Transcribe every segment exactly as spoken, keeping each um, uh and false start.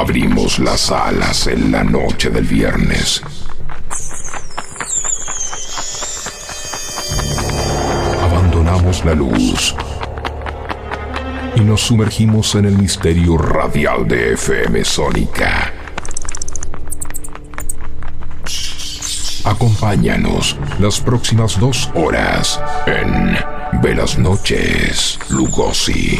Abrimos las alas en la noche del viernes. Abandonamos la luz y nos sumergimos en el misterio radial de F M Sónica. Acompáñanos las próximas dos horas en Velas Noches Lugosi.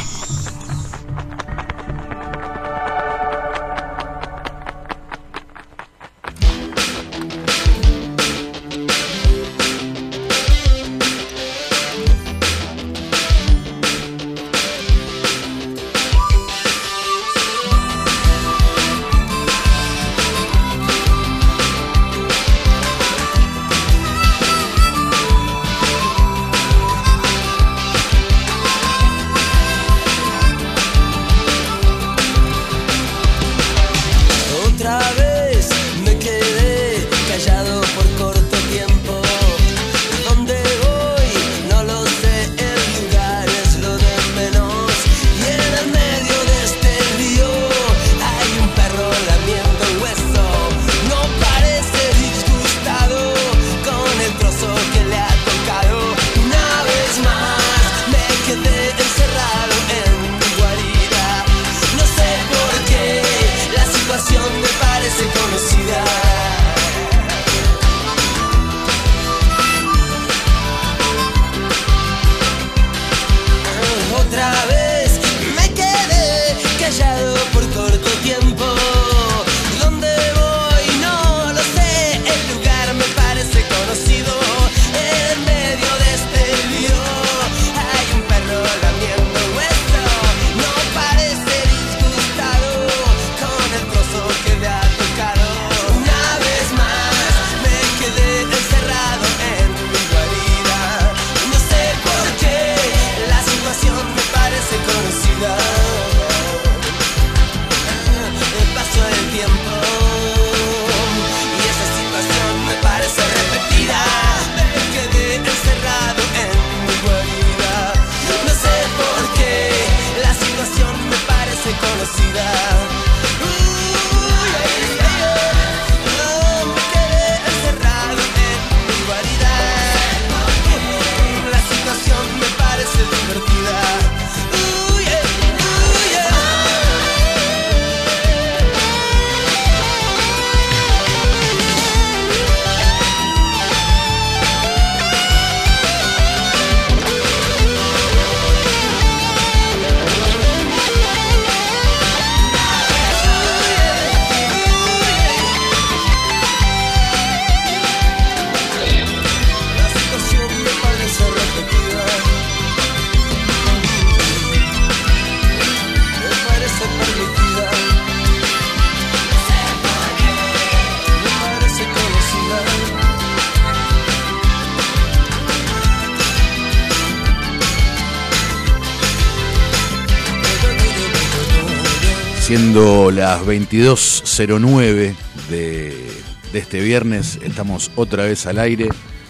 Siendo las veintidós cero nueve de, de este viernes, estamos otra vez al aire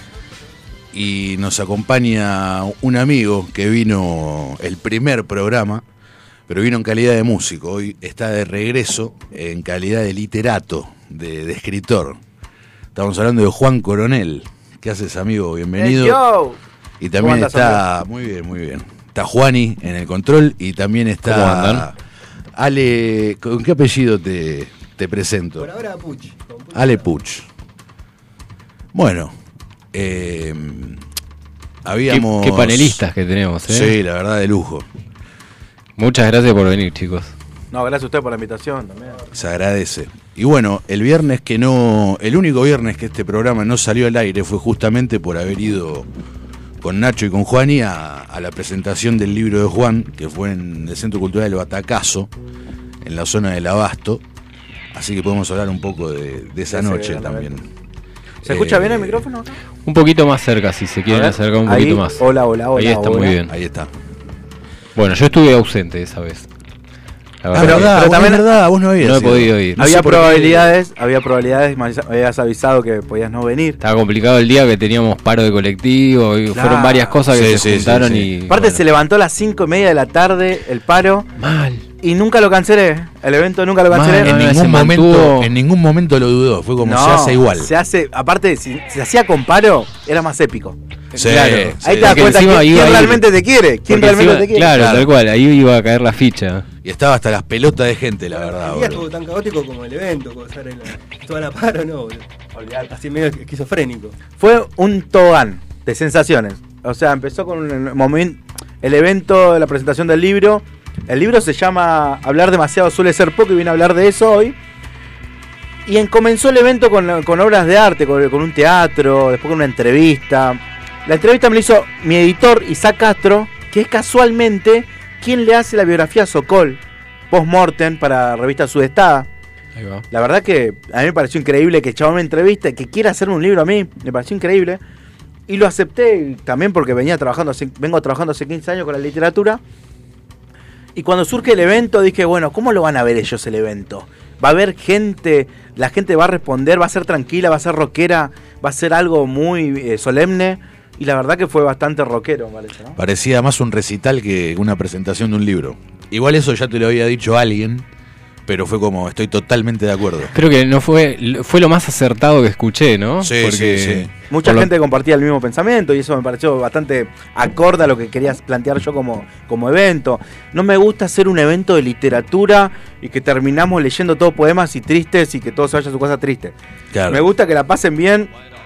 y nos acompaña un amigo que vino el primer programa, pero vino en calidad de músico. Hoy está de regreso en calidad de literato, de, de escritor. Estamos hablando de Juan Coronel. ¿Qué haces, amigo? Bienvenido. Hey, yo. Y también andas, está, amigo? muy bien, muy bien. Está Juani en el control y también está... ¿Cómo andan? Ale, ¿con qué apellido te, te presento? Por ahora Puch. Ale Puch. Bueno, eh, habíamos... Qué, qué panelistas que tenemos, ¿eh? Sí, la verdad, de lujo. Muchas gracias por venir, chicos. No, gracias a usted por la invitación también. Se agradece. Y bueno, el viernes que no... El único viernes que este programa no salió al aire fue justamente por haber ido con Nacho y con Juani a, a la presentación del libro de Juan, que fue en el Centro Cultural del Batacazo, en la zona del Abasto. Así que podemos hablar un poco de, de esa Sí, noche sí, también. ¿Se escucha Eh, bien el micrófono acá? Un poquito más cerca, si se quieren A ver, acercar un ahí, poquito más. hola, hola, hola, Ahí está hola. muy bien. Ahí está. Bueno, yo estuve ausente esa vez. La Ah, verdad pero, que verdad, pero vos también- es verdad, vos no habías no he ido. podido ir. No sé había por qué. probabilidades, había probabilidades, me habías avisado que podías no venir. Estaba complicado el día que teníamos paro de colectivo y Claro. fueron varias cosas que Sí, se sí, juntaron sí, sí. y... Aparte bueno. se levantó a las cinco y media de la tarde el paro Mal. Y nunca lo cancelé, el evento nunca lo cancelé. Man, en, no, ningún se momento, mantuvo. en ningún momento lo dudó, fue como No, se hace igual. Se hace, aparte, si se hacía con paro, era más épico. Sí, Claro. sí. Ahí te das Porque cuenta encima quién, iba quién a ir- realmente te quiere. ¿Quién Porque realmente encima- te quiere? Claro, Claro. tal cual, ahí iba a caer la ficha. Y estaba hasta las pelotas de gente, la verdad. El día boludo. estuvo tan caótico como el evento, como ser el, toda la paro, no, boludo. Así medio esquizofrénico. Fue un tobogán de sensaciones. O sea, empezó con un momento, el evento, la presentación del libro. El libro se llama Hablar demasiado suele ser poco y viene a hablar de eso hoy. Y en, comenzó el evento con, con obras de arte, con, con un teatro, después con una entrevista. La entrevista me la hizo mi editor Isaac Castro, que es casualmente quien le hace la biografía a Sokol, post-mortem para revista Sudestada. Ahí va. La verdad que a mí me pareció increíble que el chabón me entrevista y que quiera hacer un libro a mí. Me pareció increíble. Y lo acepté y también porque venía trabajando hace, vengo trabajando hace quince años con la literatura. Y cuando surge el evento dije, bueno, ¿cómo lo van a ver ellos el evento? Va a haber gente, la gente va a responder, va a ser tranquila, va a ser rockera, va a ser algo muy eh, solemne. Y la verdad que fue bastante rockero, me parece, ¿no? Parecía más un recital que una presentación de un libro. Igual eso ya te lo había dicho alguien, pero fue como, estoy totalmente de acuerdo. Creo que no fue fue lo más acertado que escuché, ¿no? Sí, sí, sí. Mucha por lo- gente compartía el mismo pensamiento y eso me pareció bastante acorde a lo que quería plantear yo como, como evento. No me gusta hacer un evento de literatura y que terminamos leyendo todos poemas y tristes y que todos se vayan a su casa triste. Claro. Me gusta que la pasen bien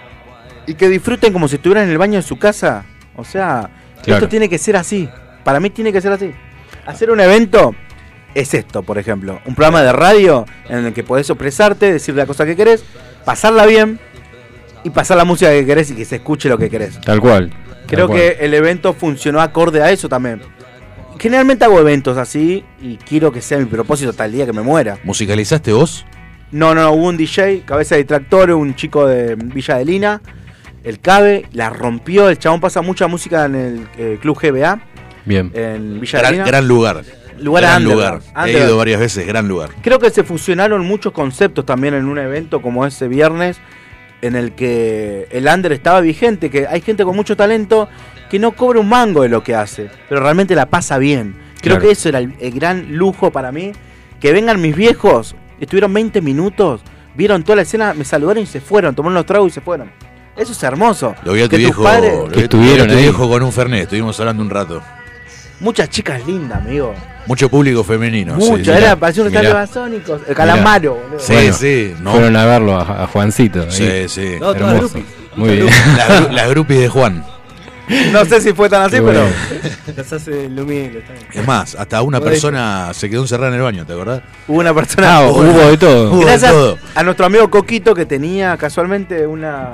y que disfruten como si estuvieran en el baño de su casa. O sea, Claro. esto tiene que ser así. Para mí tiene que ser así. Hacer un evento es esto, por ejemplo. Un programa de radio en el que podés expresarte, decir la cosa que querés, pasarla bien y pasar la música que querés y que se escuche lo que querés. Tal cual. Creo tal cual. que el evento funcionó acorde a eso también. Generalmente hago eventos así y quiero que sea mi propósito hasta el día que me muera. ¿Musicalizaste vos? No, no, no, hubo un D J, cabeza de tractor, un chico de Villa de Lina, el Cabe, la rompió, el chabón pasa mucha música en el eh, Club G B A, Bien. en Villa de Gran, Lina. gran lugar. Lugar gran underground, lugar. He underground. ido varias veces, gran lugar. Creo que se fusionaron muchos conceptos también en un evento como ese viernes, en el que el under estaba vigente, que hay gente con mucho talento que no cobra un mango de lo que hace, pero realmente la pasa bien. Creo Claro. que eso era el, el gran lujo para mí, que vengan mis viejos, estuvieron veinte minutos, vieron toda la escena, me saludaron y se fueron, tomaron los tragos y se fueron. Eso es hermoso. Lo vi a tu Que tus viejo, padres- lo vi a tu- Que estuvieron lo vi a tu ahí. viejo con un Fernet, estuvimos hablando un rato. Muchas chicas lindas, amigo. Mucho público femenino. Mucho, sí, sí. era, parecía un estadio mirá. basónico. El calamaro, boludo. Sí, Bueno, sí, no. Fueron a verlo a, a Juancito. ahí. Sí, sí. No, todas Hermoso. groupies. Muy bien. Las, gru- las groupies de Juan. No sé si fue tan así, Qué pero. bueno. Las hace el humilde. está bien. Es más, hasta una Por persona se quedó encerrada en el baño, ¿te acordás? Hubo una persona. Ah, hubo de todo. Hubo de Gracias todo. a nuestro amigo Coquito que tenía casualmente una.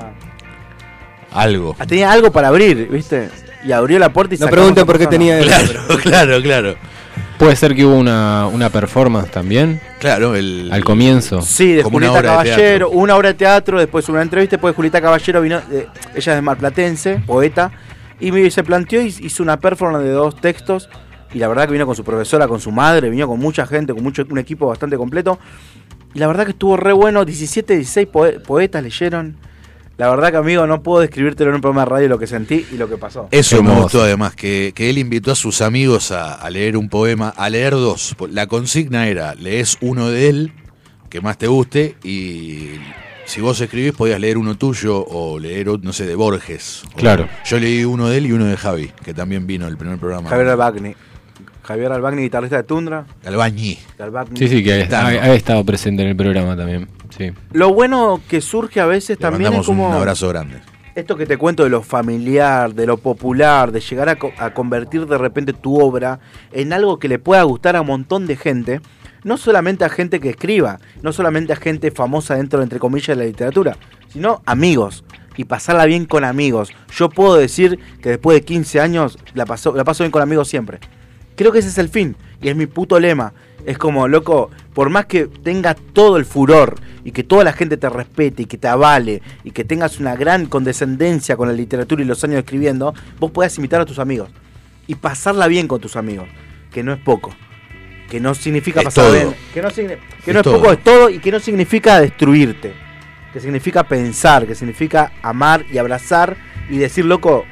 Algo. Tenía algo para abrir, ¿viste? Y abrió la puerta y No sacamos pregunten a por qué persona. tenía Claro, claro, claro. Puede ser que hubo una, una performance también Claro, el. al comienzo. Sí, de Como una Julieta obra de Caballero, teatro. una obra de teatro, después una entrevista, después Julieta Caballero vino, eh, ella es de marplatense, poeta, y me, se planteó y hizo una performance de dos textos, y la verdad que vino con su profesora, con su madre, vino con mucha gente, con mucho, un equipo bastante completo, y la verdad que estuvo re bueno, diecisiete, dieciséis poe- poetas leyeron, la verdad que amigo no puedo describírtelo en un programa de radio lo que sentí y lo que pasó. Eso me Hermoso. gustó además, que, que él invitó a sus amigos a, a leer un poema, a leer dos. La consigna era, lees uno de él, que más te guste, y si vos escribís podías leer uno tuyo o leer, o- no sé, de Borges. O- Claro. Yo leí uno de él y uno de Javi, que también vino el primer programa. Javier Albagni, Javier Albagni, guitarrista de Tundra, Albañí. de Albagni. Sí, sí, que ha, Está, ha- ¿no? ha estado presente en el programa también. Sí. Lo bueno que surge a veces Le también es mandamos como... un abrazo grande. Esto que te cuento de lo familiar, de lo popular, de llegar a, co- a convertir de repente tu obra en algo que le pueda gustar a un montón de gente, no solamente a gente que escriba, no solamente a gente famosa dentro, entre comillas, de la literatura, sino amigos, y pasarla bien con amigos. Yo puedo decir que después de quince años la paso, la paso bien con amigos siempre. Creo que ese es el fin, y es mi puto lema. Es como, loco, por más que tenga todo el furor y que toda la gente te respete y que te avale y que tengas una gran condescendencia con la literatura y los años escribiendo, vos podés invitar a tus amigos y pasarla bien con tus amigos, que no es poco, que no significa Es pasar todo. bien, que no, signi- que Es no es todo. poco, es todo, y que no significa destruirte, que significa pensar, que significa amar y abrazar y decir, loco,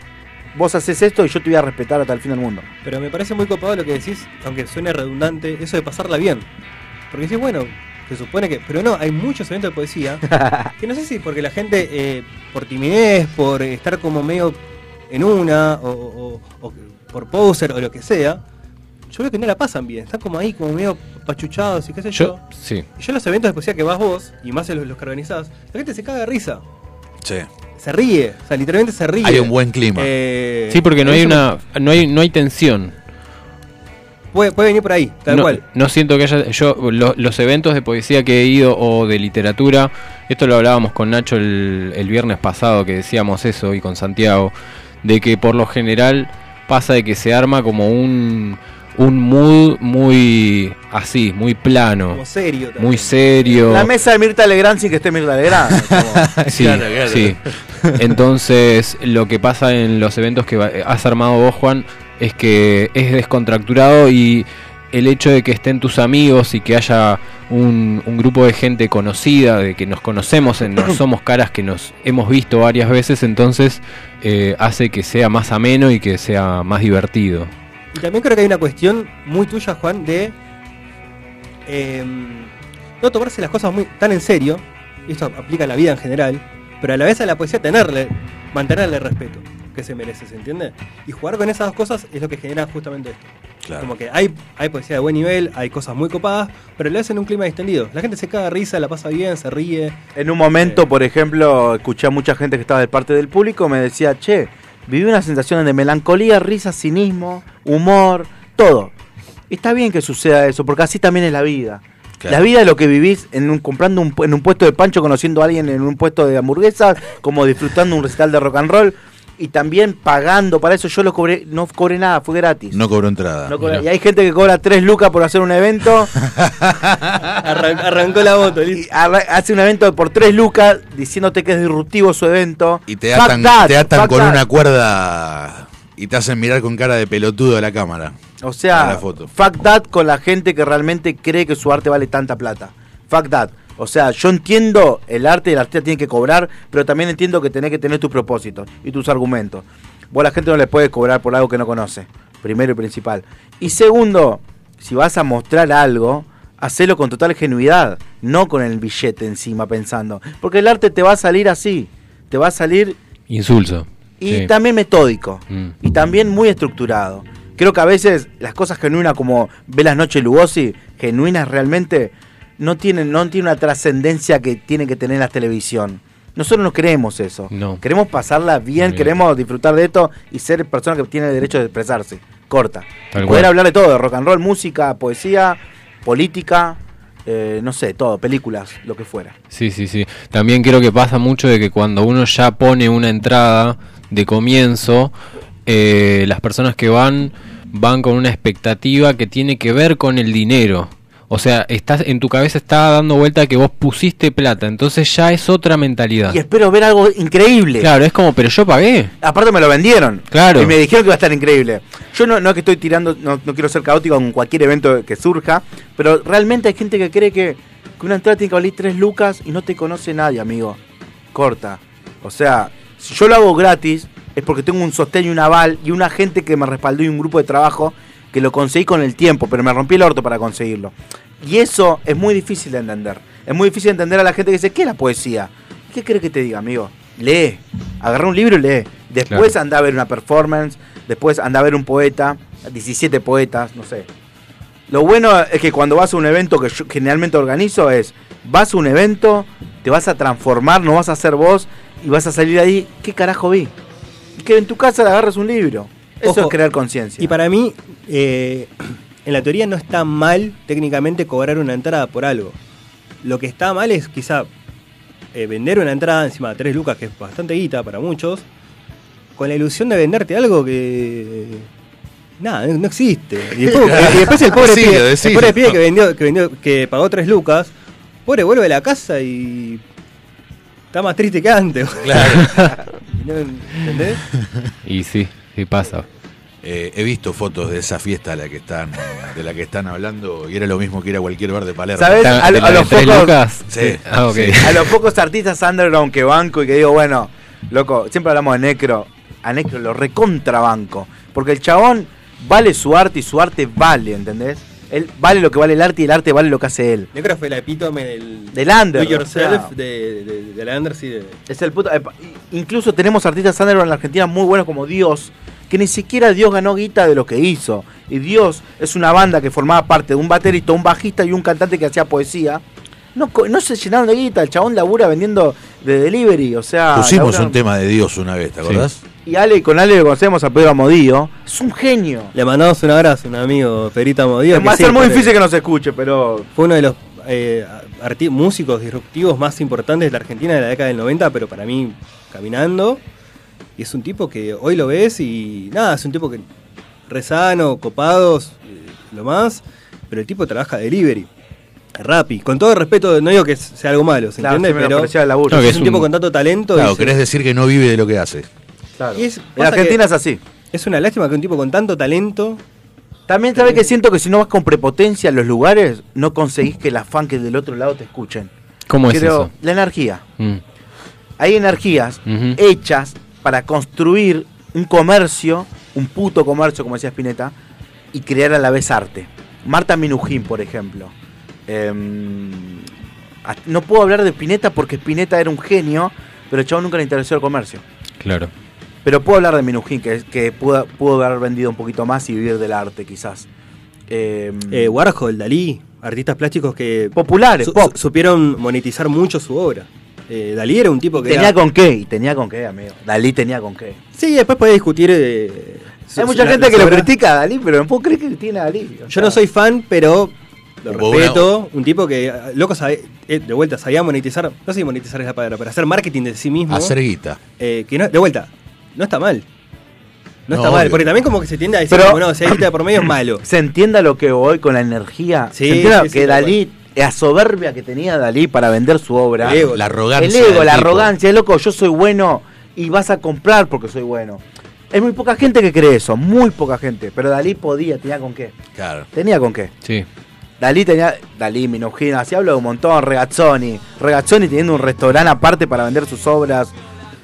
vos haces esto y yo te voy a respetar hasta el fin del mundo. Pero me parece muy copado lo que decís, aunque suene redundante, eso de pasarla bien. Porque decís, bueno, se supone que... Pero no, hay muchos eventos de poesía que no sé si porque la gente, eh, por timidez, por estar como medio en una, o, o, o por poser, o lo que sea, yo creo que no la pasan bien. Están como ahí, como medio pachuchados y qué sé yo. Yo, sí. Y yo en los eventos de poesía que vas vos, y más en los, los que organizás, la gente se caga de risa. Sí. Se ríe, o sea, literalmente se ríe. Hay un buen clima. Eh, Sí, porque no hay eso una, no hay, no hay tensión. Puede, puede venir por ahí, tal no, cual. no siento que haya. Yo, lo- los eventos de poesía que he ido o de literatura, esto lo hablábamos con Nacho el, el viernes pasado, que decíamos eso, y con Santiago, de que por lo general pasa de que se arma como un, un mood muy así, muy plano, Como serio también. muy serio. La mesa de Mirta Legrand sin que esté Mirta Legrand. como- Sí, Claro, claro. sí. Entonces, lo que pasa en los eventos que va- has armado vos, Juan, es que es descontracturado y el hecho de que estén tus amigos y que haya un, un grupo de gente conocida, de que nos conocemos, en- no somos caras que nos hemos visto varias veces, entonces eh, hace que sea más ameno y que sea más divertido. Y también creo que hay una cuestión muy tuya, Juan, de eh, no tomarse las cosas muy tan en serio, y esto aplica a la vida en general, pero a la vez a la poesía tenerle, mantenerle el respeto que se merece, ¿se entiende? Y jugar con esas dos cosas es lo que genera justamente esto. Claro. Como que hay, hay poesía de buen nivel, hay cosas muy copadas, pero lo hacen en un clima distendido. La gente se caga de risa, la pasa bien, se ríe. En un momento, por ejemplo, escuché a mucha gente que estaba de parte del público, me decía, che, viví una sensación de melancolía, risa, cinismo, humor, todo. Está bien que suceda eso, porque así también es la vida. Claro. La vida es lo que vivís en un, comprando un, pu- en un puesto de pancho, conociendo a alguien en un puesto de hamburguesas, como disfrutando un recital de rock and roll, y también pagando para eso. Yo lo cobré, no cobré nada, fue gratis. No cobró entrada. No cobré- Mirá. y hay gente que cobra tres lucas por hacer un evento. Arran- arrancó la moto, Y listo. arra- hace un evento por tres lucas diciéndote que es disruptivo su evento. Y te Fuck atan, that, te atan fuck con that. una cuerda y te hacen mirar con cara de pelotudo a la cámara. O a sea, la foto. fuck that con la gente que realmente cree que su arte vale tanta plata. Fuck that. O sea, yo entiendo el arte y el artista tiene que cobrar, pero también entiendo que tenés que tener tus propósitos y tus argumentos. Vos a la gente no le puedes cobrar por algo que no conoce, primero y principal. Y segundo, si vas a mostrar algo, hacelo con total genuidad, no con el billete encima pensando. Porque el arte te va a salir así, te va a salir Insulso. y Sí. también metódico Mm. y también muy estructurado. Creo que a veces las cosas genuinas como Velas Noches Lugosi, genuinas realmente, no tienen, no tienen una trascendencia que tiene que tener la televisión. Nosotros no queremos eso. No. Queremos pasarla bien, Bien. queremos disfrutar de esto y ser personas que tienen el derecho de expresarse. Corta. Tal Poder cual. hablar de todo, de rock and roll, música, poesía, política, eh, no sé, todo, películas, lo que fuera. Sí, sí, sí. También creo que pasa mucho de que cuando uno ya pone una entrada de comienzo, eh, las personas que van van con una expectativa que tiene que ver con el dinero. O sea, estás en tu cabeza está dando vuelta que vos pusiste plata, entonces ya es otra mentalidad. Y espero ver algo increíble. Claro, es como, pero yo pagué. Aparte me lo vendieron. Claro. Y me dijeron que va a estar increíble. Yo no, no es que estoy tirando, no, no quiero ser caótico con cualquier evento que surja, pero realmente hay gente que cree que, que una entrada tiene que valer tres lucas y no te conoce nadie, amigo. Corta. O sea, si yo lo hago gratis, es porque tengo un sostén y un aval y una gente que me respaldó y un grupo de trabajo que lo conseguí con el tiempo, pero me rompí el orto para conseguirlo. Y eso es muy difícil de entender. Es muy difícil de entender a la gente que dice, ¿qué es la poesía? ¿Qué crees que te diga, amigo? Lee. Agarra un libro y lee. Después Claro. anda a ver una performance, después anda a ver un poeta, diecisiete poetas, no sé. Lo bueno es que cuando vas a un evento que yo generalmente organizo es, vas a un evento, te vas a transformar, no vas a ser vos y vas a salir de ahí, ¿qué carajo vi? Y que en tu casa le agarres un libro. Eso Ojo, es crear conciencia. Y para mí, eh, en la teoría no está mal técnicamente cobrar una entrada por algo. Lo que está mal es quizá eh, vender una entrada encima de tres lucas, que es bastante guita para muchos, con la ilusión de venderte algo que... Nada, no, no existe. Y después, y después el pobre Decilo, pibe, el decilo. pobre pibe que vendió, que vendió, que pagó tres lucas, pobre vuelve a la casa y está más triste que antes. Claro. ¿No? ¿Entendés? Y sí, sí pasa. Eh, he visto fotos de esa fiesta a la que están, de la que están hablando y era lo mismo que ir a cualquier bar de Palermo. ¿Sabes? ¿La- A, de a la de los tres pocos, lucas? Sí. Ah, ok. Sí. a los pocos artistas underground que banco y que digo, bueno, loco, siempre hablamos de Necro. a Necro lo recontrabanco. Porque el chabón vale su arte y su arte vale, ¿entendés? Él vale lo que vale el arte y el arte vale lo que hace él. Necro fue el epítome del... Del under. Do yourself, O sea, de, de, de la under, sí. De... Es el puto. eh, Incluso tenemos artistas underground en la Argentina muy buenos como Dios, que ni siquiera Dios ganó guita de lo que hizo. Y Dios es una banda que formaba parte de un baterista, un bajista y un cantante que hacía poesía. No, co- no se llenaron de guita, el chabón labura vendiendo de delivery, o sea... Pusimos labura- un tema de Dios una vez, ¿te acordás? Y Ale, con Ale le conocemos a Pedro Amodío, es un genio. Le mandamos un abrazo a un amigo, Perito Amodío. Va a sí, ser muy fue- difícil que nos escuche, pero... Fue uno de los eh, arti- músicos disruptivos más importantes de la Argentina de la década del noventa, pero para mí caminando. Y es un tipo que hoy lo ves y nada, es un tipo que rezano, copados, eh, lo más, pero el tipo trabaja delivery, Rappi, con todo el respeto, no digo que sea algo malo, ¿se Claro, entiende? se me Pero menosprecia el laburo. No, que es es un un- tipo con tanto talento. Claro, y se- querés decir que no vive de lo que hace. Claro. Y es- En pasa Argentina que- es así. es una lástima que un tipo con tanto talento. También sabes que siento que si no vas con prepotencia a los lugares, no conseguís que las fans que del otro lado te escuchen. ¿Cómo es Creo- eso? La energía. Mm. Hay energías Ujú. hechas para construir un comercio, un puto comercio, como decía Spinetta, y crear a la vez arte. Marta Minujín, por ejemplo. Em, a- no puedo hablar de Spinetta porque Spinetta era un genio, pero el chavo nunca le interesó el comercio. Claro. Pero puedo hablar de Minujín, que, que pudo, pudo haber vendido un poquito más y vivir del arte, quizás. Em, Eh, Warhol, Dalí, artistas plásticos que populares, su- pop. su- supieron monetizar mucho su obra. Eh, Dalí era un tipo que Tenía era- con qué, y tenía con qué, amigo. Dalí tenía con qué. Sí, después podés discutir. eh, su- Hay mucha la- gente las que lo obras. critica a Dalí, pero no puedo creer que critique a Dalí. o Yo sea. no soy fan, pero lo Hubo respeto. Un tipo que, eh, loco, sabe- eh, de vuelta, sabía monetizar. No sé si monetizar es la palabra, pero hacer marketing de sí mismo. Hacer guita. eh, que no, de vuelta, no está mal. No, No, está mal, obvio. porque también como que se tiende a decir, Pero- como, no, si hay guita de por medio es malo. Se entienda lo que voy con la energía. Sí, se entienda sí, sí, que tal Dalí, la soberbia que tenía Dalí para vender su obra. El ego. La arrogancia. El ego, del la tipo. arrogancia, loco, yo soy bueno y vas a comprar porque soy bueno. Hay muy poca gente que cree eso, muy poca gente. Pero Dalí podía, tenía con qué. Claro. Tenía con qué. Sí. Dalí tenía, Dalí, Minujín, así hablo de un montón, Regazzoni. Regazzoni teniendo un restaurante aparte para vender sus obras.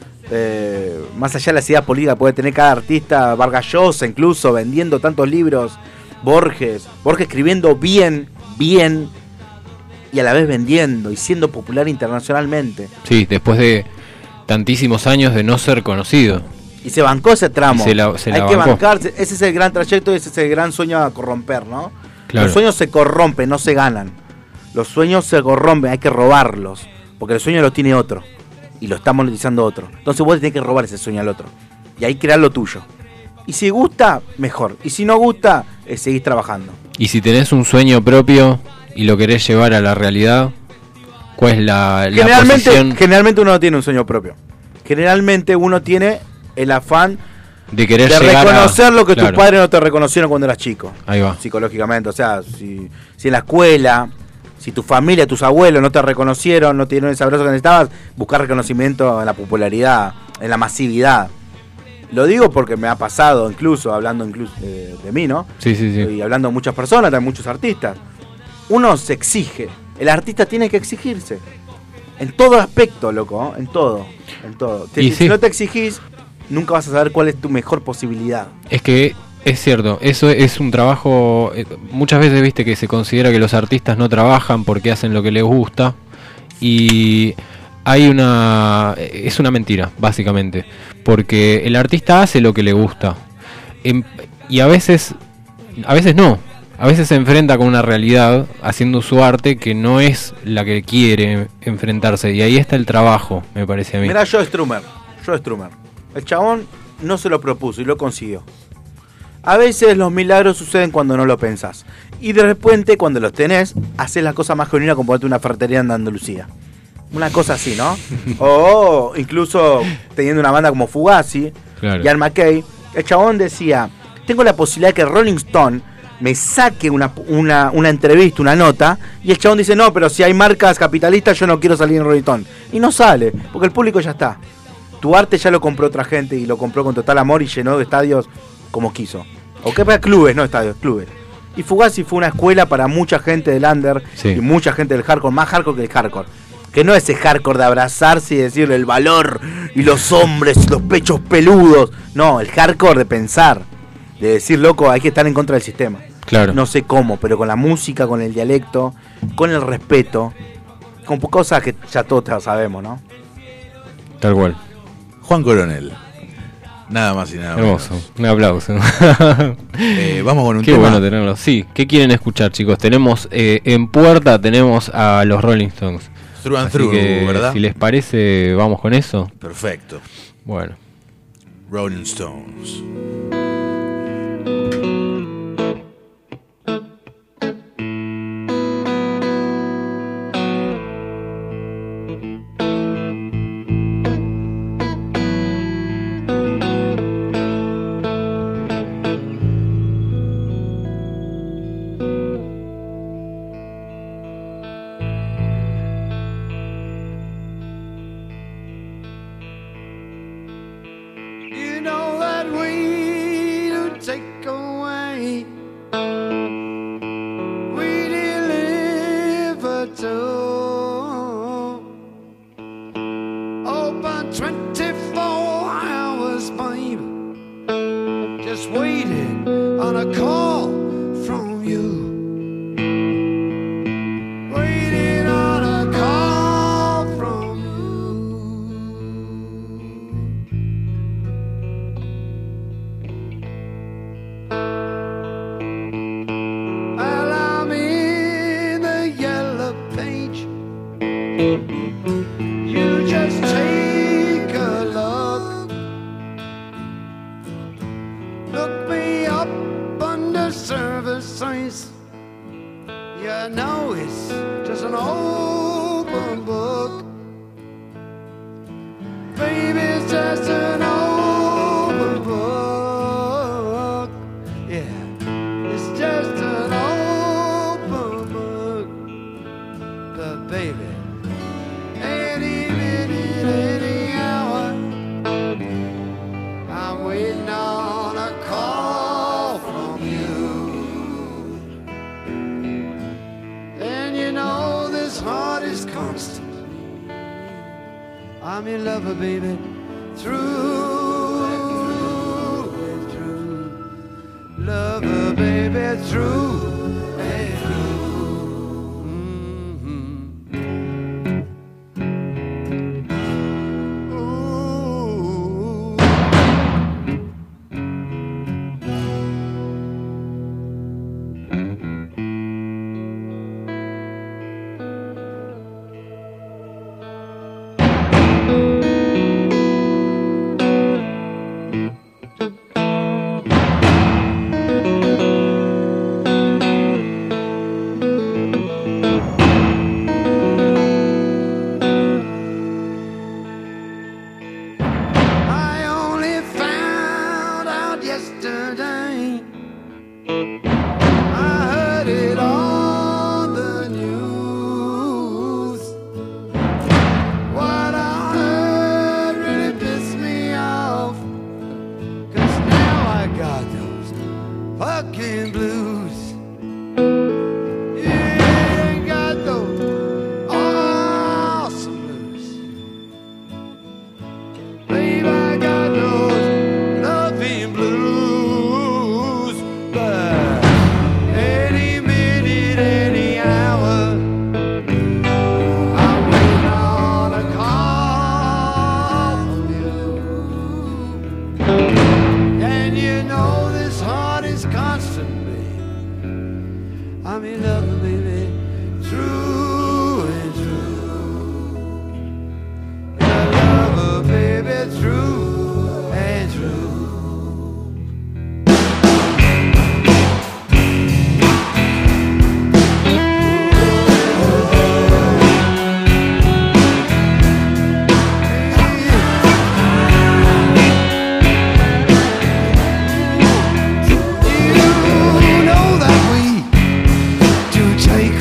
Eh, más allá de la ciudad política que puede tener cada artista, Vargas Llosa incluso, vendiendo tantos libros. Borges, Borges escribiendo bien, bien, y a la vez vendiendo y siendo popular internacionalmente. Sí, después de tantísimos años de no ser conocido. Y se bancó ese tramo. Y se la- se la Hay que bancó. bancarse, ese es el gran trayecto y ese es el gran sueño a corromper, ¿no? Claro. Los sueños se corrompen, no se ganan. Los sueños se corrompen, hay que robarlos. Porque el sueño lo tiene otro. Y lo está monetizando otro. Entonces vos tenés que robar ese sueño al otro. Y ahí crear lo tuyo. Y si gusta, mejor. Y si no gusta, eh, seguís trabajando. Y si tenés un sueño propio y lo querés llevar a la realidad, ¿cuál es la, la Generalmente, posición generalmente uno no tiene un sueño propio. Generalmente uno tiene el afán de querer de llegar reconocer a, lo que claro, tus padres no te reconocieron cuando eras chico. Ahí va. Psicológicamente, o sea, si, si en la escuela, si tu familia, tus abuelos no te reconocieron, no te dieron ese abrazo que necesitabas, buscar reconocimiento en la popularidad, en la masividad. Lo digo porque me ha pasado, incluso, hablando incluso de, de mí, ¿no? Sí, sí, sí. Y hablando de muchas personas, también muchos artistas. Uno se exige, el artista tiene que exigirse. En todo aspecto, loco, ¿eh? en todo, en todo. Te- Y si sí. no te exigís, nunca vas a saber cuál es tu mejor posibilidad. Es que es cierto, eso es un trabajo. eh, Muchas veces viste que se considera que los artistas no trabajan porque hacen lo que les gusta. Y hay una. Es una mentira, básicamente. Porque el artista hace lo que le gusta. Em- y a veces. A veces no. A veces se enfrenta con una realidad haciendo su arte que no es la que quiere enfrentarse. Y ahí está el trabajo, me parece a mí. Mirá, Joe Strummer, Joe Strummer. El chabón no se lo propuso y lo consiguió. A veces los milagros suceden cuando no lo pensás. Y de repente, cuando los tenés, haces la cosa más genuina como ponerte una ferretería en Andalucía. Una cosa así, ¿no? O incluso teniendo una banda como Fugazi, Claro. Ian McKay, el chabón decía, tengo la posibilidad de que Rolling Stone me saque una, una, una entrevista, una nota, y el chabón dice, no, pero si hay marcas capitalistas yo no quiero salir en Rolling Stone. Y no sale, porque el público ya está. Tu arte ya lo compró otra gente y lo compró con total amor y llenó de estadios como quiso. O que para clubes, no estadios, clubes. Y Fugazi fue una escuela para mucha gente del under Sí. y mucha gente del hardcore, más hardcore que el hardcore. Que no es ese hardcore de abrazarse y decirle el valor y los hombres, los pechos peludos. No, el hardcore de pensar. De decir, loco, hay que estar en contra del sistema. Claro. No sé cómo, pero con la música, con el dialecto, con el respeto, con cosas que ya todos sabemos, ¿no? Tal cual. Juan Coronel. Nada más y nada Hermoso, menos. un aplauso. Eh, vamos con un Qué tema. bueno tenerlo. Sí, ¿qué quieren escuchar, chicos? Tenemos eh, en puerta tenemos a los Rolling Stones. Through and Así through, que, ¿verdad? si les parece, vamos con eso. Perfecto. Bueno. Rolling Stones. You know that we do take away, we deliver to. Open twenty-four hours, baby, just waiting on a call from you. Waiting on a call from you. Well, I'm in the yellow page. You just take a look. Look me up under services. You know it's just an open book. Baby, it's just an open book. Yeah, it's just an open book. But baby, any minute, any hour, I'm waiting on a call from you. And you know this heart is constant. I'm your lover, baby, through and through. Lover, baby, through and through. Mm-hmm. Ooh. I only found out yesterday. I heard it on the news. What I heard really pissed me off. 'Cause now I got those fucking blues. You ain't got those awesome blues. Babe, I got those loving blues. But any minute, any hour, I'm waiting on a call from you. And you know this heart is constantly, I'm in love, baby, true and true. Your lover, baby, true and true. You know that we do take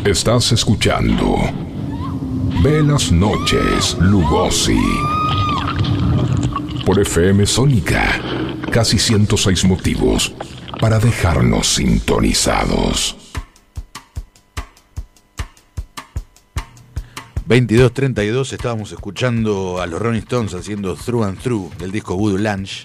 Estás escuchando Velas Noches Lugosi por F M Sónica. Casi ciento seis motivos para dejarnos sintonizados. veintidós treinta y dos, estábamos escuchando a los Rolling Stones haciendo Through and Through del disco Voodoo Lounge.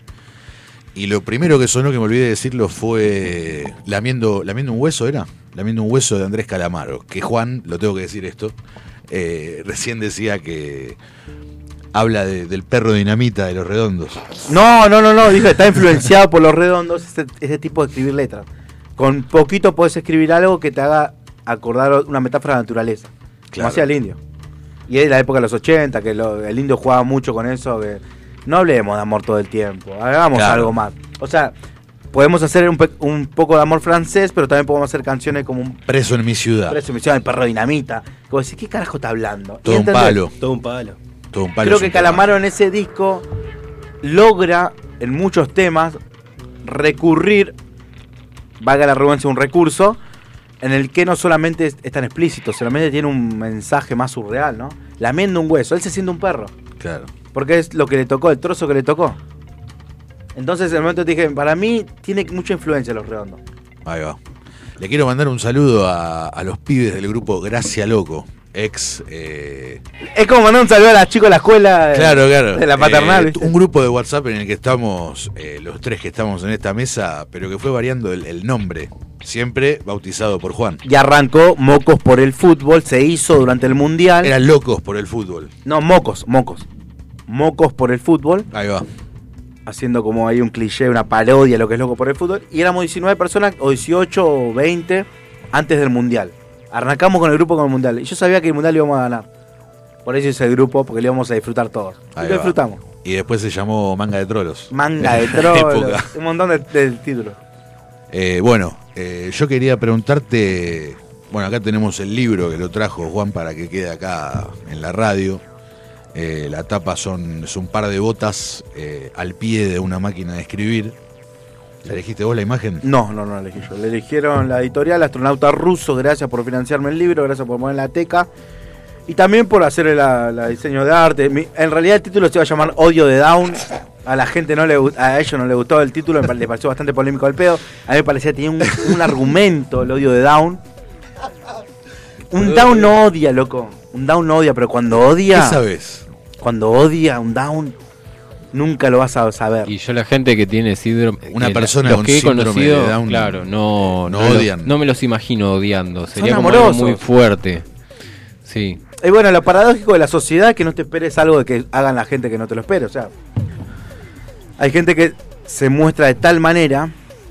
Y lo primero que sonó, que me olvidé de decirlo, fue Lamiendo, lamiendo un hueso, ¿era? Lamiendo un hueso de Andrés Calamaro. Que Juan, lo tengo que decir esto, eh, recién decía que habla de, del perro dinamita de Los Redondos. No, no, no, no, dijo, está influenciado por Los Redondos, ese, ese tipo de escribir letras. Con poquito podés escribir algo que te haga acordar una metáfora de la naturaleza. Claro. Como hacía el indio. Y es la época de los ochenta, que lo, el indio jugaba mucho con eso, que no hablemos de amor todo el tiempo, hagamos claro. algo más. O sea, podemos hacer un, pe- un poco de amor francés, pero también podemos hacer canciones como un... Preso en mi ciudad. Preso en mi ciudad, el perro dinamita. Como decir, ¿qué carajo está hablando? Todo un palo. Todo un palo. Todo un palo. Creo que Calamaro en ese disco logra, en muchos temas, recurrir, valga la redundancia, un recurso en el que no solamente es, es tan explícito, solamente tiene un mensaje más surreal, ¿no? Lamiendo un hueso, él se siente un perro. Claro. Porque es lo que le tocó, el trozo que le tocó. Entonces en el momento dije, para mí tiene mucha influencia Los Redondos. Ahí va. Le quiero mandar un saludo a, a los pibes del grupo Gracia Loco, ex... Eh... Es como mandar un saludo a las chicos de la escuela de, claro, claro. de la paternal. Eh, un grupo de WhatsApp en el que estamos, eh, los tres que estamos en esta mesa, pero que fue variando el, el nombre, siempre bautizado por Juan. Y arrancó Mocos por el Fútbol, se hizo durante el Mundial. Eran locos por el fútbol. No, Mocos, Mocos. Mocos por el Fútbol. Ahí va. Haciendo como ahí un cliché, una parodia de lo que es Loco por el Fútbol. Y éramos diecinueve personas, o dieciocho o veinte, antes del Mundial. Arrancamos con el grupo con el Mundial. Y yo sabía que el Mundial lo íbamos a ganar. Por eso hice el grupo, porque lo íbamos a disfrutar todos. Ahí y lo va. disfrutamos. Y después se llamó Manga de Trolos. Manga de Trolos. Un montón de, de títulos. Eh, bueno, eh, yo quería preguntarte... Bueno, acá tenemos el libro que lo trajo Juan para que quede acá en la radio. Eh, la tapa son, es un par de botas eh, al pie de una máquina de escribir. ¿La elegiste vos la imagen? No, no, no la elegí yo. Le eligieron la editorial Astronauta Ruso. Gracias por financiarme el libro, gracias por poner la teca. Y también por hacer la, la diseño de arte. Mi, en realidad el título se iba a llamar Odio de Down. A la gente no le a ellos no le gustó el título, me le pareció bastante polémico el pedo. A mí me parecía que tenía un, un argumento el odio de Down. Un Down no odia, loco. Un Down no odia, pero cuando odia... ¿Qué sabes? Cuando odia un Down, nunca lo vas a saber. Y yo la gente que tiene síndrome... Una que persona los con que he síndrome conocido, de Down claro, no, no no, lo- odian. no me los imagino odiando. Sería Son como algo amorosos. muy fuerte. Sí. Y bueno, lo paradójico de la sociedad es que no te esperes algo de que hagan la gente que no te lo espere. O sea, hay gente que se muestra de tal manera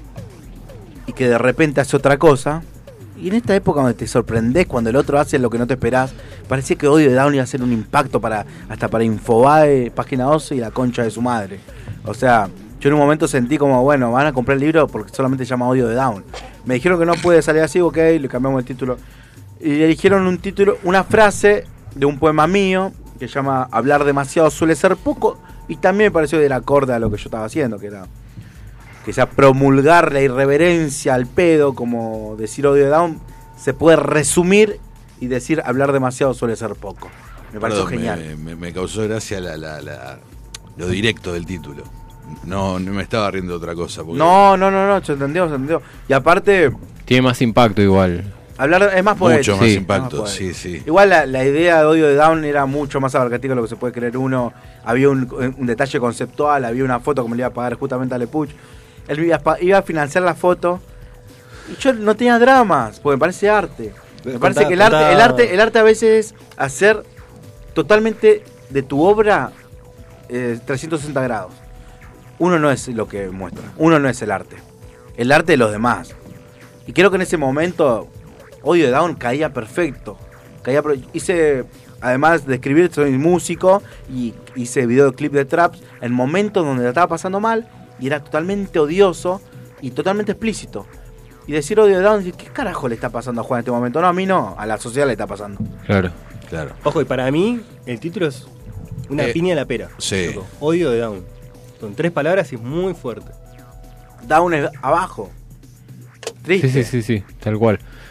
y que de repente hace otra cosa. Y en esta época donde te sorprendés cuando el otro hace lo que no te esperás, parecía que Odio de Down iba a ser un impacto para hasta para Infobae, Página doce y la concha de su madre. O sea, yo en un momento sentí como, bueno, van a comprar el libro porque solamente se llama Odio de Down. Me dijeron que no puede salir así, ok, le cambiamos el título. Y eligieron un título, una frase de un poema mío que se llama Hablar demasiado suele ser poco, y también me pareció que era acorde a lo que yo estaba haciendo, que era que sea promulgar la irreverencia al pedo, como decir Odio de Down, se puede resumir y decir hablar demasiado suele ser poco. Me pareció Perdón, genial. Me, me, me causó gracia la, la, la, lo directo del título. No, no me estaba riendo de otra cosa. Porque... No, no, no, no, se entendió, se entendió. Y aparte, Tiene más impacto igual. hablar es más poético. Mucho más Sí. impacto, Más sí, sí. Igual la, la idea de Odio de Down era mucho más abarcativa de lo que se puede creer uno. Había un, un detalle conceptual, había una foto que me le iba a pagar justamente a Lepuch. Él iba a, iba a financiar la foto y yo no tenía dramas, porque me parece arte. Me Contá- parece que el arte, contá- el arte, el arte a veces es hacer totalmente de tu obra eh, trescientos sesenta grados. Uno no es lo que muestra, uno no es el arte. El arte de los demás. Y creo que en ese momento Odio de Down caía perfecto. Caía, per- hice, además de escribir, soy músico y hice videoclip de traps en momentos donde la estaba pasando mal y era totalmente odioso y totalmente explícito. Y decir Odio de Down, ¿qué carajo le está pasando a Juan en este momento? No, a mí no, a la sociedad le está pasando. Claro. Claro. Ojo, y para mí, el título es una Eh, piña a la pera. sí. Loco. Odio de Down. Son tres palabras y es muy fuerte. Down es abajo. Triste. Sí, sí, sí, sí, tal cual.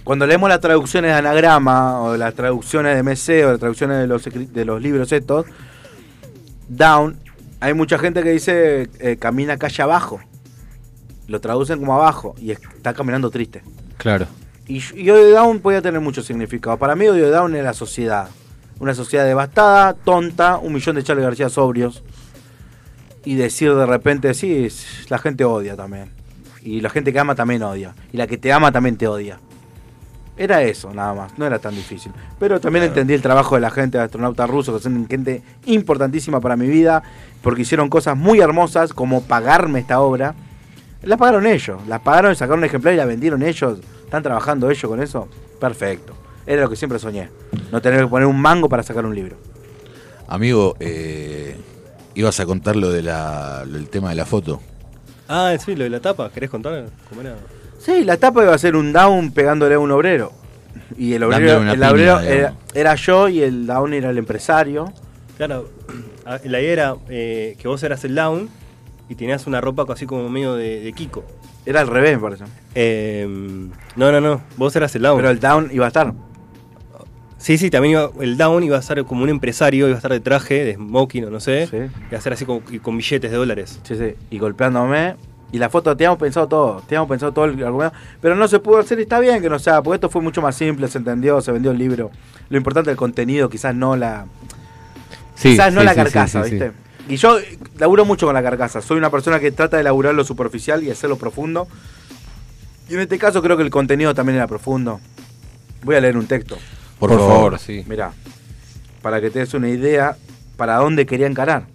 cuando leemos las traducciones de Anagrama, o las traducciones de M C, o las traducciones de los, de los libros estos, down, hay mucha gente que dice eh, camina calle abajo. Lo traducen como abajo y está caminando triste. Claro. Y, y odio down podía tener mucho significado. Para mí odio down es la sociedad. Una sociedad devastada, tonta, un millón de Charly García sobrios. Y decir de repente, sí, la gente odia también. Y la gente que ama también odia. Y la que te ama también te odia. Era eso, nada más. No era tan difícil. Pero también claro. entendí el trabajo de la gente de astronautas rusos, que son gente importantísima para mi vida, porque hicieron cosas muy hermosas, como pagarme esta obra. La pagaron ellos. La pagaron, sacaron un ejemplar y la vendieron ellos. Están trabajando ellos con eso. Perfecto. Era lo que siempre soñé. No tener que poner un mango para sacar un libro. Amigo, eh, ibas a contar lo de la, lo del tema de la foto. Ah, sí, lo de la tapa. ¿Querés contar cómo era? Sí, la tapa iba a ser un down pegándole a un obrero. Y el obrero, el piña, obrero era, era yo y el down era el empresario. Claro, la idea era eh, que vos eras el down y tenías una ropa así como medio de, de Kiko. Era al revés, por eso. Eh, no, no, no, vos eras el down. Pero el down iba a estar. Sí, sí, también iba, el down iba a estar como un empresario, iba a estar de traje, de smoking o no sé. Sí. Iba a ser así como con billetes de dólares. Sí, sí, y golpeándome. Y la foto, teníamos pensado todo, teníamos pensado todo el argumento, pero no se pudo hacer y está bien que no sea, porque esto fue mucho más simple, se entendió, se vendió el libro. Lo importante es el contenido, quizás no la... Sí, quizás no sí, la sí, carcasa, sí, sí, ¿viste? Sí. Y yo laburo mucho con la carcasa, soy una persona que trata de laburar lo superficial y hacerlo profundo. Y en este caso creo que el contenido también era profundo. Voy a leer un texto. Por, Por favor, favor, sí. Mirá, para que te des una idea para dónde quería encarar.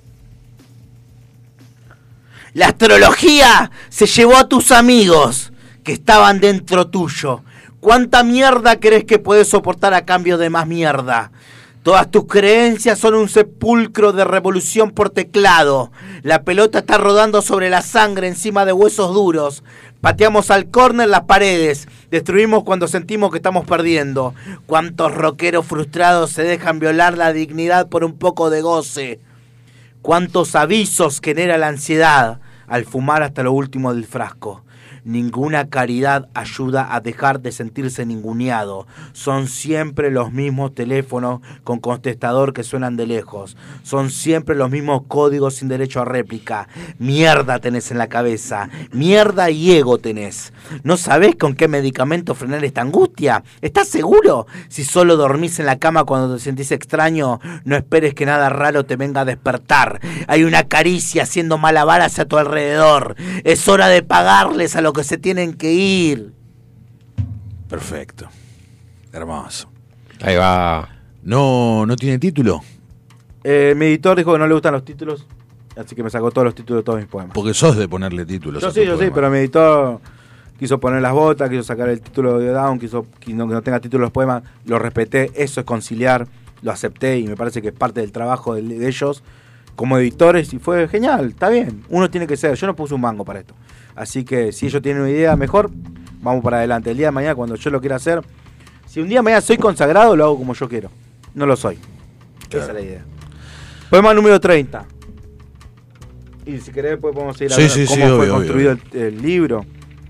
La astrología se llevó a tus amigos que estaban dentro tuyo. ¿Cuánta mierda crees que puedes soportar a cambio de más mierda? Todas tus creencias son un sepulcro de revolución por teclado. La pelota está rodando sobre la sangre encima de huesos duros. Pateamos al córner las paredes. Destruimos cuando sentimos que estamos perdiendo. ¿Cuántos rockeros frustrados se dejan violar la dignidad por un poco de goce? ¿Cuántos avisos genera la ansiedad al fumar hasta lo último del frasco? Ninguna caridad ayuda a dejar de sentirse ninguneado. Son siempre los mismos teléfonos con contestador que suenan de lejos. Son siempre los mismos códigos sin derecho a réplica. Mierda tenés en la cabeza. Mierda y ego tenés. ¿No sabés con qué medicamento frenar esta angustia? ¿Estás seguro? Si solo dormís en la cama cuando te sentís extraño, no esperes que nada raro te venga a despertar. Hay una caricia haciendo malabares a tu alrededor. Es hora de pagarles a los que se tienen que ir. Perfecto. Hermoso. Ahí va. ¿No, no tiene título? Eh, mi editor dijo que no le gustan los títulos, así que me sacó todos los títulos de todos mis poemas. Porque sos de ponerle títulos. Yo sí, yo poema. sí, pero mi editor quiso poner las botas, quiso sacar el título de Down, quiso que no, que no tenga título los poemas. Lo respeté, eso es conciliar, lo acepté y me parece que es parte del trabajo de, de ellos como editores y fue genial, está bien. Uno tiene que ser, yo no puse un mango para esto. Así que si ellos tienen una idea mejor, vamos para adelante. El día de mañana, cuando yo lo quiera hacer, si un día de mañana soy consagrado, lo hago como yo quiero. No lo soy. Claro. Esa es la idea. Poema número treinta. Y si querés, después podemos ir a sí, ver sí, cómo sí, fue obvio, construido obvio. El, el libro.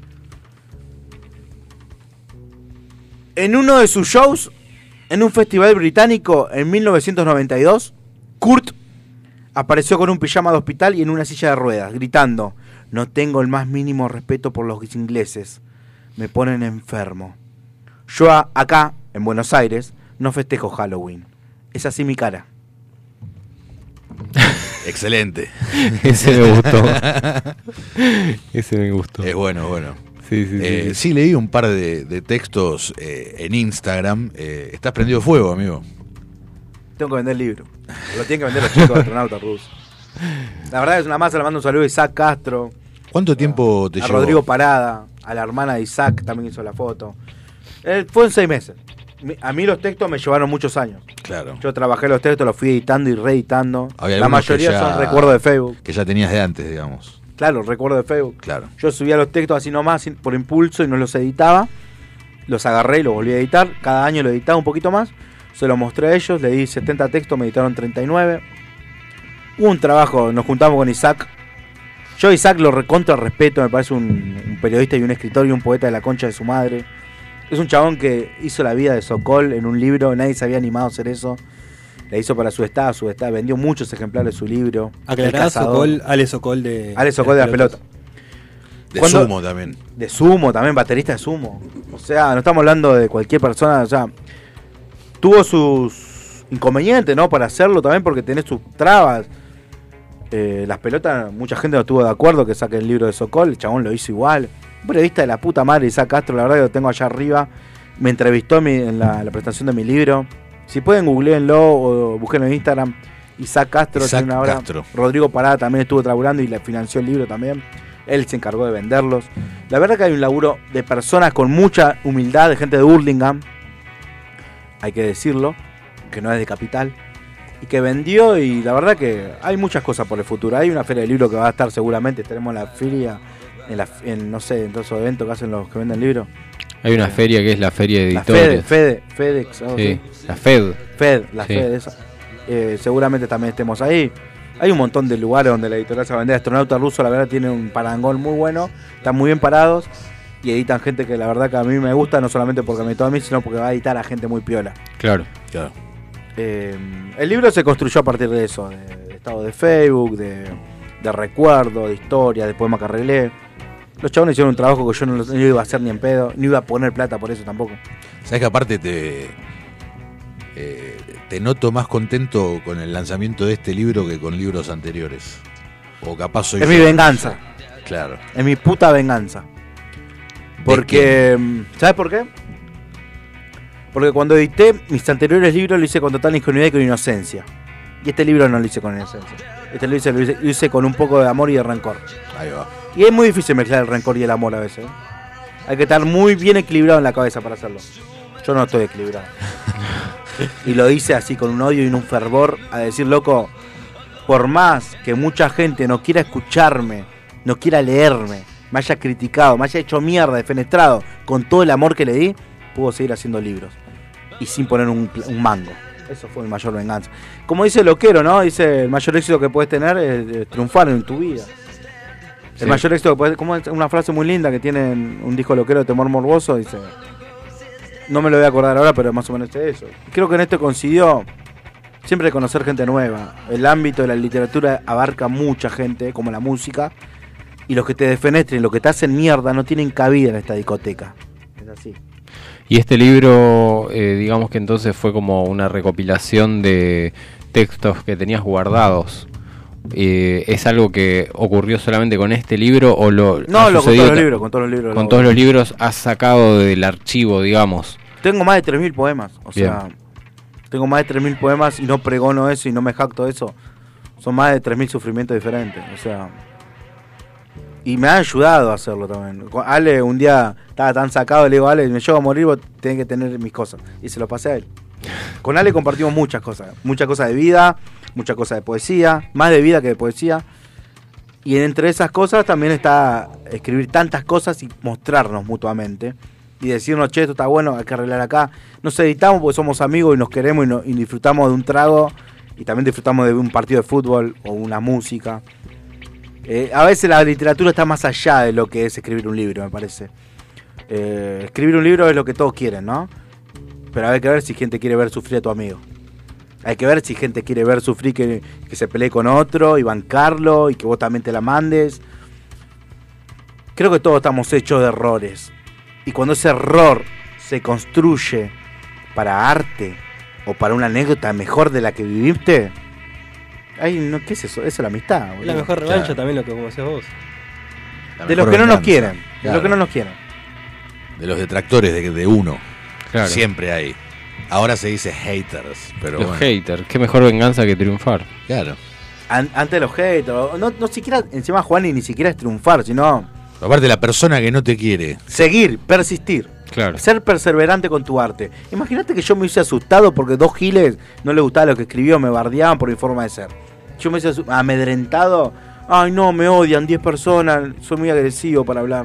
En uno de sus shows, en un festival británico en mil novecientos noventa y dos, Kurt apareció con un pijama de hospital y en una silla de ruedas, gritando: no tengo el más mínimo respeto por los ingleses. Me ponen enfermo. Yo a, acá, en Buenos Aires, no festejo Halloween. Es así mi cara. Excelente. Ese me gustó. Ese me gustó. Es bueno, bueno. Sí, sí, eh, sí. Sí, leí un par de, de textos eh, en Instagram. Eh, estás prendido fuego, amigo. Tengo que vender el libro. Lo tienen que vender los chicos de astronautas rusos. La verdad es una masa, le mando un saludo a Isaac Castro. ¿Cuánto tiempo te a llevó? A Rodrigo Parada, a la hermana de Isaac, también hizo la foto. Eh, fue en seis meses. A mí los textos me llevaron muchos años. Claro. Yo trabajé los textos, los fui editando y reeditando. Había la mayoría ya, son recuerdos de Facebook. Que ya tenías de antes, digamos. Claro, recuerdos de Facebook. Claro. Yo subía los textos así nomás por impulso y no los editaba. Los agarré y los volví a editar. Cada año lo editaba un poquito más. Se lo mostré a ellos, le di setenta textos, me editaron treinta y nueve. Hubo un trabajo, nos juntamos con Isaac. Yo a Isaac lo recontra respeto, me parece un, un periodista y un escritor y un poeta de la concha de su madre. Es un chabón que hizo la vida de Sokol en un libro, nadie se había animado a hacer eso. La hizo para su estado, su estado, vendió muchos ejemplares de su libro. Aclará, Sokol, Ale Sokol de... Ale Sokol de la pelota. De Cuando- Sumo también. De Sumo, también baterista de Sumo. O sea, no estamos hablando de cualquier persona, o sea, tuvo sus inconvenientes, ¿no? Para hacerlo también porque tenés sus trabas. Eh, las pelotas, mucha gente no estuvo de acuerdo que saque el libro de Sokol, el chabón lo hizo igual. Un periodista de la puta madre, Isaac Castro, la verdad que lo tengo allá arriba. Me entrevistó en, mi- en la, la presentación de mi libro. Si pueden, googleenlo o busquenlo en Instagram. Isaac Castro, Isaac tiene una obra. Castro. Rodrigo Parada también estuvo trabajando y le financió el libro también. Él se encargó de venderlos. La verdad que hay un laburo de personas con mucha humildad, de gente de Hurlingham, hay que decirlo, que no es de capital, y que vendió, y la verdad que hay muchas cosas por el futuro. Hay una feria de libros que va a estar seguramente, tenemos la feria, en, la, en no sé, en todos esos eventos que hacen los que venden libros. Hay una feria que es la feria de La Fede, editores. Fede, FedEx, algo Sí, así. la Fed. Fed, la Sí. Fed esa. Eh, seguramente también estemos ahí. Hay un montón de lugares donde la editorial se va a vender. Astronauta Ruso, la verdad, tiene un parangón muy bueno. Están muy bien parados. Y editan gente que la verdad que a mí me gusta, no solamente porque me editó a mí, sino porque va a editar a gente muy piola. Claro. Claro. Eh, el libro se construyó a partir de eso, de, de estado de Facebook, de, de recuerdo, de historia, de poema que arreglé. Los chabones hicieron un trabajo que yo no, lo- no iba a hacer ni en pedo, ni iba a poner plata por eso tampoco. ¿Sabes que aparte te, eh, te noto más contento con el lanzamiento de este libro que con libros anteriores? O capaz soy Es yo. mi venganza, Claro. es mi puta venganza. Porque, mm, ¿sabes por qué? Porque cuando edité mis anteriores libros lo hice con total ingenuidad y con inocencia. Y este libro no lo hice con inocencia. Este lo hice, lo hice, lo hice con un poco de amor y de rencor. Ahí va. Y es muy difícil mezclar el rencor y el amor a veces. ¿eh? Hay que estar muy bien equilibrado en la cabeza para hacerlo. Yo no estoy equilibrado. Y lo hice así con un odio y un fervor a decir, loco, por más que mucha gente no quiera escucharme, no quiera leerme, me haya criticado, me haya hecho mierda, defenestrado, con todo el amor que le di, puedo seguir haciendo libros. Y sin poner un, pl- un mango. Eso fue mi mayor venganza. Como dice Loquero, ¿no? Dice, el mayor éxito que puedes tener es, es triunfar en tu vida. Sí. El mayor éxito que puedes... Como es una frase muy linda que tiene en un disco Loquero de Temor Morboso, dice... No me lo voy a acordar ahora, pero más o menos es eso. Creo que en esto coincidió siempre conocer gente nueva. El ámbito de la literatura abarca mucha gente, como la música. Y los que te defenestren, los que te hacen mierda, no tienen cabida en esta discoteca. Es así. Y este libro, eh, digamos que entonces fue como una recopilación de textos que tenías guardados. Eh, ¿Es algo que ocurrió solamente con este libro o lo No, ha lo, con sucedido todos los ta- libros, con todos los libros. con lo- todos los libros has sacado del archivo, digamos? Tengo más de tres mil poemas. O Bien. sea, tengo más de tres mil poemas y no pregono eso y no me jacto de eso. Son más de tres mil sufrimientos diferentes. O sea... Y me ha ayudado a hacerlo también. Con Ale un día estaba tan sacado, le digo, Ale, me llevo a morir, vos tenés que tener mis cosas. Y se lo pasé a él. Con Ale compartimos muchas cosas. Muchas cosas de vida, muchas cosas de poesía, más de vida que de poesía. Y entre esas cosas también está escribir tantas cosas y mostrarnos mutuamente. Y decirnos, che, esto está bueno, hay que arreglar acá. Nos editamos porque somos amigos y nos queremos y, no- y disfrutamos de un trago. Y también disfrutamos de un partido de fútbol o una música. Eh, a veces la literatura está más allá de lo que es escribir un libro, me parece. Eh, escribir un libro es lo que todos quieren, ¿no? Pero hay que ver si gente quiere ver sufrir a tu amigo. Hay que ver si gente quiere ver sufrir que, que se pelee con otro y bancarlo y que vos también te la mandes. Creo que todos estamos hechos de errores. Y cuando ese error se construye para arte o para una anécdota mejor de la que viviste, ay, no, ¿qué es eso? Eso es la amistad, Es boludo. la mejor revancha Claro. también lo que como decías vos. La De los mejor que no nos venganza. quieren. De Claro. los que no nos quieren. De los detractores de, de uno. Claro. Siempre hay. Ahora se dice haters, pero Los bueno. haters, qué mejor venganza que triunfar. Claro. An- antes de los haters. No, no siquiera, encima Juan, y ni siquiera es triunfar, sino Aparte, la persona que no te quiere. seguir, persistir. Claro. Ser perseverante con tu arte. Imagínate que yo me hubiese asustado porque dos giles no les gustaba lo que escribió, me bardeaban por mi forma de ser. Yo me hubiese asu- amedrentado. Ay, no, me odian diez personas, soy muy agresivo para hablar.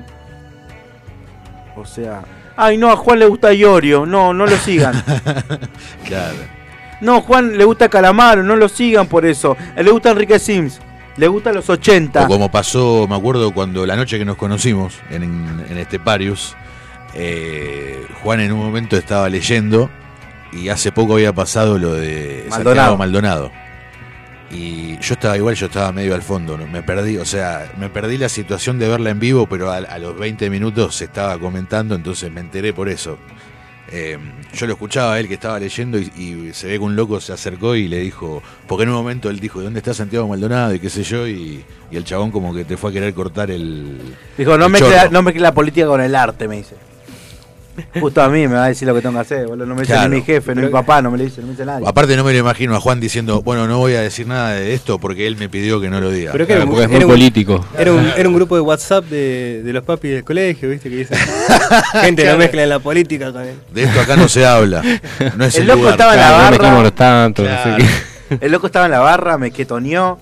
O sea, ay, no, a Juan le gusta Iorio, no, no lo sigan. Claro. No, Juan le gusta Calamaro, no lo sigan por eso. A él le gusta Enrique Sims, le gusta los ochenta. O como pasó, me acuerdo, cuando la noche que nos conocimos en, en Esteparius, eh, Juan en un momento estaba leyendo y hace poco había pasado lo de Maldonado. Santiago Maldonado. Y yo estaba igual, yo estaba medio al fondo, ¿no? Me perdí, o sea, me perdí la situación de verla en vivo, pero a, a los veinte minutos se estaba comentando, entonces me enteré por eso. Eh, yo lo escuchaba a él que estaba leyendo y, y se ve que un loco se acercó y le dijo, porque en un momento él dijo, ¿dónde está Santiago Maldonado? Y qué sé yo, y, y el chabón como que te fue a querer cortar el... Dijo, no el mezcle, chorro. no mezcle la política con el arte, me dice. Justo a mí me va a decir lo que tengo que hacer, boludo. No me dice Claro. ni mi jefe, ni mi papá, no me lo dice, no me dice nadie. Aparte no me lo imagino a Juan diciendo, bueno, no voy a decir nada de esto porque él me pidió que no lo diga. Pero que Claro, era, porque es muy era un, político. era, un, era un grupo de WhatsApp de, de los papis del colegio, ¿viste? Que dicen, gente no mezcla en la política con él. De esto acá no se habla. No es El el, loco lugar. estaba en la Claro, no barra. metemos tanto, Claro. no sé qué. El loco estaba en la barra, me quetoneó.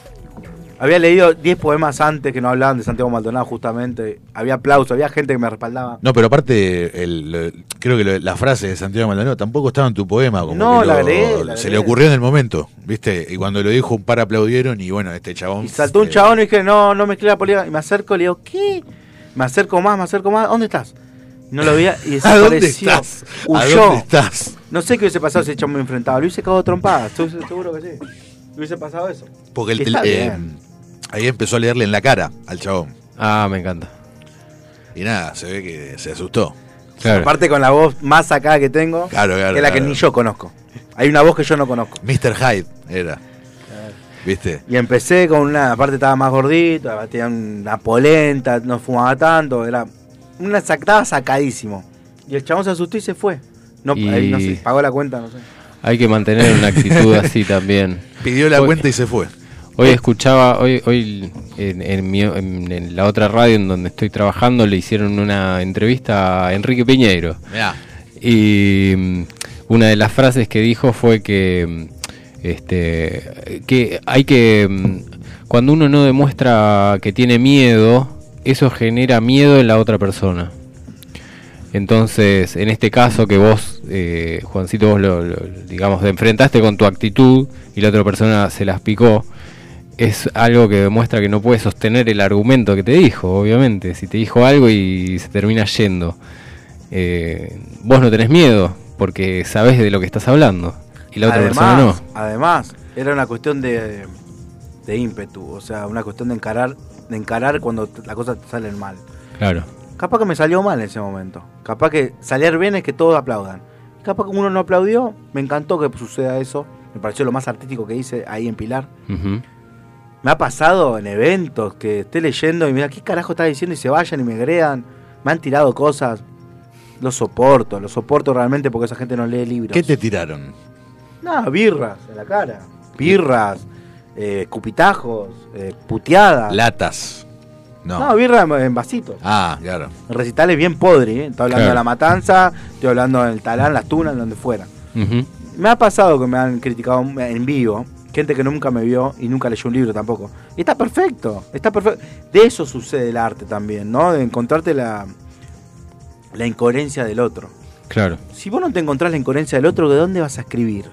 Había leído diez poemas antes que no hablaban de Santiago Maldonado, justamente. Había aplausos, había gente que me respaldaba. No, pero aparte, el, lo- creo que lo- la frase de Santiago Maldonado tampoco estaba en tu poema. Como No, que la lo- agregué, la Se agregué. le ocurrió en el momento, ¿viste? Y cuando lo dijo, un par aplaudieron y bueno, este chabón. Y saltó un eh, chabón y dije, no, no mezclé la política. Y me acerco y le digo, ¿qué? Me acerco más, me acerco más. ¿Dónde estás? Y no lo veía y ¿A dónde desapareció. estás? ¿A Huyó. dónde estado? No sé qué hubiese pasado si el chabón me enfrentaba. Lo hubiese cagado de trompada, estoy seguro que sí. Hubiese pasado eso. Porque el Está tel- eh, bien. ahí empezó a leerle en la cara al chabón. Ah, me encanta. Y nada, se ve que se asustó. Claro. Aparte con la voz más sacada que tengo, Claro, claro, que es la que claro. ni yo conozco. Hay una voz que yo no conozco. mister Hyde era. ¿Viste? Y empecé con una, aparte estaba más gordito, tenía una polenta, no fumaba tanto, era una estaba sacadísimo. Y el chabón se asustó y se fue. No, Y- ahí no sé, pagó la cuenta, no sé. Hay que mantener una actitud así también. Pidió la Hoy- cuenta y se fue. Hoy escuchaba, hoy, hoy en, en mi- en- en la otra radio en donde estoy trabajando le hicieron una entrevista a Enrique Piñeiro. Mirá. Y mm, una de las frases que dijo fue que mm, este que hay que mm, cuando uno no demuestra que tiene miedo, eso genera miedo en la otra persona. Entonces, en este caso que vos, eh, Juancito, vos lo, lo- digamos, te enfrentaste con tu actitud y la otra persona se las picó, es algo que demuestra que no puede sostener el argumento que te dijo, obviamente. Si te dijo algo y se termina yendo, eh, vos no tenés miedo porque sabés de lo que estás hablando y la otra persona no. Además, era una cuestión de, de ímpetu, o sea, una cuestión de encarar, de encarar cuando t- las cosas te salen mal. Claro. Capaz que me salió mal en ese momento. Capaz que salir bien es que todos aplaudan. Capaz que uno no aplaudió, me encantó que suceda eso. Me pareció lo más artístico que hice ahí en Pilar. Ujú. Me ha pasado en eventos que esté leyendo y mira, ¿qué carajo está diciendo? Y se vayan y me agredan. Me han tirado cosas. Lo soporto, lo soporto realmente porque esa gente no lee libros. ¿Qué te tiraron? No, birras en la cara. Birras, eh, cupitajos, eh, puteadas. Latas. No. No, birra en, en vasitos. Ah, claro. En recitales bien podri, ¿eh? Estoy hablando Claro. de La Matanza, estoy hablando del Talán, Las Tunas, donde fuera. Ujú. Me ha pasado que me han criticado en vivo, gente que nunca me vio y nunca leyó un libro tampoco. Y está perfecto, está perfecto. De eso sucede el arte también, ¿no? De encontrarte la, la incoherencia del otro. Claro. Si vos no te encontrás la incoherencia del otro, ¿de dónde vas a escribir?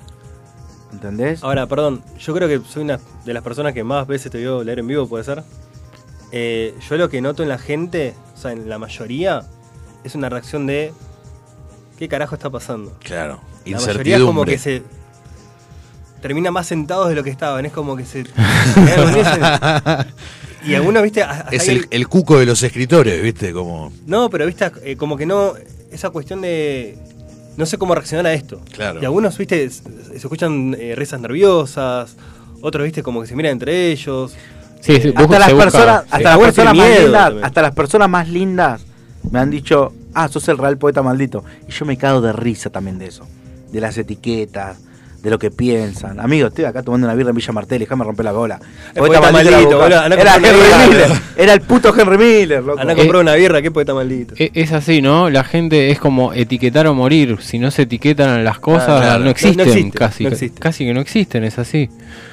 ¿Entendés? Ahora, perdón, yo creo que soy una de las personas que más veces te veo leer en vivo, ¿puede ser? Eh, yo lo que noto en la gente, o sea, en la mayoría, es una reacción de ¿qué carajo está pasando? Claro. La mayoría es como Incertidumbre. que se termina más sentados de lo que estaban, es como que se quedan con ese- y algunos, viste, hasta Es ahí el, el cuco de los escritores, ¿viste? Como. no, pero viste, eh, como que no, esa cuestión de no sé cómo reaccionar a esto. Claro. Y algunos, viste, se, se escuchan eh, risas nerviosas, otros, viste, como que se miran entre ellos. Sí, sí, hasta busca- las se busca- personas, sí. hasta las Algunos personas tienen más miedo lindas, también. hasta las personas más lindas me han dicho, ah, sos el real poeta maldito. Y yo me cago de risa también de eso, de las etiquetas, de lo que piensan. Amigo, estoy acá tomando una birra en Villa Martel, déjame romper la bola. El poeta maldito, era boludo, Boca. andá a Era comprar una Henry birra. Miller, era el puto Henry Miller, loco. Anda a Eh, comprar una birra, qué poeta maldito. E- Es así, ¿no? La gente es como etiquetar o morir. Si no se etiquetan las cosas, Claro. no existen. No- no existe, casi, no existe. casi que no existen, es así.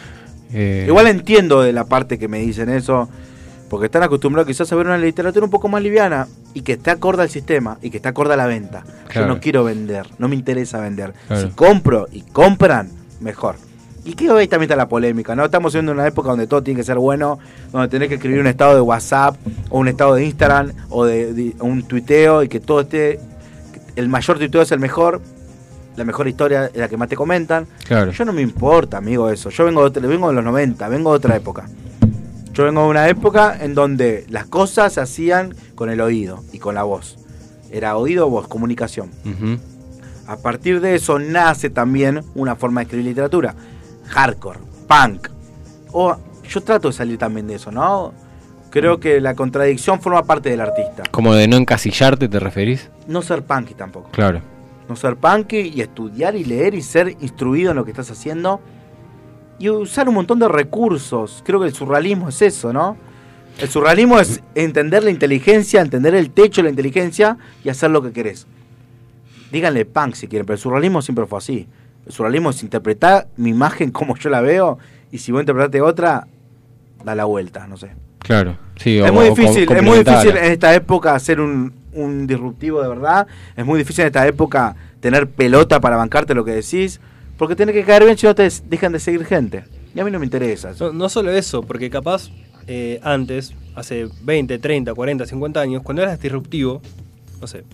Eh, Igual entiendo de la parte que me dicen eso, porque están acostumbrados quizás a ver una literatura un poco más liviana y que esté acorde al sistema y que esté acorde a la venta. Yo Claro. no quiero vender, no me interesa vender. Claro. Si compro y compran, mejor. Y que hoy también está la polémica, ¿no? Estamos viviendo una época donde todo tiene que ser bueno, donde tenés que escribir un estado de WhatsApp, o un estado de Instagram, o de, de un tuiteo, y que todo esté... El mayor tuiteo es el mejor, la mejor historia es la que más te comentan. Claro. Yo no me importa, amigo, eso. Yo vengo de, vengo de los noventa, vengo de otra época. Yo vengo de una época en donde las cosas se hacían con el oído y con la voz. Era oído, voz, comunicación. Uh-huh. A partir de eso nace también una forma de escribir literatura. Hardcore, punk. O yo trato de salir también de eso, ¿no? Creo que la contradicción forma parte del artista. Como de no encasillarte, ¿te referís? No ser punky tampoco. Claro. No ser punky y estudiar y leer y ser instruido en lo que estás haciendo. Y usar un montón de recursos. Creo que el surrealismo es eso, ¿no? El surrealismo es entender la inteligencia, entender el techo de la inteligencia y hacer lo que querés. Díganle punk si quieren, pero el surrealismo siempre fue así. El surrealismo es interpretar mi imagen como yo la veo, y si vos interpretaste otra, da la vuelta, no sé. Claro, sí. Es o, muy o difícil, com- es muy difícil en esta época hacer un, un disruptivo de verdad. Es muy difícil en esta época tener pelota para bancarte lo que decís, porque tenés que caer bien si no te dejan de seguir gente. Y a mí no me interesa eso. No, no solo eso, porque capaz eh, antes, hace veinte, treinta, cuarenta, cincuenta años, cuando eras disruptivo, no sé,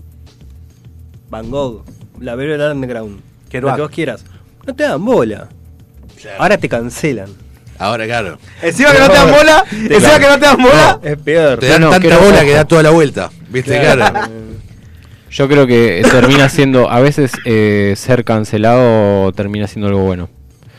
Van Gogh, la Velvet Underground, Kerouac. lo que vos quieras, no te dan bola. Claro. Ahora te cancelan. Ahora, claro. Encima que no te dan bola, encima que no te dan bola. Es peor. Te dan no, tanta creo- bola que da toda la vuelta. ¿Viste? Claro. Yo creo que termina siendo, a veces eh, ser cancelado termina siendo algo bueno.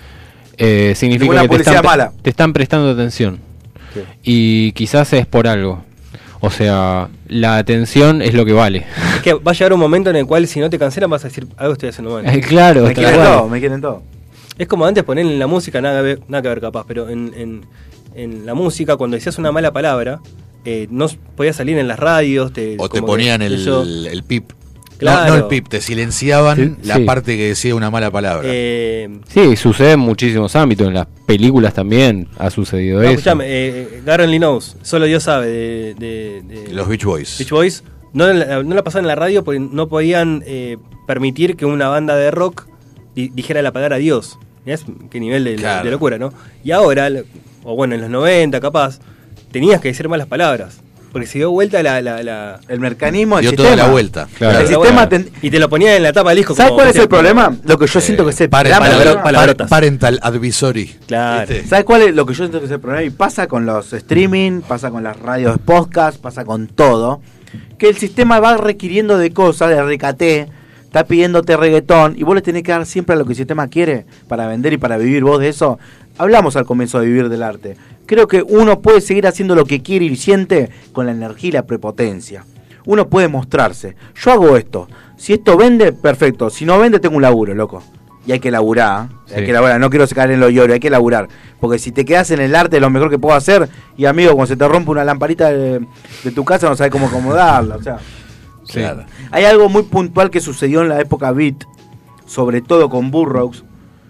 Eh, significa Ninguna que te publicidad están, pre- mala. te están prestando atención. Sí. Y quizás es por algo. O sea, la atención es lo que vale. Es que va a llegar un momento en el cual si no te cancelan vas a decir algo estoy haciendo mal. Eh, claro, Me tal quieren cual. todo, me quieren todo. Es como antes poner en la música, nada que ver, nada que ver capaz, pero en, en, en la música cuando decías una mala palabra, eh, no s- podías salir en las radios. Te, O te como ponían que el, eso, el pip. Claro. No, no el pip, te silenciaban Sí, la sí. parte que decía una mala palabra. eh, Sí, sucede en muchísimos ámbitos. En las películas también ha sucedido no, eso. escuchame, eh, God Only Knows, solo Dios sabe, de, de, de Los Beach Boys. Beach Boys, no, la- no la pasaban en la radio porque no podían eh, permitir que una banda de rock di- dijera la palabra Dios. ¿Ves? Qué nivel de, Claro. de locura, ¿no? Y ahora, o bueno, en los noventa capaz, tenías que decir malas palabras. Porque se dio vuelta la... la, la El mecanismo, el Dio sistema. toda la vuelta. Claro. El la- sistema bueno, ten- y te lo ponían en la tapa del disco. ¿Sabes como, cuál es ¿viste? el problema? Lo que yo siento que es el Parental, problema. palabra- palabrotas. parental advisory. Claro. ¿Viste? ¿Sabes cuál es lo que yo siento que es el problema? Y pasa con los streaming, pasa con las radios de podcast, pasa con todo. Que el sistema va requiriendo de cosas, de recaté, está pidiéndote reggaetón, y vos le tenés que dar siempre a lo que el sistema quiere para vender y para vivir vos de eso. Hablamos al comienzo de vivir del arte. Creo que uno puede seguir haciendo lo que quiere y siente con la energía y la prepotencia. Uno puede mostrarse. Yo hago esto. Si esto vende, perfecto. Si no vende, tengo un laburo, loco. Y hay que laburar. ¿eh? Sí. Hay que laburar. No quiero sacar en lo lloro, hay que laburar. Porque si te quedas en el arte, es lo mejor que puedo hacer. Y amigo, cuando se te rompe una lamparita de, de tu casa, no sabes cómo acomodarla. O sea, Sí. Claro. hay algo muy puntual que sucedió en la época beat, sobre todo con Burroughs,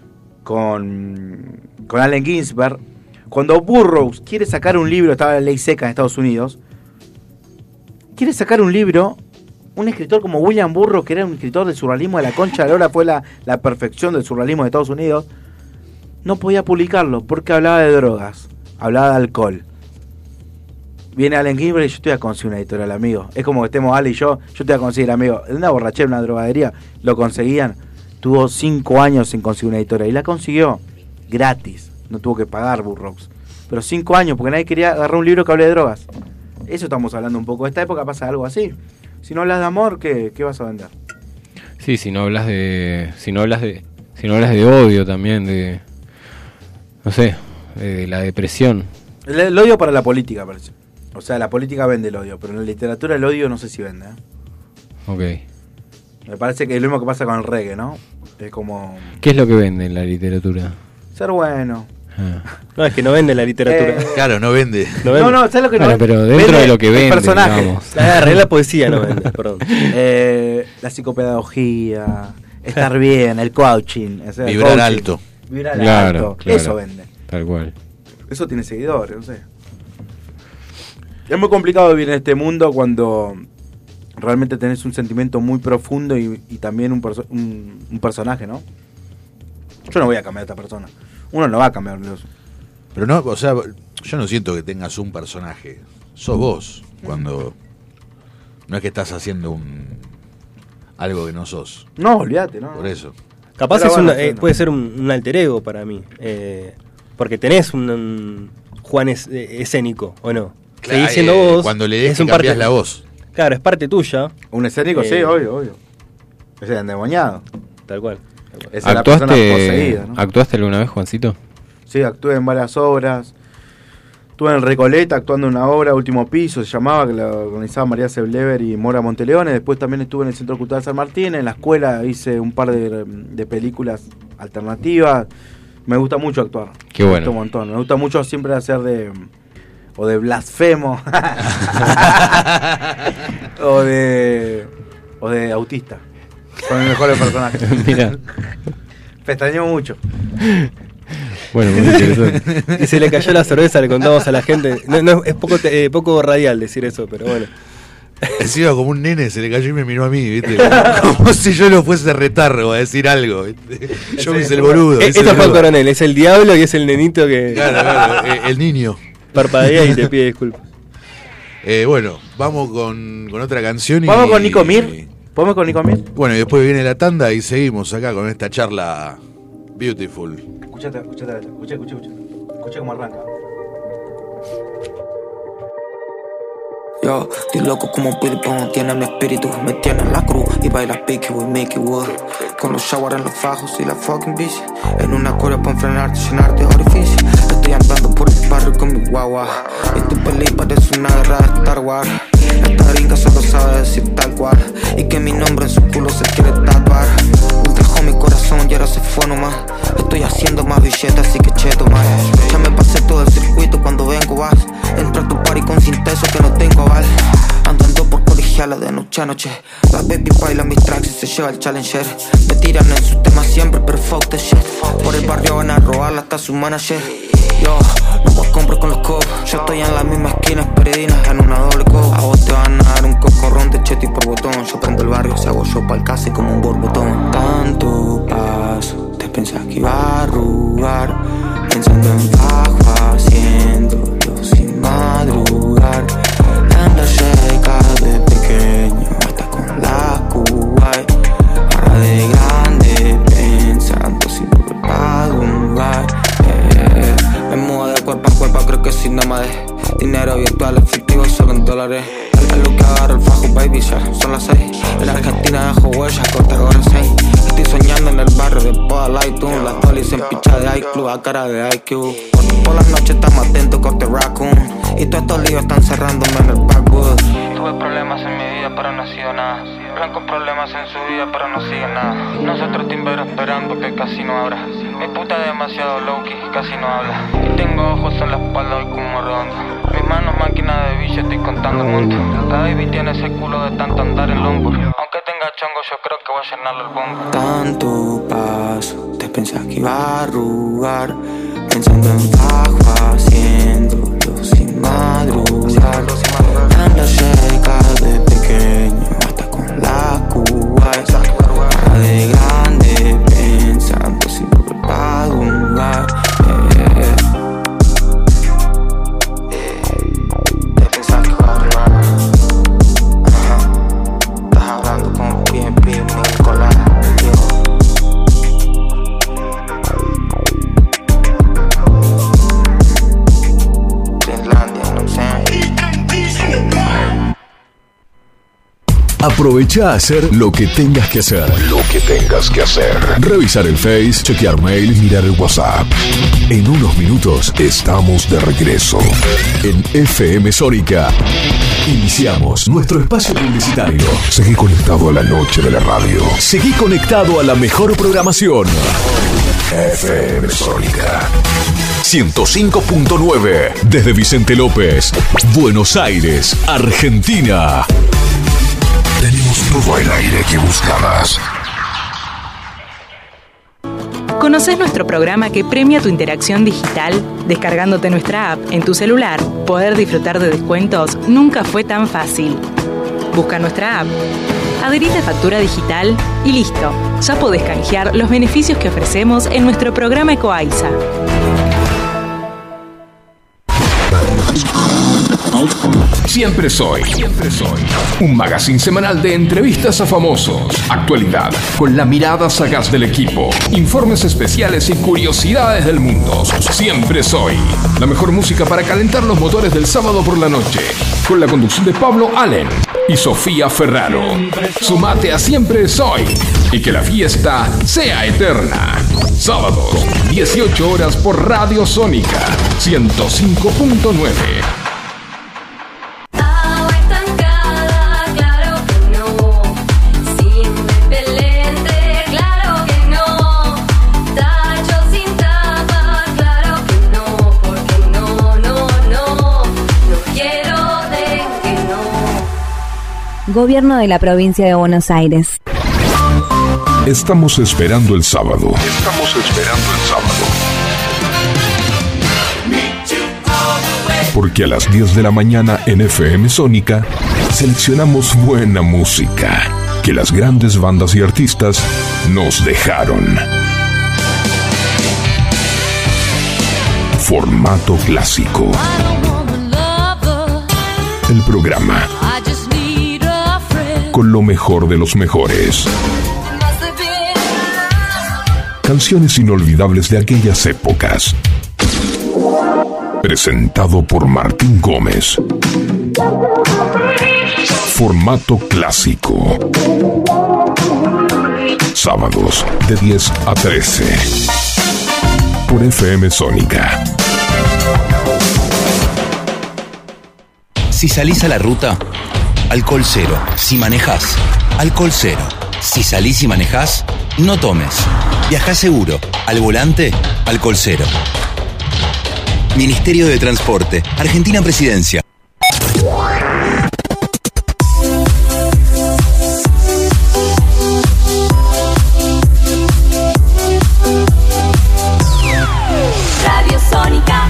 con, con Allen Ginsberg. Cuando Burroughs quiere sacar un libro, estaba la ley seca en Estados Unidos, quiere sacar un libro, un escritor como William Burroughs, que era un escritor del surrealismo de la concha de la lora, fue la, la perfección del surrealismo de Estados Unidos, no podía publicarlo porque hablaba de drogas, hablaba de alcohol. Viene Allen Ginsberg y yo te voy a conseguir una editorial, amigo. Es como que estemos Ale y yo, yo te voy a conseguir, amigo. En una borrachera, en una drogadería, lo conseguían. Tuvo cinco años sin conseguir una editorial y la consiguió gratis. No tuvo que pagar Burroughs. Pero cinco años, porque nadie quería agarrar un libro que hable de drogas. Eso estamos hablando un poco. Esta época pasa algo así. Si no hablas de amor, ¿qué, qué vas a vender? Sí, si no hablas de, si no hablas de, si no hablas de odio también, de, no sé, de la depresión. El, el odio para la política, parece. O sea, la política vende el odio, pero en la literatura el odio no sé si vende. ¿eh? Ok. Me parece que es lo mismo que pasa con el reggae, ¿no? Es como ¿Qué es lo que vende en la literatura? ser bueno. Ah. No, es que no vende la literatura. Eh, Claro, no vende. no vende. No, no, ¿sabes lo que Bueno, no pero dentro de lo que el vende, personaje. digamos. La, la poesía no vende, perdón. Eh, la psicopedagogía, estar bien, el coaching. o sea, el Vibrar coaching. alto. Vibrar Claro, alto. claro. Eso vende. Tal cual. Eso tiene seguidores, no sé. Es muy complicado vivir en este mundo cuando realmente tenés un sentimiento muy profundo y, y también un, perso- un, un personaje, ¿no? Yo no voy a cambiar a esta persona. uno no va a cambiar los... Pero no, o sea, yo no siento que tengas un personaje. Sos vos cuando... No es que estás haciendo un algo que no sos. No, olvídate, ¿no? Por eso. Capaz Pero es bueno, una, eh, sí, no. puede ser un, un alter ego para mí. Eh, porque tenés un, un Juan es, eh, escénico, ¿o no? Claro, Seguís siendo eh, vos. cuando le des es que un cambiás parte- la voz. Claro, es parte tuya. Un escénico, Eh, sí, obvio, obvio. Es el endemoniado. Tal cual. Tal cual. Esa es la persona ¿Actuaste, poseída, ¿no? ¿Actuaste alguna vez, Juancito? Sí, actué en varias obras. Estuve en Recoleta actuando en una obra, Último Piso, se llamaba, que la organizaba María Seblever y Mora Monteleone. Después también estuve en el Centro Cultural San Martín. En la escuela hice un par de, de películas alternativas. Me gusta mucho actuar. Qué Me bueno. gusta un montón. Me gusta mucho siempre hacer de... O de blasfemo. o de... O de autista. Son mis mejores personajes. Mira. Pestañeo mucho. Bueno, muy interesante. Y se le cayó la cerveza, le contamos a la gente. No, no, es poco, te- eh, poco radial decir eso, pero bueno. Encima como un nene se le cayó y me miró a mí, ¿viste? Como, como si yo lo fuese a retar o a decir algo, ¿viste? Yo me hice el boludo. Eh, hice el Esto fue el boludo. coronel, es el diablo y es el nenito que Claro, claro, eh, el niño. parpadea y te pide disculpas. Eh, bueno, vamos con, con otra canción y... ¿Vamos con Nico Mir? ¿Podemos con Nico Mir? Bueno, y después viene la tanda y seguimos acá con esta charla beautiful. Escuchate, escuchate, escucha, escucha, escucha. Escucha cómo arranca. Yo, estoy loco como Billy Bond, tiene mi espíritu, me tiene en la cruz y baila pique, we make it wood. Con los shower en los fajos y la fucking bici, en una cura pa' enfrenarte, llenarte de orificio. Estoy andando por el barrio con mi guagua, y tu peli parece una guerra de Star Wars. Esta gringa solo sabe decir tal cual, y que mi nombre en su culo se quiere tatuar. Dejó mi corazón y ahora se fue nomás. Estoy haciendo más billetes, así que cheto más. Ya me pasé todo el circuito, cuando vengo vas. Entro a tu party con cinteso que no tengo aval. Andando por colegialas de noche a noche. La baby baila mis tracks y se lleva el challenger. Me tiran en sus temas siempre, pero fuck the shit. Por el barrio van a robarla hasta su manager. Yo, no voy a comprar con los copos. Yo estoy en la misma esquina, Peredina, en una doble copa. A vos te van a dar un cocorrón de cheto y por botón. Yo prendo el barrio, se hago yo pa'l casi como un borbotón. Tanto paso, te pensás que iba a arrugar. Pensando en bajo, haciéndolo sin madrugar. Anda seca de pequeño, hasta con la Kuwait. Ahora de grande, pensando si volver pa' Dungai. Eh, me muevo de cuerpo a cuerpo, creo que sin nómade. Dinero virtual, efectivo, solo en dólares. Es lo que agarra el fajo, baby, ya son las seis. En la Argentina dejo huellas, corta ahora seis. Estoy soñando en el barrio de Poda Lightoon. Las dolis en picha de iClub a cara de I Q. Por las noches estamos atentos con The Raccoon. Y todos estos líos están cerrándome en el backwood. Tuve problemas en mi vida pero no ha sido nada. Blancos problemas en su vida pero no sigue nada. Nosotros timberos esperando que casi no abra. Mi puta es demasiado low-key, casi no habla. Y tengo ojos en la espalda hoy como redondo. Mis manos máquina de billetes, estoy contando el monto. La baby tiene ese culo de tanto andar en longboard. Aunque tenga chongo yo creo que voy a llenarle el bombo. Tanto paso, te pensás que iba a arrugar. Pensando en bajo, haciéndolo sin madrugar. Anda cerca de pequeño, hasta con la Kuwait. Ahora de grande, pensando si volver pa' Dungai. Eh, eh, te pensás que iba a arrugar. Ajá. Estás hablando con bien, bien, Nicolás. Aprovecha a hacer lo que tengas que hacer. Lo que tengas que hacer. Revisar el Face, chequear mail, mirar el WhatsApp. En unos minutos estamos de regreso. En F M Sónica. Iniciamos nuestro espacio publicitario. Seguí conectado a la noche de la radio. Seguí conectado a la mejor programación. F M Sónica. ciento cinco punto nueve. Desde Vicente López, Buenos Aires, Argentina. Tenemos todo el aire que buscabas. ¿Conoces nuestro programa que premia tu interacción digital? Descargándote nuestra app en tu celular, poder disfrutar de descuentos nunca fue tan fácil. Busca nuestra app Adherite a Factura Digital y listo. Ya podés canjear los beneficios que ofrecemos en nuestro programa Ecoaiza. Siempre soy. Siempre soy. Un magazine semanal de entrevistas a famosos, actualidad, con la mirada sagaz del equipo, informes especiales y curiosidades del mundo. Siempre soy. La mejor música para calentar los motores del sábado por la noche, con la conducción de Pablo Allen y Sofía Ferraro. Sumate a Siempre Soy y que la fiesta sea eterna. Sábados, dieciocho horas por Radio Sónica, ciento cinco punto nueve. Gobierno de la Provincia de Buenos Aires. Estamos esperando el sábado. Estamos esperando el sábado. Porque a las diez de la mañana en F M Sónica seleccionamos buena música que las grandes bandas y artistas nos dejaron. Formato clásico. El programa con lo mejor de los mejores. Canciones inolvidables de aquellas épocas. Presentado por Martín Gómez. Formato clásico. Sábados de diez a trece. Por F M Sónica. Si salís a la ruta, alcohol cero. Si manejás, alcohol cero. Si salís y manejás, no tomes. Viajá seguro. Al volante, alcohol cero. Ministerio de Transporte, Argentina Presidencia. Radio Sónica.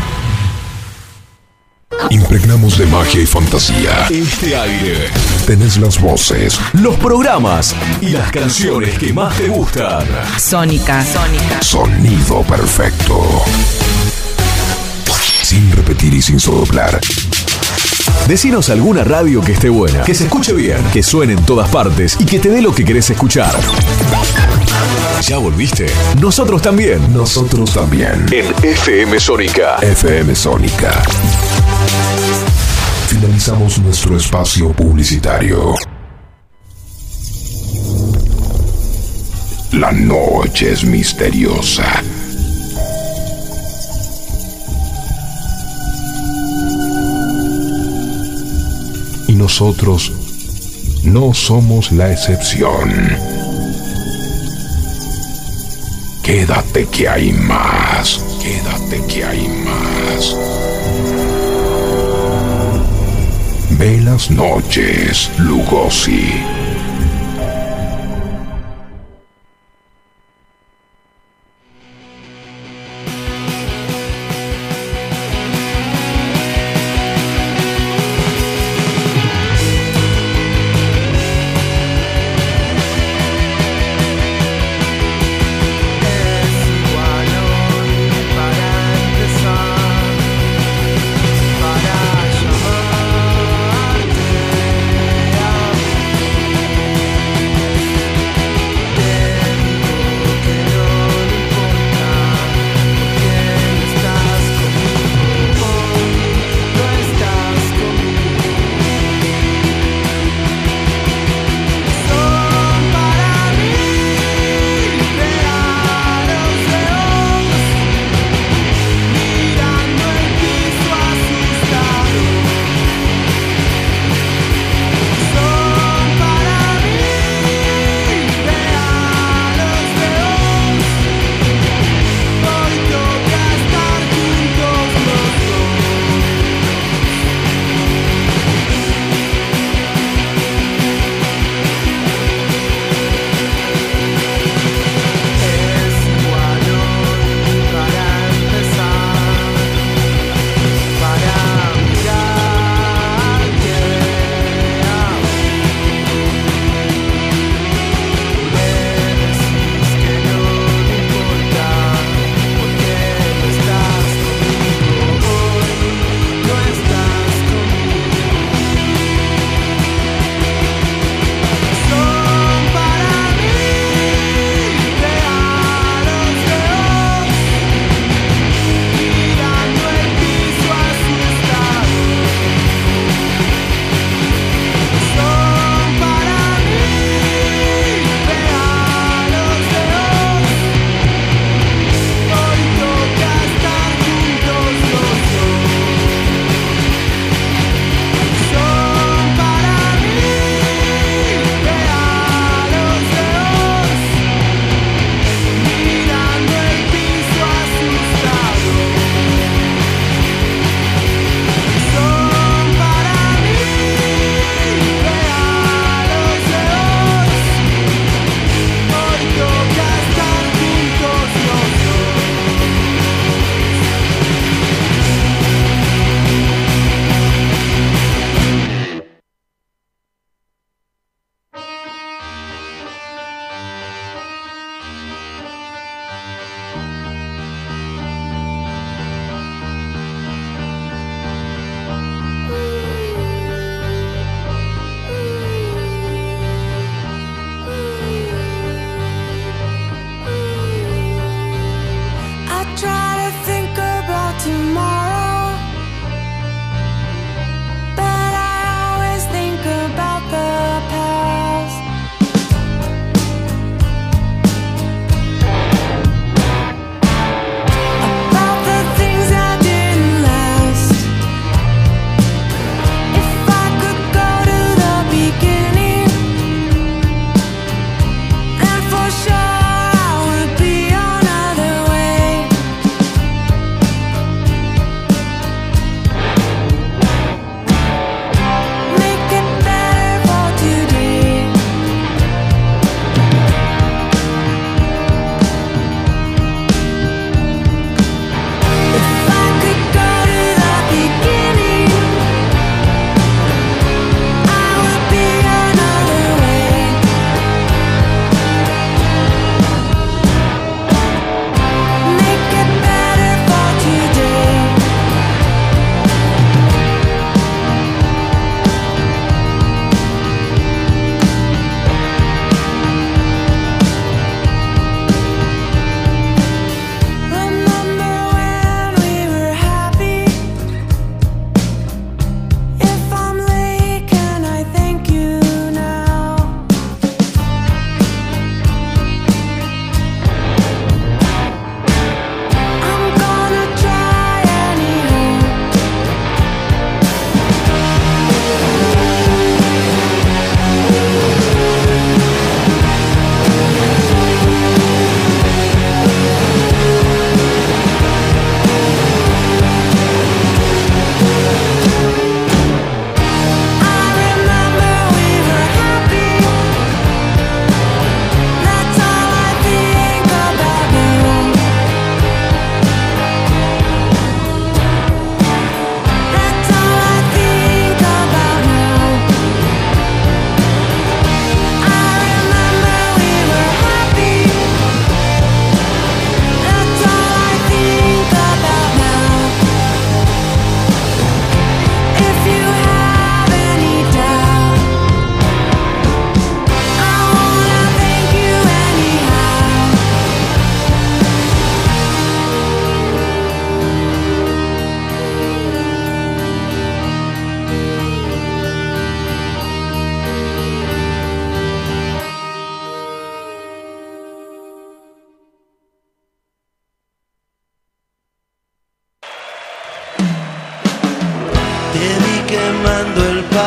Impregnamos de magia y fantasía este aire. Tenés las voces, los programas y las canciones que más te gustan. Sónica. Sónica. Sonido perfecto. Sin repetir y sin soplar. Decinos alguna radio que esté buena, que se escuche bien, que suene en todas partes y que te dé lo que querés escuchar. ¿Ya volviste? Nosotros también. Nosotros también. En F M Sónica. F M Sónica. Finalizamos nuestro espacio publicitario. La noche es misteriosa. Y nosotros no somos la excepción. Quédate que hay más. Quédate que hay más. Ve las noches, Lugosi.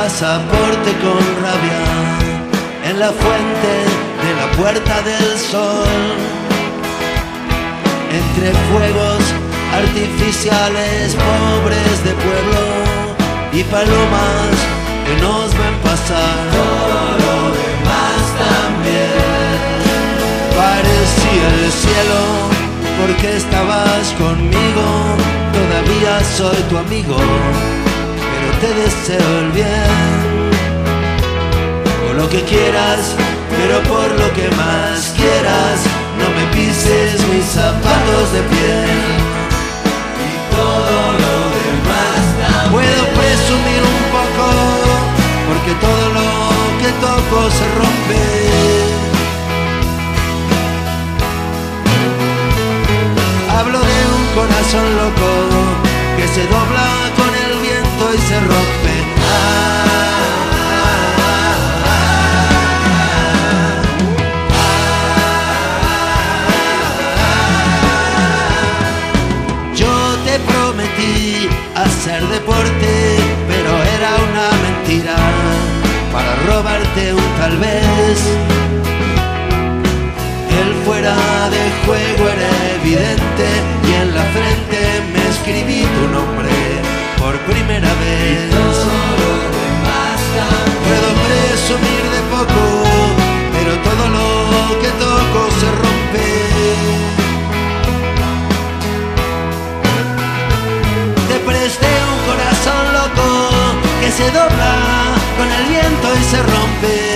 pasaporte con rabia en la fuente de la Puerta del Sol. Entre fuegos artificiales pobres de pueblo y palomas que nos ven pasar, todo lo demás también. Parecía el cielo porque estabas conmigo, todavía soy tu amigo, pero te deseo el bien. O lo que quieras, pero por lo que más quieras, no me pises mis zapatos de piel. Y todo lo demás también. Puedo presumir un poco, porque todo lo que toco se rompe. Hablo de un corazón loco que se dobla con el viento y se rompe. Yo te prometí hacer deporte, pero era una mentira para robarte un tal vez. El fuera de juego era evidente y en la frente me escribí tu nombre por primera vez. Puedo presumir de poco, pero todo lo que toco se rompe. Te presté un corazón loco que se dobla con el viento y se rompe.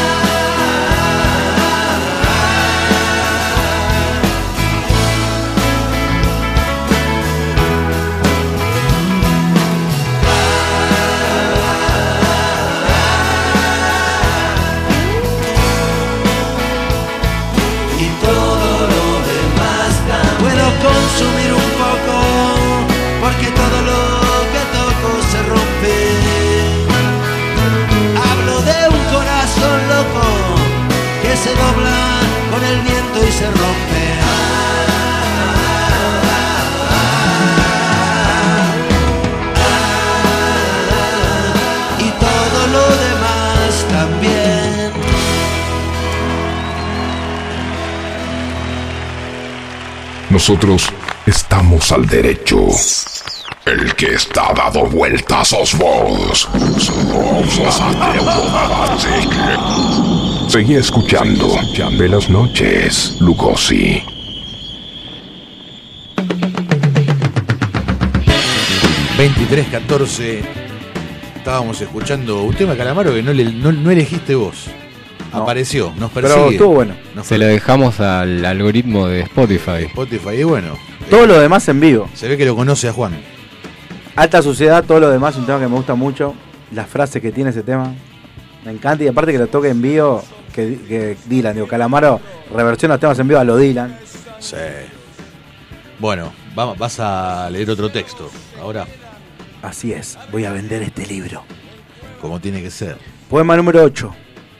Consumir un poco, porque todo lo que toco se rompe. Hablo de un corazón loco que se dobla con el viento y se rompe. Y todo lo demás también. Nosotros estamos al derecho. El que está dado vueltas sos vos. Seguí escuchando. De las noches, Lugosi. veintitrés catorce. Estábamos escuchando un tema de Calamaro que no, le, no, no elegiste vos. No. Apareció, nos persigue. Pero estuvo bueno. Nos Se lo dejamos al algoritmo de Spotify. Spotify, y bueno. Todo eh, lo demás en vivo. Se ve que lo conoce a Juan. Alta Suciedad, todo lo demás, un tema que me gusta mucho. Las frases que tiene ese tema. Me encanta y aparte que lo toque en vivo, que, que Dylan, digo, Calamaro reversiona los temas en vivo a lo Dylan. Sí. Bueno, vamos, vas a leer otro texto ahora. Así es, voy a vender este libro. Como tiene que ser. Poema número ocho.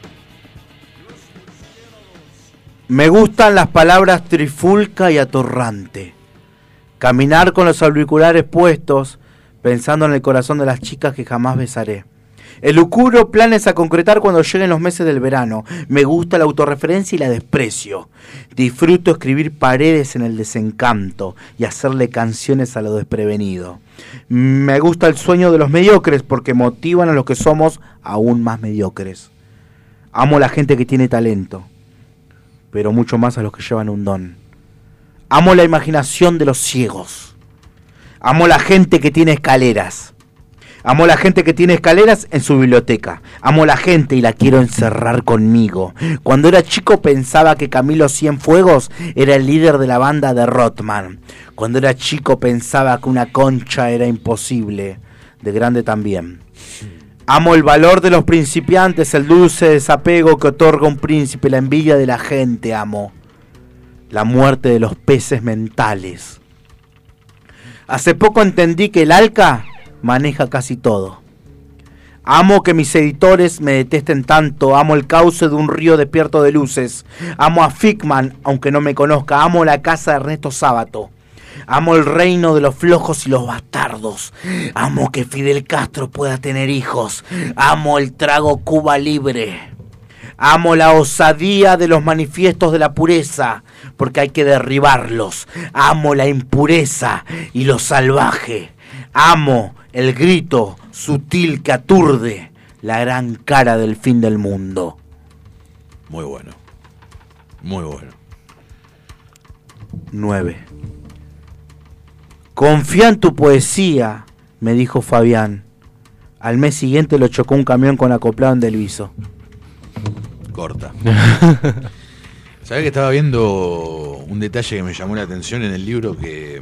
Me gustan las palabras trifulca y atorrante. Caminar con los auriculares puestos, pensando en el corazón de las chicas que jamás besaré. Elucubro planes a concretar cuando lleguen los meses del verano. Me gusta la autorreferencia y la desprecio. Disfruto escribir paredes en el desencanto y hacerle canciones a lo desprevenido. Me gusta el sueño de los mediocres porque motivan a los que somos aún más mediocres. Amo a la gente que tiene talento, pero mucho más a los que llevan un don. Amo la imaginación de los ciegos. Amo la gente que tiene escaleras. Amo la gente que tiene escaleras en su biblioteca. Amo la gente y la quiero encerrar conmigo. Cuando era chico pensaba que Camilo Cienfuegos era el líder de la banda de Rothman. Cuando era chico pensaba que una concha era imposible. De grande también. Amo el valor de los principiantes, el dulce desapego que otorga un príncipe, la envidia de la gente, amo. La muerte de los peces mentales. Hace poco entendí que el Alca maneja casi todo. Amo que mis editores me detesten tanto, amo el cauce de un río despierto de luces, amo a Fickman, aunque no me conozca, amo la casa de Ernesto Sábato. Amo el reino de los flojos y los bastardos. Amo que Fidel Castro pueda tener hijos. Amo el trago Cuba Libre. Amo la osadía de los manifiestos de la pureza, porque hay que derribarlos. Amo la impureza y lo salvaje. Amo el grito sutil que aturde, la gran cara del fin del mundo. Muy bueno. Muy bueno. nueve. Confía en tu poesía, me dijo Fabián. Al mes siguiente lo chocó un camión con acoplado en Delviso. Corta. ¿Sabés que estaba viendo un detalle que me llamó la atención en el libro? Que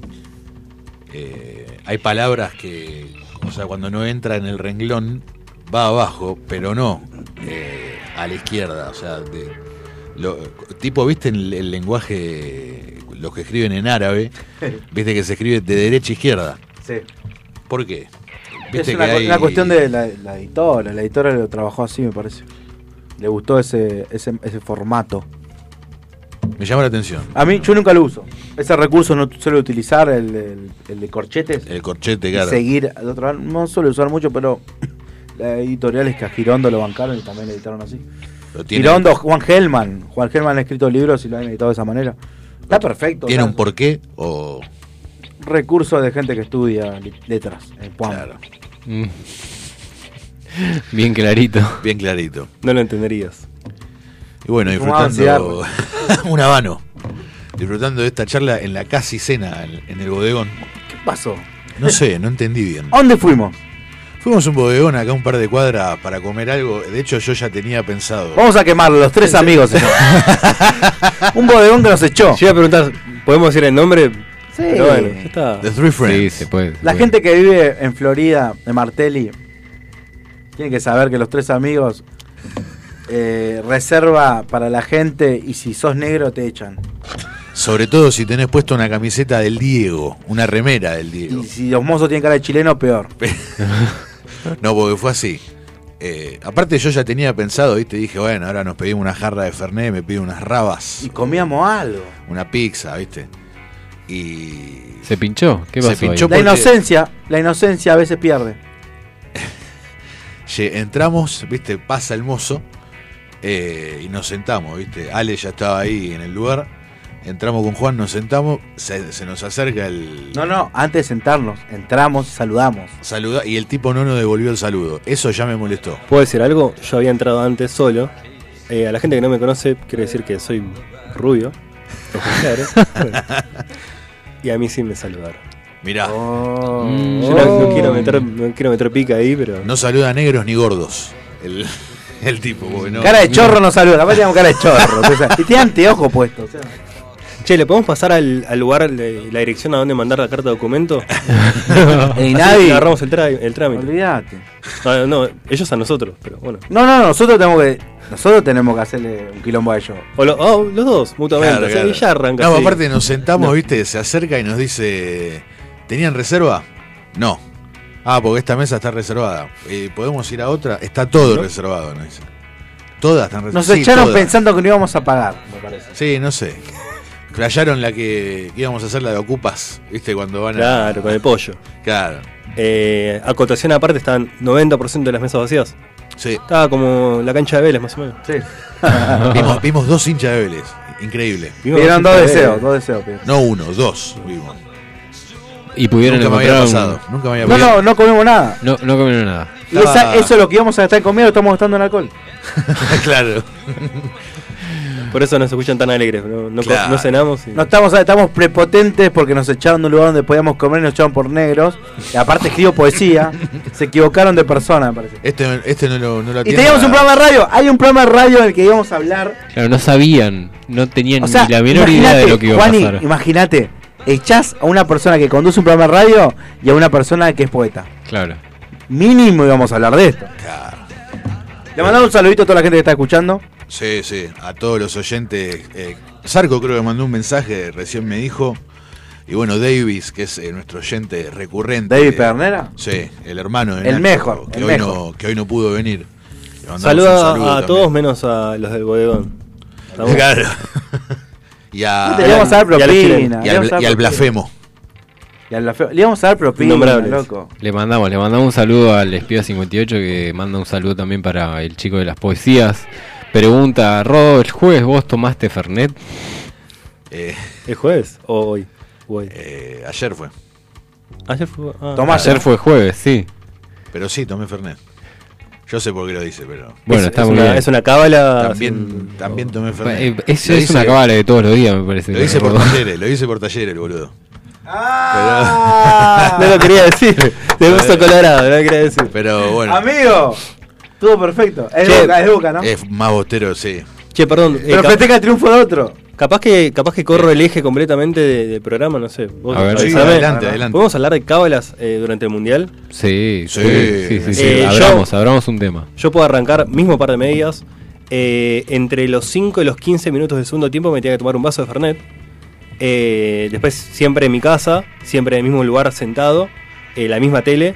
eh, hay palabras que, o sea, cuando no entra en el renglón, va abajo, pero no eh, a la izquierda. O sea, de, lo, tipo, ¿viste el, el lenguaje, los que escriben en árabe? ¿Viste que se escribe de derecha a izquierda? Sí. ¿Por qué? Es una, hay... una cuestión de la, la editora. La editora lo trabajó así, me parece. Le gustó ese, ese, ese formato. Me llama la atención. A mí, yo nunca lo uso. Ese recurso no suelo utilizar, el, el, el de corchetes. El corchete, claro. Seguir, de otro lado, no suelo usar mucho, pero las editoriales que a Girondo lo bancaron y también le editaron así. Tiene... Girondo, Juan Gelman. Juan Gelman ha escrito libros y lo han editado de esa manera. Está perfecto. ¿Tiene o sea, un porqué o...? Recursos de gente que estudia letras. En claro. Mm. Bien clarito. Bien clarito. No lo entenderías. Y bueno, disfrutando un habano. Disfrutando de esta charla en la casi cena en, en el bodegón. ¿Qué pasó? No sé, no entendí bien. ¿A dónde fuimos? Fuimos a un bodegón acá un par de cuadras para comer algo. De hecho, yo ya tenía pensado. Vamos a quemarlo, los tres amigos. Un bodegón que nos echó. Yo iba a preguntar, ¿podemos decir el nombre? Sí. Pero bueno, ya está. The Three Friends. Sí, se puede. Se la puede. gente que vive en Florida, de Martelli, tiene que saber que los tres amigos eh, reserva para la gente y si sos negro te echan. Sobre todo si tenés puesto una camiseta del Diego, una remera del Diego. Y si los mozos tienen cara de chileno, peor. No, porque fue así. Eh, aparte yo ya tenía pensado, ¿viste? Dije, bueno, ahora nos pedimos una jarra de Fernet, me pido unas rabas. Y comíamos algo. Una pizza, ¿viste? Y... ¿Se pinchó? ¿Qué pasó? Se pinchó la inocencia, la inocencia a veces pierde. Entramos, ¿viste? Pasa el mozo eh, y nos sentamos, ¿viste? Ale ya estaba ahí en el lugar. Entramos con Juan, nos sentamos, se, se nos acerca el... No, no, antes de sentarnos, entramos, saludamos. Saluda, y el tipo no nos devolvió el saludo. Eso ya me molestó. ¿Puedo decir algo? Yo había entrado antes solo. Eh, a la gente que no me conoce, quiere decir que soy rubio. Y a mí sí me saludaron. Mirá. Oh. Yo no, no, quiero meter, no quiero meter pica ahí, pero... No saluda a negros ni gordos. El, el tipo. No, cara de chorro no saluda, capaz tenemos cara de chorro. O sea, y tiene anteojo puesto. O sea. Che, ¿le podemos pasar al, al lugar de la dirección a donde mandar la carta de documento? Y nadie. Agarramos el, tra el trámite. Olvídate. No, no, ellos a nosotros, pero bueno. No, no, nosotros tenemos que nosotros tenemos que hacerle un quilombo a ellos. O lo, oh, los dos, mutuamente. Claro, O sea, claro. y ya arranca. No, así. aparte nos sentamos, No. ¿viste? Se acerca y nos dice, ¿tenían reserva? No. Ah, porque esta mesa está reservada. Eh, ¿Podemos ir a otra? Está todo ¿No? reservado, nos dice. Todas están reservadas. Nos Sí, echaron todas. pensando que no íbamos a pagar, me parece. Sí, no sé. Flasharon la que, que íbamos a hacer la de Ocupas, ¿viste? Cuando van a... Claro, con el pollo. Claro. Eh, acotación aparte, estaban noventa por ciento de las mesas vacías. Sí. Estaba como la cancha de Vélez, más o menos. Sí. Vimos, vimos dos hinchas de Vélez. Increíble. Vimos Pidieron dos dos hinchas de deseos, Vélez. dos deseos. pidieron. No uno, dos vimos. Y pudieron Nunca me había encontrar pasado. un... Nunca me había No, pasado. no, no comimos nada. No, no comieron nada. Y esa, eso es lo que íbamos a gastar en comida, lo estamos gastando en alcohol. Claro. Por eso nos escuchan tan alegres. No, no, Claro. no cenamos. Y... No estamos, estamos prepotentes porque nos echaron de un lugar donde podíamos comer y nos echaron por negros. Y aparte escribo poesía. Se equivocaron de persona, me parece. Este, este no lo, no lo Y tiene teníamos la- un programa de radio. Hay un programa de radio en el que íbamos a hablar. Claro, no sabían, no tenían O sea, ni la menor idea de lo que iba Juani, a pasar. imagínate, echás a una persona que conduce un programa de radio y a una persona que es poeta. Claro. Mínimo íbamos a hablar de esto. Claro. Le mandamos un saludito a toda la gente que está escuchando. Sí, sí, a todos los oyentes. Eh, Sarco creo que mandó un mensaje, recién me dijo. Y bueno, Davis, que es eh, nuestro oyente recurrente. David eh, Pernera. Sí, el hermano de El Nacho, mejor, que, el hoy mejor. No, que hoy no pudo venir. Le mandamos Saluda un saludo a también. todos menos a los del bodegón. Estamos- Claro. Y a, le íbamos a dar propina. Y al, y al blasfemo. Y al blasfemo. Le íbamos a dar propina, loco. Le mandamos, le mandamos un saludo al Espía cincuenta y ocho, que manda un saludo también para el chico de las poesías. Pregunta, Rodo, ¿el jueves vos tomaste Fernet? Eh, ¿El jueves o hoy? O hoy. Eh, ayer fue. Ayer fue. Ah. Tomás, ayer fue jueves, sí. Pero sí, tomé Fernet. Yo sé por qué lo dice, pero... Bueno, es, está es muy una, bien. Es una cábala... También, sin... también tomé Fernet. Eso es, es una cábala de todos los días, me parece. Lo hice por talleres, lo hice por talleres, el boludo. Ah, no lo quería decir. De gusto colorado, no lo quería decir. Pero bueno. Amigo, estuvo perfecto. Es de Boca, es de Boca, ¿no? Es más bostero, sí. Che, perdón. Pero eh, festeja el triunfo de otro. Capaz que, capaz que corro el eje completamente de- del programa, no sé. Vos A ver, Sí, avisame. adelante, adelante. ¿Podemos hablar de cábalas eh, durante el Mundial? Sí, sí, Sí. sí, sí, sí. Eh, abramos, yo- abramos un tema. Yo puedo arrancar, mismo par de medias. Eh, entre los cinco y los quince minutos del segundo tiempo me tenía que tomar un vaso de Fernet. Eh, después siempre en mi casa, siempre en el mismo lugar sentado, eh, la misma tele.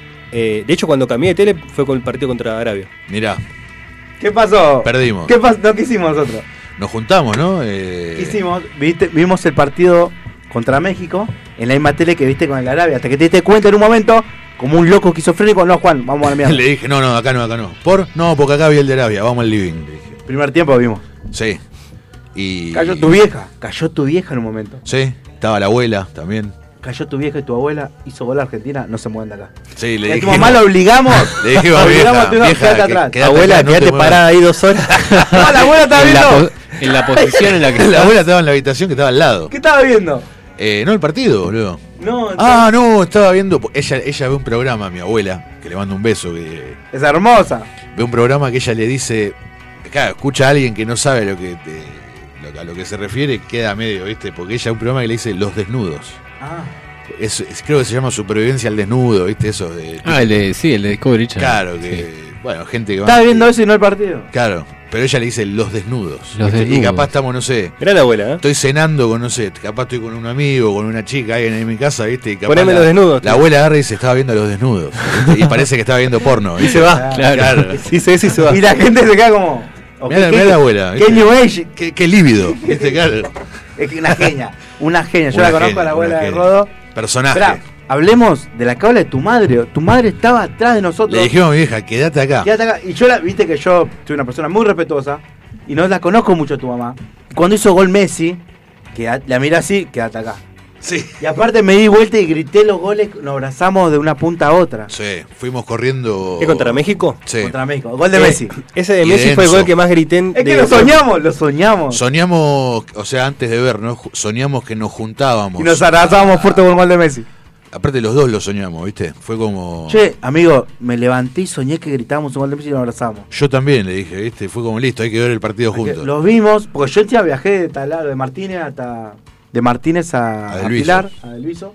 Eh, de hecho, cuando cambié de tele fue con el partido contra Arabia. Mirá, ¿Qué pasó? perdimos. ¿Qué pasó? No, ¿qué hicimos nosotros? Nos juntamos, ¿no? Eh, ¿Qué hicimos? ¿Viste? Vimos el partido contra México en la misma tele que viste con el Arabia. Hasta que te diste cuenta en un momento, como un loco esquizofrénico, no, Juan, vamos a la mierda. Le dije, no, no, acá no, acá no. ¿Por? No, porque acá había el de Arabia, vamos al living. Le dije. Primer tiempo vimos. Sí. Y... Cayó tu vieja. Cayó tu vieja en un momento. Sí, estaba la abuela también. Cayó tu vieja y tu abuela, hizo gol a Argentina, no se mueven de acá. Sí, le Y a dije... tu mamá la obligamos. Le dije, la vieja, obligamos a tener vieja, quédate que- atrás. quédate Abuela, acá, no quédate te muevas. parada ahí dos horas. No, la abuela estaba En la, viendo. po- en la posición en la que La está. abuela estaba en la habitación que estaba al lado. ¿Qué estaba viendo? Eh, no el partido, boludo. No, Ah, no, estaba viendo... Ella, ella ve un programa, mi abuela, que le mando un beso, que es hermosa. ve un programa que ella le dice... Claro, escucha a alguien que no sabe lo que te- lo- a lo que se refiere, queda medio, ¿viste? Porque ella un programa que le dice Los Desnudos. Ah. Es, es- creo que se llama Supervivencia al Desnudo, ¿viste? Eso de... Ah, el de, sí, el de Discovery Channel. Claro, que... Sí. Bueno, gente que va... Estaba viendo eso y no el partido. Claro, pero ella le dice Los Desnudos. Los ¿viste? Y Desnudos. capaz estamos, no sé... Mirá la abuela, ¿eh? Estoy cenando con, no sé, capaz estoy con un amigo, con una chica, alguien en mi casa, ¿viste? Y capaz Poneme la, Los Desnudos, La tío. abuela agarra y se estaba viendo Los Desnudos. ¿viste? Y parece que estaba viendo porno. Y se va. Claro. Dice eso y se va. Y la gente se queda como. ok, Mirá, ¿qué- mirá la abuela. Qué ¿viste? New Age. Qué, qué lívido. ¿viste? Claro. Es que una genia. Una genia. Yo Una la conozco genia, a la abuela una de genia. Rodo. Personaje. Esperá, hablemos de la cábala de tu madre. Tu madre estaba atrás de nosotros. Le dijimos a mi vieja, quédate acá. Quédate acá. Y yo la, viste que yo soy una persona muy respetuosa y no la conozco mucho a tu mamá. Cuando hizo gol Messi, queda- la miré así, quédate acá. Sí. Y aparte me di vuelta y grité los goles, nos abrazamos de una punta a otra. Sí, fuimos corriendo. ¿Qué contra México? Sí. Contra México. Gol de Eh, Messi. Ese de Y de Messi fue el Enzo. gol que más grité. en- Es que de- lo soñamos, lo soñamos. Soñamos, o sea, antes de ver, ¿no? Ju- Soñamos que nos juntábamos. Y nos abrazábamos fuerte con el gol de Messi. Aparte los dos lo soñamos, ¿viste? Fue como... Che, amigo, me levanté y soñé que gritábamos un gol de Messi y nos abrazamos. Yo también le dije, ¿viste? Fue como listo, hay que ver el partido juntos. Los vimos, porque yo ya viajé de Talar, de Martínez hasta. De Martínez a, A a Delviso. Pilar, a Delviso.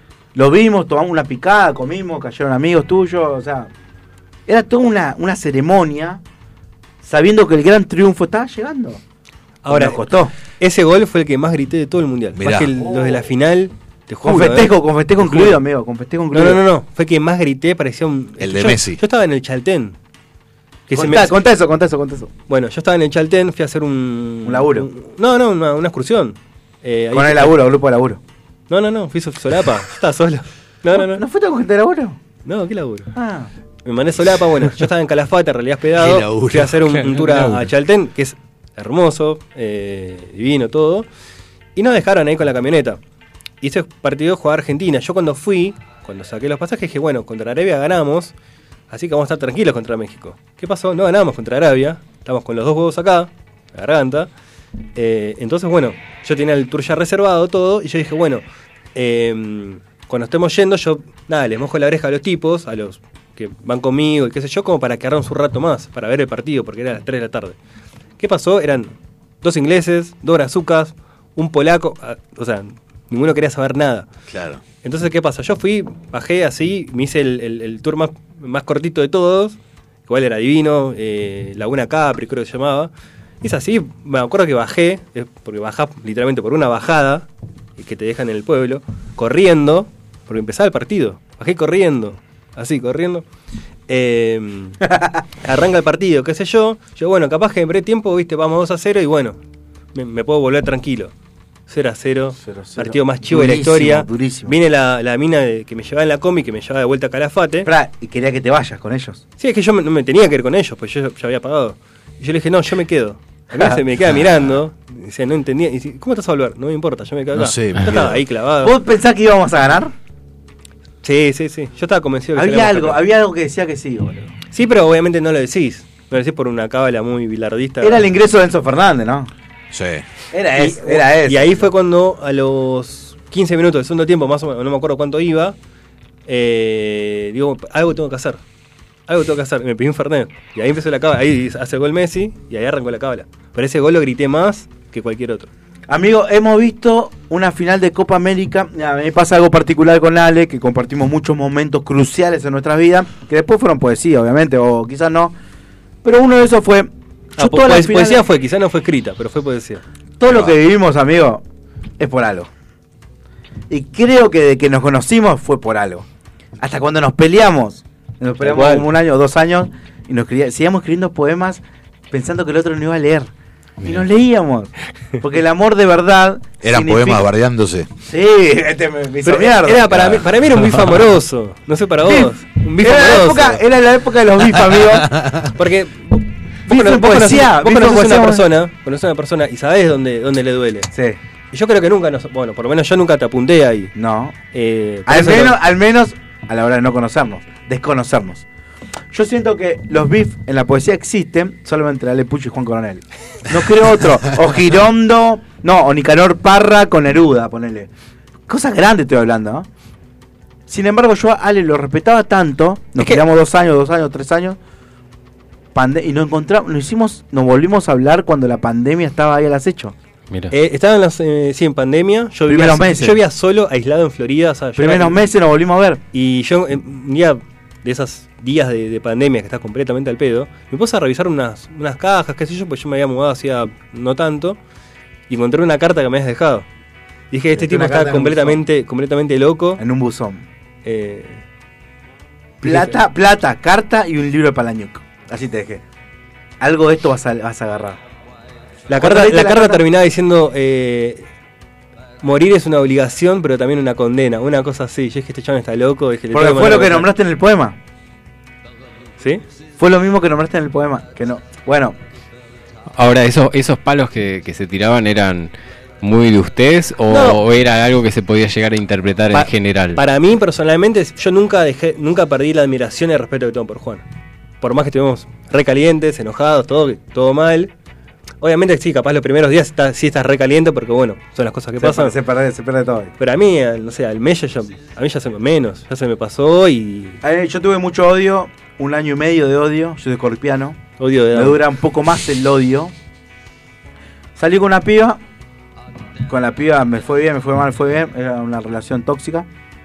Lo vimos, tomamos una picada, comimos, cayeron amigos tuyos, o sea. Era toda una, una ceremonia, sabiendo que el gran triunfo estaba llegando. Ahora, nos costó. ese gol fue el que más grité de todo el mundial. Mirá. Más que el- los de la final, te juro. Con festejo, eh. con festejo Te incluido, juro. amigo, con festejo No, incluido. no, no, no. Fue que más grité, parecía un. El de yo, Messi. Yo estaba en el Chaltén. Que se Contá, me- contá eso, contá eso, contá eso. Bueno, yo estaba en el Chaltén, fui a hacer un. Un laburo. un- no, no, una, una excursión. Eh, ahí- Con el laburo, grupo de laburo. No, no, no, fui so- solapa. Yo estaba solo. No, no, no. ¿No fuiste con gente de laburo? No, ¿qué laburo? Ah. Me mandé solapa, bueno, yo estaba en Calafate, en realidad Qué hospedado. laburo. Fui a hacer un, Qué un tour a, laburo. a Chaltén, que es hermoso, eh, divino todo. Y nos dejaron ahí con la camioneta. Y ese partido jugaba Argentina. Yo cuando fui, cuando saqué los pasajes, dije, bueno, contra Arabia ganamos, así que vamos a estar tranquilos contra México. ¿Qué pasó? No ganamos contra Arabia, estamos con los dos huevos acá, la garganta. Eh, entonces, bueno, yo tenía el tour ya reservado, todo, y yo dije, bueno, eh, cuando estemos yendo, yo, nada, les mojo la oreja a los tipos, a los que van conmigo y qué sé yo, como para quedarnos un rato más, para ver el partido, porque era a las tres de la tarde. ¿Qué pasó? Eran dos ingleses, dos brazucas, un polaco, ah, o sea, ninguno quería saber nada. Claro. Entonces, ¿qué pasa? Yo fui, bajé así, me hice el, el- el tour más, más cortito de todos, igual era divino, eh, Laguna Capri creo que se llamaba. Es así, me acuerdo que bajé, eh, porque bajás literalmente por una bajada, y que te dejan en el pueblo, corriendo, porque empezaba el partido. Bajé corriendo, así, corriendo. Eh, arranca el partido, qué sé yo. Yo, bueno, capaz que en breve tiempo, viste, vamos dos a cero y bueno, me, me puedo volver tranquilo. cero a cero, cero a cero. partido más chivo de la Durísimo, historia. durísimo. Viene la, la mina de, que me llevaba en la combi, que me llevaba de vuelta a Calafate. Esperá, y quería que te vayas con ellos. Sí, es que yo me- no me tenía que ir con ellos, pues yo ya había pagado. Y yo le dije, no, yo me quedo. A mí se me queda mirando, y decía, no entendía. Y dice, ¿cómo te vas a volver? No me importa, yo me quedo acá. No sé, yo me estaba quedo. ahí clavado. ¿Vos pensás que íbamos a ganar? Sí, sí, sí. Yo estaba convencido que Había salíamos algo, campeones. había algo que decía que sí, boludo. Sí, pero obviamente no lo decís. No lo decís por una cábala muy bilardista. Era el ingreso de Enzo Fernández, ¿no? Sí. Era Y- eso, era eso. Y ahí fue cuando a los quince minutos del segundo tiempo, más o menos, no me acuerdo cuánto iba, eh, digo, algo tengo que hacer. Algo tengo que hacer. Me pedí un Fernet. Y ahí empezó la cábala. Ahí hace el gol Messi y ahí arrancó la cábala. Pero ese gol lo grité más que cualquier otro. Amigo, hemos visto una final de Copa América. A mí me pasa algo particular con Ale, que compartimos muchos momentos cruciales en nuestras vidas, que después fueron poesía, obviamente, o quizás no. Pero uno de esos fue... yo Ah, po- todas las poes- poesía finales- fue, quizás no fue escrita, pero fue poesía. Todo lo que vivimos, amigo, es por algo. Y creo que de que nos conocimos fue por algo. Hasta cuando nos peleamos, nos peleamos cual. como un año o dos años, y nos escribía- seguíamos escribiendo poemas pensando que el otro no iba a leer. Y nos leíamos. Porque el amor de verdad... Eran significa- poemas bardeándose. Sí, este me, me hizo Pero mierda. era para, mí, para mí era un bif amoroso. No sé para vos. Un bif Era la, amoroso. época, era la época de los bif, amigo. Porque vos, Bif cono- en vos poesía, conocés, vos bif en conocés poesía. una persona, conocés una persona y sabés dónde, dónde le duele. Sí. Y yo creo que nunca nos, bueno, por lo menos yo nunca te apunté ahí. No. Eh, por Al eso menos, lo- al menos a la hora de no conocernos, desconocernos. Yo siento que los beef en la poesía existen solo entre Ale Pucho y Juan Coronel. No creo otro. O Girondo, no, o Nicanor Parra con Neruda, ponele. Cosas grandes estoy hablando, ¿no? Sin embargo, yo a Ale lo respetaba tanto, nos que- quedamos dos años, dos años, tres años, pande- y nos encontramos, nos hicimos, nos volvimos a hablar cuando la pandemia estaba ahí al acecho. Mira. Eh, estaban las, eh, sí, en pandemia. Yo vivía, Primeros meses. yo vivía solo, aislado en Florida. O sea, yo Primeros era- meses nos volvimos a ver. Y yo, eh, un día de esos días de, de pandemia que estás completamente al pedo, me puse a revisar unas, unas cajas, qué sé yo, pues yo me había mudado hacía no tanto, y encontré una carta que me habías dejado. Dije, este Una tipo carta está en un completamente, completamente loco. En un buzón. Eh, Plata, plata, carta y un libro de Palañuc. Así te dejé. Algo de esto vas a, vas a agarrar. La Cuando carta, leíste la la carta carta- terminaba diciendo, eh, morir es una obligación, pero también una condena, una cosa así. Yo dije, este chabón está loco. Dije, le Porque tengo fue lo que mandar- nombraste en el poema. ¿Sí? Fue lo mismo que nombraste en el poema. Que no. Bueno, Ahora, esos, esos palos que, que se tiraban eran muy de ustedes o, No. o era algo que se podía llegar a interpretar Pa- en general. Para mí, personalmente, yo nunca dejé, nunca perdí la admiración y el respeto que tengo por Juan. Por más que estuvimos recalientes, enojados, todo, todo mal. Obviamente, sí, capaz los primeros días está, sí estás recaliente porque, bueno, son las cosas que se, pasan. se pierde, se pierde todo. Pero a mí, al- no sé, al mes, yo, a mí ya se me menos, ya se me pasó y Eh, yo tuve mucho odio, un año y medio de odio. Yo soy escorpiano. odio de Me dura un poco más el odio. Salí con una piba. Con la piba me fue bien, me fue mal, fue bien. Era una relación tóxica.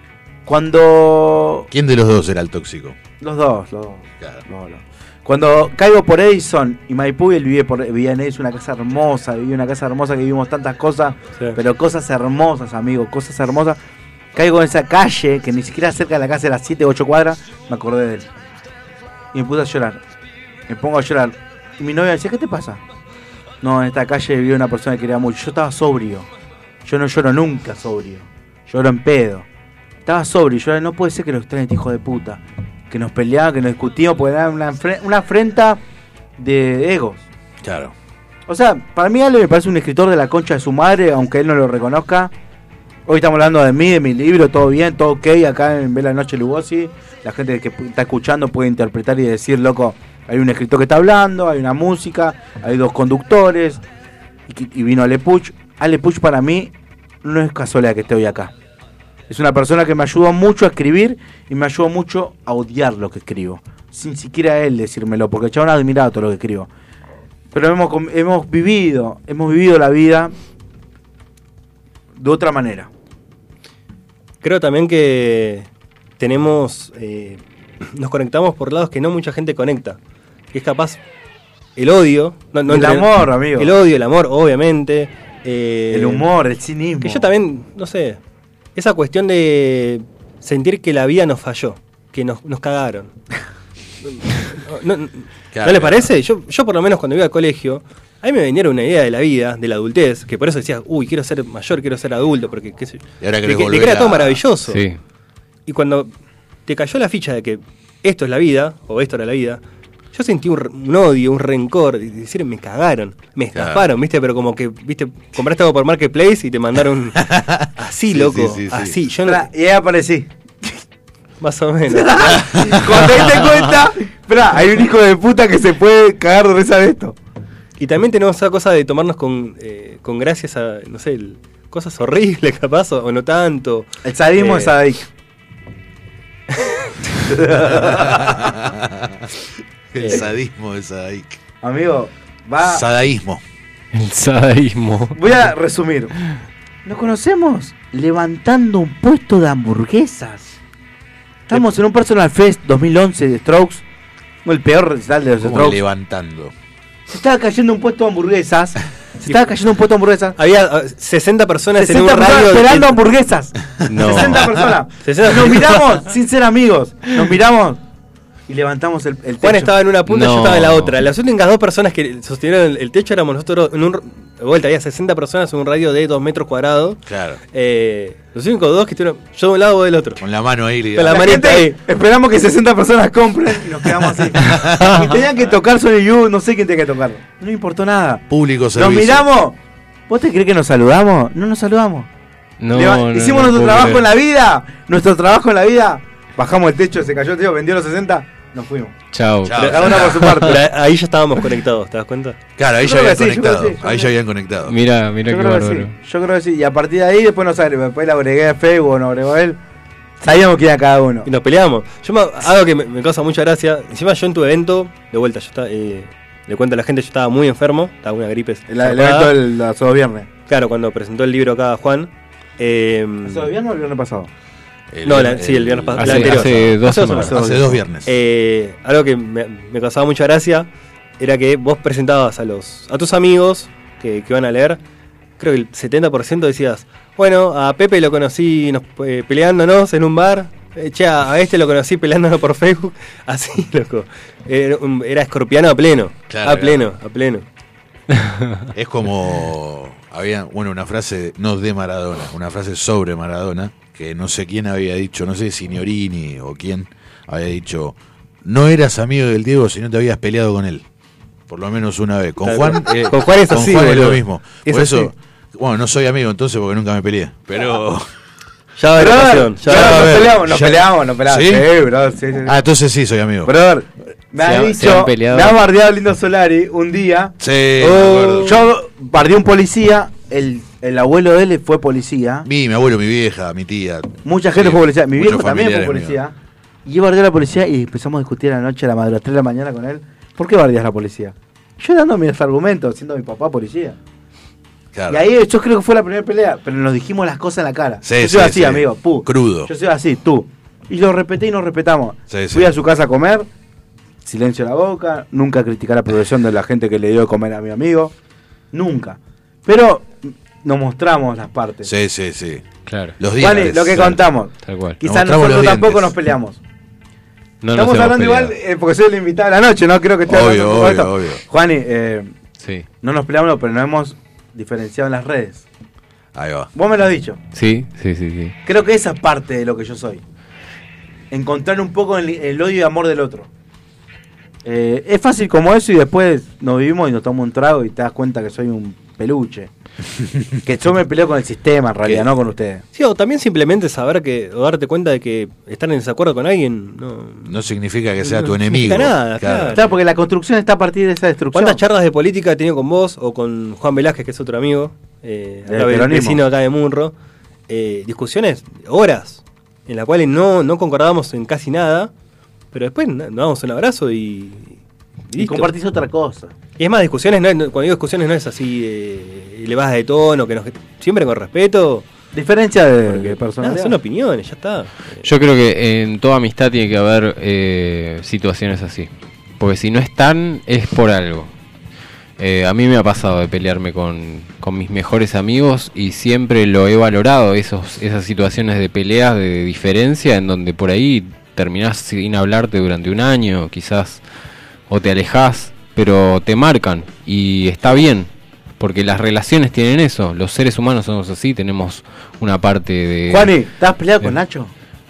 Cuando. ¿Quién de los dos era el tóxico? Los dos, los dos. los dos. Cuando caigo por Edison y Maipú, él vive por, vivía en Edison, una casa hermosa, vivía en una casa hermosa que vivimos tantas cosas, Sí. pero cosas hermosas, amigo, cosas hermosas. Caigo en esa calle, que ni siquiera cerca de la casa era siete, ocho cuadras, me acordé de él. Y me puse a llorar. Me pongo a llorar. Y mi novia decía, ¿qué te pasa? No, en esta calle vivía una persona que quería mucho. Yo estaba sobrio. Yo no lloro nunca sobrio. Lloro en pedo. Estaba sobrio. Yo no puede ser que lo extrañe este hijo de puta. Que nos peleaba, que nos discutimos, porque era una, enfre- una afrenta de egos. Claro. O sea, para mí Ale me parece un escritor de la concha de su madre, aunque él no lo reconozca. Hoy estamos hablando de mí, de mi libro, todo bien, todo ok, acá en Ve la Noche Lugosi. La gente que está escuchando puede interpretar y decir, loco, hay un escritor que está hablando, hay una música, hay dos conductores, y, que- y vino Ale Puch. Ale Puch para mí no es casualidad que esté hoy acá. Es una persona que me ayudó mucho a escribir y me ayudó mucho a odiar lo que escribo. Sin siquiera él decírmelo, porque el chabón ha admirado todo lo que escribo. Pero hemos, com- hemos vivido, hemos vivido la vida de otra manera. creo también que tenemos, eh, nos conectamos por lados que no mucha gente conecta. Que es capaz el odio. No, no El entre- amor, amigo. El odio, el amor, obviamente. eh, El humor, el cinismo. Que yo también, no sé, esa cuestión de sentir que la vida nos falló, que nos, nos cagaron. ¿No, no- Claro, ¿no le claro. parece? Yo, yo por lo menos cuando iba al colegio, A mí me vinieron una idea de la vida, de la adultez, que por eso decías, uy, quiero ser mayor, quiero ser adulto, porque qué sé yo. Y ahora de querés que, de volver que era a- todo maravilloso. Sí. Y cuando te cayó la ficha de que esto es la vida, o esto era la vida, yo sentí un, un odio, un rencor, de decir, me cagaron, me Claro. estafaron, ¿viste? Pero como que, ¿viste? Compraste algo por Marketplace y te mandaron así, Sí, loco, sí, sí, sí. así. Yo no, Esperá, y ahí aparecí. más o menos. Cuando te diste cuenta, esperá, hay un hijo de puta que se puede cagar de risa de esto. Y también tenemos esa cosa de tomarnos con, eh, con gracias a, no sé, el- cosas horribles capaz, o, o no tanto. El sadismo Eh, es sadic. El sadismo de Sadaik. Amigo, va. Sadaísmo. El sadaísmo. Voy a resumir. Nos conocemos levantando un puesto de hamburguesas. Estamos en un Personal Fest dos mil once de Strokes. El peor recital de los Como Strokes. levantando. Se estaba cayendo un puesto de hamburguesas. Se estaba cayendo un puesto de hamburguesas. Había ah, sesenta personas en sesenta un personas radio. esperando de- hamburguesas. No. sesenta personas. sesenta Nos miramos sin ser amigos. Nos miramos y levantamos el, el Juan techo. estaba en una punta, No. yo estaba en la otra. Las únicas dos personas que sostenieron el, el techo éramos nosotros. En un, de vuelta, había sesenta personas en un radio de dos metros cuadrados. Claro. Eh, los únicos dos que estuvieron, yo de un lado o del otro. Con la mano ahí. Con la La manita gente, ahí. esperamos que sesenta personas compren y nos quedamos así. Y tenían que tocar Sony You, no sé quién tenía que tocar. No importó nada. Público Nos servicio. miramos. ¿Vos te crees que nos saludamos? No nos saludamos. No, Leva- no, Hicimos no nuestro puedo trabajo creer. en la vida. Nuestro trabajo en la vida. Bajamos el techo, se cayó el tío, vendió los sesenta. Nos fuimos. Chao. Chao. Cada uno por su parte. Pero ahí ya estábamos conectados, ¿te das cuenta? Claro, ahí Yo ya creo habían que sí, yo creo conectado. que sí, yo Ahí creo ya que habían conectado. Mira, mira Yo qué creo que bárbaro. sí. Yo creo que sí. Y a partir de ahí después nos agregó. Después la agregué a Facebook, no agregó él. Sabíamos quién era cada uno. Y nos peleamos. Yo me, algo que me, me causa mucha gracia. Encima yo en tu evento, de vuelta, yo estaba, eh, le cuento a la gente, yo estaba muy enfermo, estaba con una gripe. El, el zarpada. evento del los dos viernes. Claro, cuando presentó el libro acá Juan. Eh, ¿Los dos viernes o el viernes pasado? El- no, la- sí, el viernes pasado. Hace- la anterior. hace dos Hace semanas. Hace dos viernes. Eh, algo que me, me causaba mucha gracia era que vos presentabas a los a tus amigos que, que van a leer, creo que el setenta por ciento decías, bueno, a Pepe lo conocí nos, eh, peleándonos en un bar, eh, che, a a este lo conocí peleándonos por Facebook, así, loco. Era, un- era escorpiano a pleno, Claro, a pleno, a pleno. Es como. Había, bueno, una frase, no de Maradona, una frase sobre Maradona, que no sé quién había dicho, no sé, Signorini o quién, había dicho: no eras amigo del Diego si no te habías peleado con él. Por lo menos una vez. Con Claro. Juan, eh, Con Juan es con así, Juan es boludo. lo mismo. Es Por eso, así. bueno, no soy amigo entonces porque nunca me peleé. Pero. Ya va a haber Brother, ocasión, ya va a brother, haber- a nos ver, peleamos, nos ya- peleamos, nos peleamos. ¿Sí? Sí, bro, sí, sí, sí. Ah, entonces sí soy amigo. Brother, me Se ha han- se dicho, han peleado. me ha bardeado Lindo Solari un día. Sí, me Oh, acuerdo. yo bardeé un policía, el, el abuelo de él fue policía. Mi, mi abuelo, mi vieja, mi tía. Mucha gente Sí, fue policía. Mi muchos viejo también fue familiares policía. Y yo bardeé a la policía y empezamos a discutir a la noche, a la madrugada, a las tres de la mañana con él. ¿Por qué bardeas a la policía? Yo dando mis argumentos, siendo mi papá policía. Claro. Y ahí yo creo que fue la primera pelea, pero nos dijimos las cosas en la cara. Sí, yo soy sí, así, sí. amigo, pu. Crudo. Yo soy así, tú. Y lo respeté y nos respetamos. Sí, sí. Fui a su casa a comer, silencio la boca, nunca criticar la progresión de la gente que le dio de comer a mi amigo. Nunca. Pero nos mostramos las partes. Sí, sí, sí. Claro. Los Vale, dientes. lo que Claro. contamos. Tal cual. Quizás Nos mostramos nosotros los tampoco dientes. nos peleamos. No nos Estamos hemos hablando peleado. igual eh, porque soy el invitado de la noche, ¿no? Creo que estoy Obvio, hablando un poco de obvio, esto. obvio. Juani, eh, Sí. no nos peleamos, pero nos hemos diferenciado en las redes. Ahí va. Vos me lo has dicho. Sí, sí, sí, sí. Creo que esa es parte de lo que yo soy. Encontrar un poco el, el odio y amor del otro. Eh, es fácil como eso y después nos vivimos y nos tomamos un trago y te das cuenta que soy un peluche. Que yo me peleo con el sistema en realidad, ¿Qué? no con ustedes. Sí, o también simplemente saber que, o darte cuenta de que estar en desacuerdo con alguien, no, No significa que sea No tu significa enemigo. nada, claro. Claro, porque la construcción está a partir de esa destrucción. ¿Cuántas charlas de política he tenido con vos o con Juan Velázquez, que es otro amigo, eh, Del acá, peronismo. vecino acá de Munro? Eh, discusiones, horas, en las cuales no, no concordábamos en casi nada, pero después na- nos damos un abrazo y, y Y listo. compartís otra cosa. Y es más, discusiones, no es- no- cuando digo discusiones no es así eh, elevadas de tono, que nos, siempre con respeto. Diferencia de, de Nada, personalidad. son opiniones, ya está. Yo creo que en toda amistad tiene que haber eh, situaciones así. Porque si no están, es por algo. Eh, a mí me ha pasado de pelearme con, con mis mejores amigos y siempre lo he valorado, esos, esas situaciones de peleas, de diferencia, en donde por ahí terminás sin hablarte durante un año, quizás, o te alejás pero te marcan y está bien, porque las relaciones tienen eso, los seres humanos somos así, tenemos una parte de... Juani, ¿estás peleado de... con Nacho?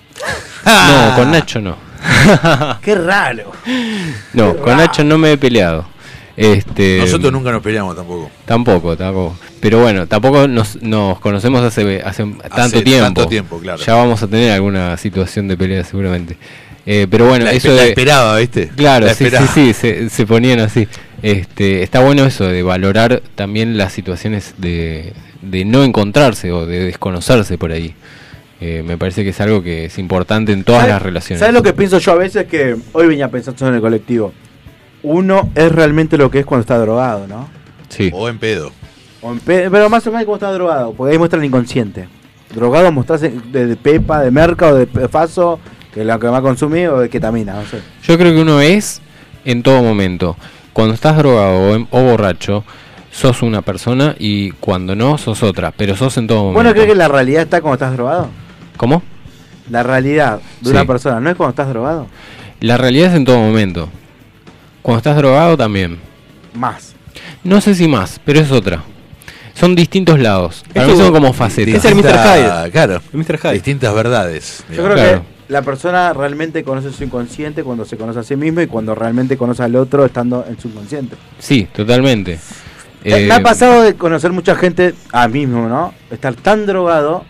No, con Nacho no. Qué raro. No, Qué con raro. Nacho no me he peleado. Este, Nosotros nunca nos peleamos tampoco. Tampoco, tampoco. Pero bueno, tampoco nos, nos conocemos hace, hace tanto hace tiempo. Tanto tiempo, claro. Ya vamos a tener alguna situación de pelea seguramente. Eh, pero bueno, la, eso la de, esperaba, ¿viste? Claro, la sí, esperaba. sí, sí, se, se ponían así. Este, está bueno eso de valorar también las situaciones de, de no encontrarse o de desconocerse por ahí. Eh, me parece que es algo que es importante en todas las relaciones. ¿Sabes lo que pienso yo a veces? Que hoy venía pensando en el colectivo. Uno es realmente lo que es cuando está drogado, ¿no? Sí. O en pedo. O en pe- pero más o menos cuando está drogado, porque ahí muestra el inconsciente. Drogado mostrarse de, de pepa, de merca o de faso, que es lo que más consumí, o de ketamina, no sé. Yo creo que uno es en todo momento. Cuando estás drogado o, en, o borracho, sos una persona y cuando no, sos otra, pero sos en todo momento. ¿Bueno crees que la realidad está cuando estás drogado? ¿Cómo? La realidad de Sí. una persona, ¿no es cuando estás drogado? La realidad es en todo momento. Cuando estás drogado también. Más. No sé si más, pero es otra. Son distintos lados. Para mí Eso- son como facetas. Es el mister Distinta- Hyde. Claro. El mister Hyde. Distintas verdades. Yo creo Claro. que la persona realmente conoce su inconsciente cuando se conoce a sí mismo y cuando realmente conoce al otro estando en su inconsciente. Sí, totalmente. Eh, Eh, me ha pasado de conocer mucha gente, a mí mismo, ¿no? Estar tan drogado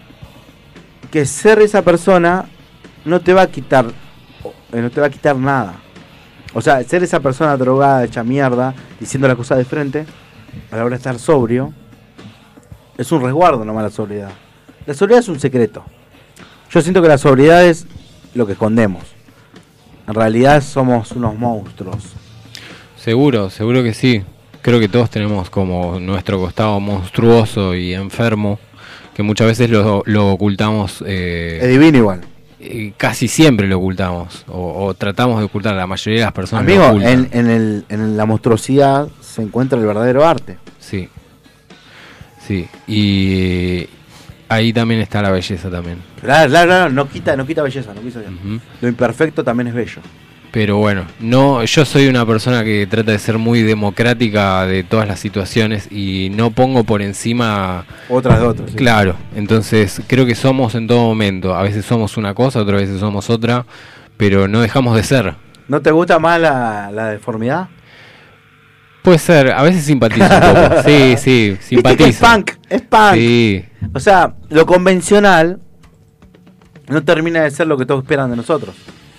que ser esa persona no te va a quitar, eh, no te va a quitar nada. O sea, ser esa persona drogada, hecha mierda, diciendo las cosas de frente, a la hora de estar sobrio, es un resguardo nomás la sobriedad. La sobriedad es un secreto. Yo siento que la sobriedad es lo que escondemos. En realidad somos unos monstruos. Seguro, seguro que sí. Creo que todos tenemos como nuestro costado monstruoso y enfermo, que muchas veces lo, lo ocultamos. Eh, Es divino igual. eh, casi siempre lo ocultamos, o, o tratamos de ocultar. La mayoría de las personas lo Amigo, ocultan. en, en, el, en la monstruosidad se encuentra el verdadero arte. Sí, sí. Y ahí también está la belleza también. Claro, claro, claro, no quita, no quita belleza, no quita belleza. Ujú. Lo imperfecto también es bello. Pero bueno, no, yo soy una persona que trata de ser muy democrática de todas las situaciones y no pongo por encima Otras de otras. sí. Claro, entonces creo que somos en todo momento. A veces somos una cosa, otras veces somos otra, pero no dejamos de ser. ¿No te gusta más la, la deformidad? Puede ser, a veces simpatizo un poco. Sí, sí, Viste que simpatizo. es punk, es punk. Sí, O sea, lo convencional no termina de ser lo que todos esperan de nosotros.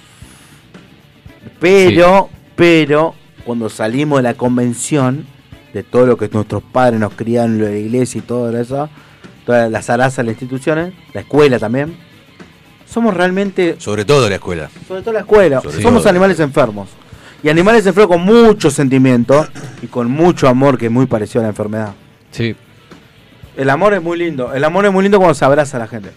Pero, pero, cuando salimos de la convención, de todo lo que nuestros padres nos criaron en la iglesia y todo eso, todas las zarazas de las instituciones, la escuela también, somos realmente, Sobre todo la escuela. sobre todo la escuela, Sobre somos todo. animales enfermos. Y animales enfermos con mucho sentimiento y con mucho amor, que es muy parecido a la enfermedad. sí. El amor es muy lindo. El amor es muy lindo cuando se abraza a la gente.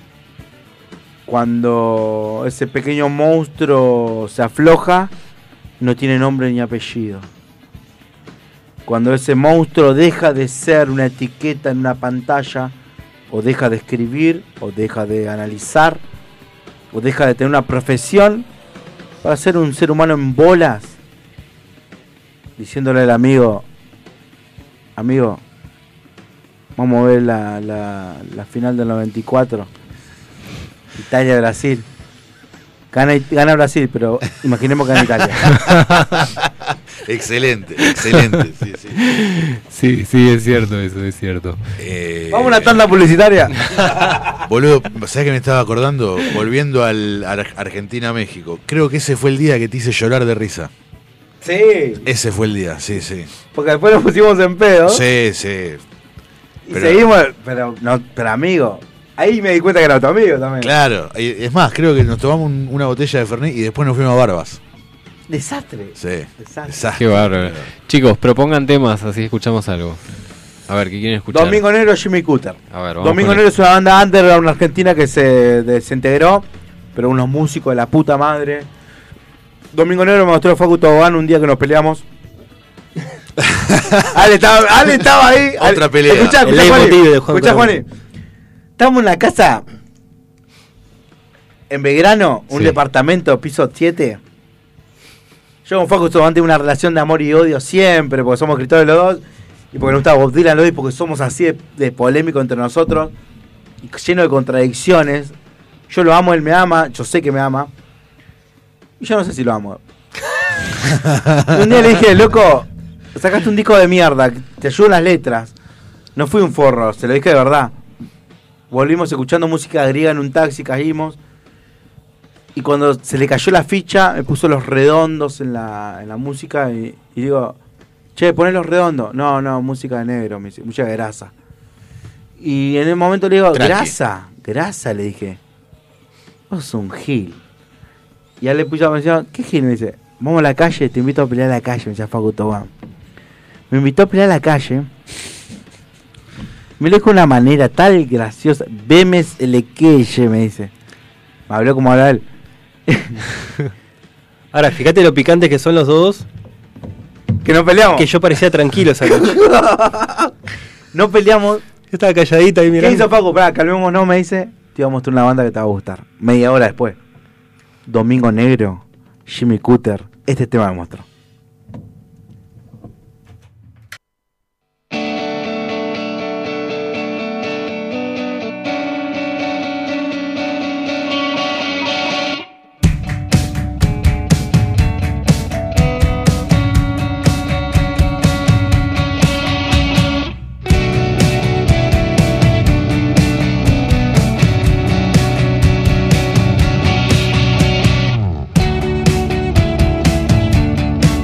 Cuando ese pequeño monstruo se afloja, no tiene nombre ni apellido. Cuando ese monstruo deja de ser una etiqueta en una pantalla, o deja de escribir, o deja de analizar, o deja de tener una profesión, para ser un ser humano en bolas, diciéndole al amigo, amigo, vamos a ver la, la, la final del noventa y cuatro. Italia-Brasil. Gana, gana Brasil, pero imaginemos que gana Italia. Excelente, excelente. Sí, sí. Sí, sí, es cierto eso, es cierto. Eh, Vamos a una tanda publicitaria. Boludo, ¿sabés que me estaba acordando? Volviendo al Ar- Argentina-México. Creo que ese fue el día que te hice llorar de risa. Sí, Ese fue el día, sí, sí. porque después nos pusimos en pedo. Sí, sí. Y pero- seguimos, pero, no, pero amigo, ahí me di cuenta que era tu amigo también. Claro. Y es más, creo que nos tomamos un- una botella de Fernet y después nos fuimos a Barbas. Desastre. Sí. Desastre. Desastre. Qué bárbaro. Chicos, propongan temas, así escuchamos algo. A ver, ¿qué quieren escuchar? Domingo Negro, Jimmy Cooter. A ver, vamos Domingo con Negro es una banda underground, una argentina que se desintegró, pero unos músicos de la puta madre. Domingo Negro me mostró Facu Tobogán un día que nos peleamos. Ale estaba, Ale estaba ahí. Otra Ale- pelea. Escuchá, El escuchá, leitmotiv Juani. de Juan Escuchá, Colombo. Juani. Estamos en la casa en Belgrano, un Sí. departamento piso siete. Yo con Facu antes una relación de amor y odio siempre, porque somos escritores los dos, y porque nos gusta Bob Dylan los dos, y porque somos así de, de polémicos entre nosotros, y lleno de contradicciones. Yo lo amo, él me ama, yo sé que me ama, y yo no sé si lo amo. Y un día le dije, loco, sacaste un disco de mierda, te ayudan las letras. No fui un forro, se lo dije de verdad. Volvimos escuchando música griega en un taxi, caímos. Y cuando se le cayó la ficha, me puso los redondos en la, en la música y, y digo, che, poné los redondos. No, no, música de negro, me dice, mucha grasa. Y en el momento le digo, Tranqui. grasa, grasa, le dije. Vos sos un gil. Y a él le puse atención, ¿qué gil? Me dice, vamos a la calle, te invito a pelear a la calle, me decía Facu Tobán. Me invitó a pelear a la calle. Me lo dijo de una manera tal graciosa. Vemes el queye, me dice. Me habló como habla él. Ahora, fíjate lo picantes que son los dos. Que no peleamos. Que yo parecía tranquilo esa noche. No peleamos. Yo estaba calladita ahí mirando. ¿Qué hizo Paco? Pará, calmémonos, me dice. Te iba a mostrar una banda que te va a gustar. Media hora después. Domingo Negro, Jimmy Cooter. Este tema me mostró. Thank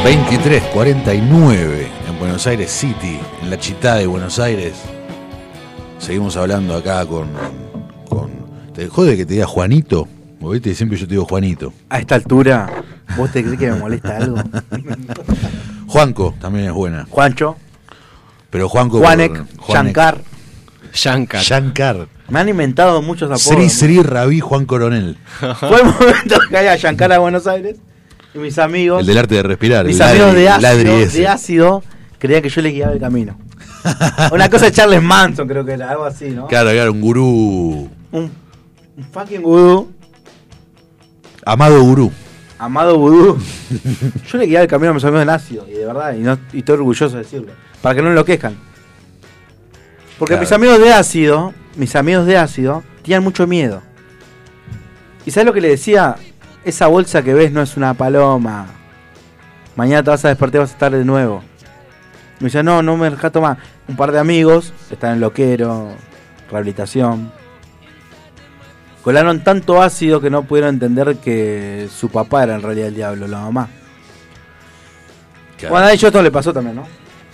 veintitrés cuarenta y nueve en Buenos Aires City, en la Chitá de Buenos Aires. Seguimos hablando acá con, con... ¿Te jode que te diga Juanito? ¿Vos viste? Siempre yo te digo Juanito. A esta altura, ¿vos te crees que me molesta algo? Juanco también es buena. Juancho. Pero Juanco... Juanek, por, Juanek. Shankar. Shankar. Shankar. Me han inventado muchos apodos. Sri Sri Rabí Juan Coronel. Fue el momento que caía Shankar a Buenos Aires y mis amigos... El del arte de respirar. Mis el amigos ladri, de, ácido, ese. de ácido creían que yo les guiaba el camino. Una cosa de Charles Manson, creo que era, algo así, ¿no? Claro, claro, un gurú. Un, un fucking gurú. Amado gurú. Amado vudú. Yo le guiaba el camino a mis amigos en ácido, y de verdad, y, no, y estoy orgulloso de decirlo. Para que no enloquezcan. Porque Claro. mis amigos de ácido, mis amigos de ácido, tenían mucho miedo. ¿Y sabes lo que le decía? Esa bolsa que ves no es una paloma. Mañana te vas a despertar y vas a estar de nuevo. Me dice, no, no me dejas tomar. Un par de amigos, están en loquero, rehabilitación. Colaron tanto ácido que no pudieron entender que su papá era en realidad el diablo, la mamá. Claro. Bueno, a ellos esto le pasó también, ¿no?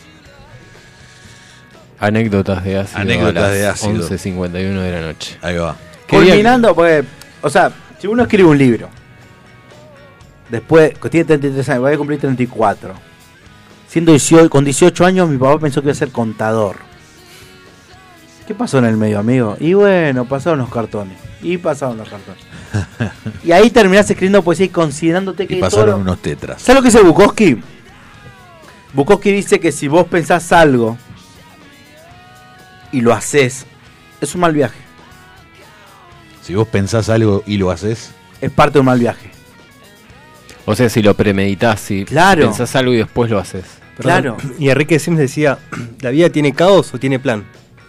Anécdotas de ácido. Anécdotas a las de ácido. once cincuenta y uno de la noche. Ahí va. Culminando, porque, o sea, si uno escribe un libro, después, que tiene treinta y tres años, voy a cumplir treinta y cuatro. Siendo dieciocho, con dieciocho años, mi papá pensó que iba a ser contador. ¿Qué pasó en el medio, amigo? Y bueno, pasaron los cartones. Y pasaron los cartones. Y ahí terminás escribiendo poesía y considerándote que Y pasaron todo... unos tetras. ¿Sabes lo que dice Bukowski? Bukowski dice que si vos pensás algo y lo haces, es un mal viaje. Si vos pensás algo y lo haces, Es parte de un mal viaje. O sea, si lo premeditas, si Claro. pensás algo y después lo haces. Perdón. Y Enrique Sims decía, ¿la vida tiene caos o tiene plan?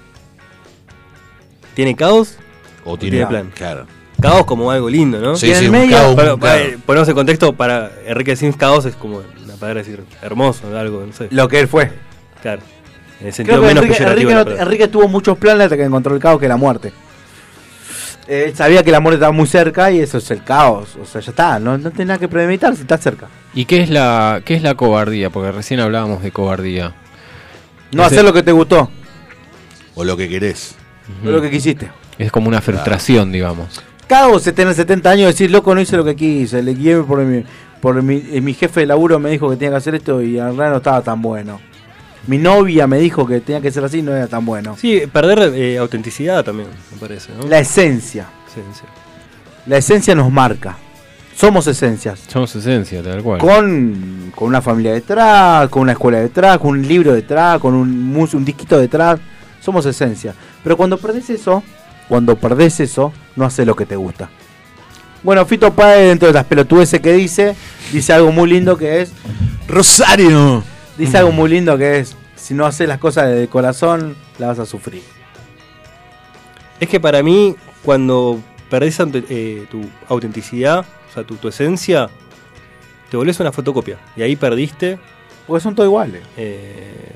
¿Tiene caos o tiene, plan? Claro. Caos como algo lindo, ¿no? Sí, Y en sí, el un medio- caos, Pero, claro. para- ponemos en contexto, para Enrique Sims caos es como una palabra decir hermoso, algo, no sé. Lo que él fue. Claro. En el sentido Creo que menos Enrique, peyorativo Enrique de la no- palabra. Enrique tuvo muchos planes hasta que encontró el caos, que es la muerte. Eh, Él sabía que la muerte estaba muy cerca y eso es el caos. O sea, ya está, no, no tenés nada que premeditar si estás cerca. ¿Y qué es la qué es la cobardía? Porque recién hablábamos de cobardía. No Ese- hacer lo que te gustó, O lo que querés. no lo que quisiste. Es como una frustración, digamos. Caos es tener setenta años y decir, loco, no hice lo que quise, le guié por mi, por mi, eh, mi jefe de laburo me dijo que tenía que hacer esto y en realidad no estaba tan bueno. Mi novia me dijo que tenía que ser así y no era tan bueno. Sí, perder eh, autenticidad también, me parece, ¿no? La esencia. Esencia. La esencia nos marca. Somos esencias. Somos esencia, tal cual. Con, con una familia detrás, con una escuela detrás, con un libro detrás, con un, mus- un disquito detrás. Somos esencia. Pero cuando perdés eso, cuando perdés eso, no haces lo que te gusta. Bueno, Fito Páez, dentro de las pelotudeces que dice, dice algo muy lindo que es... ¡Rosario! Dice algo muy lindo que es, si no haces las cosas de corazón, la vas a sufrir. Es que para mí, cuando perdés aut- eh, tu autenticidad, o sea, tu, tu esencia, te volvés una fotocopia. Y ahí perdiste. Porque son todos iguales. Eh,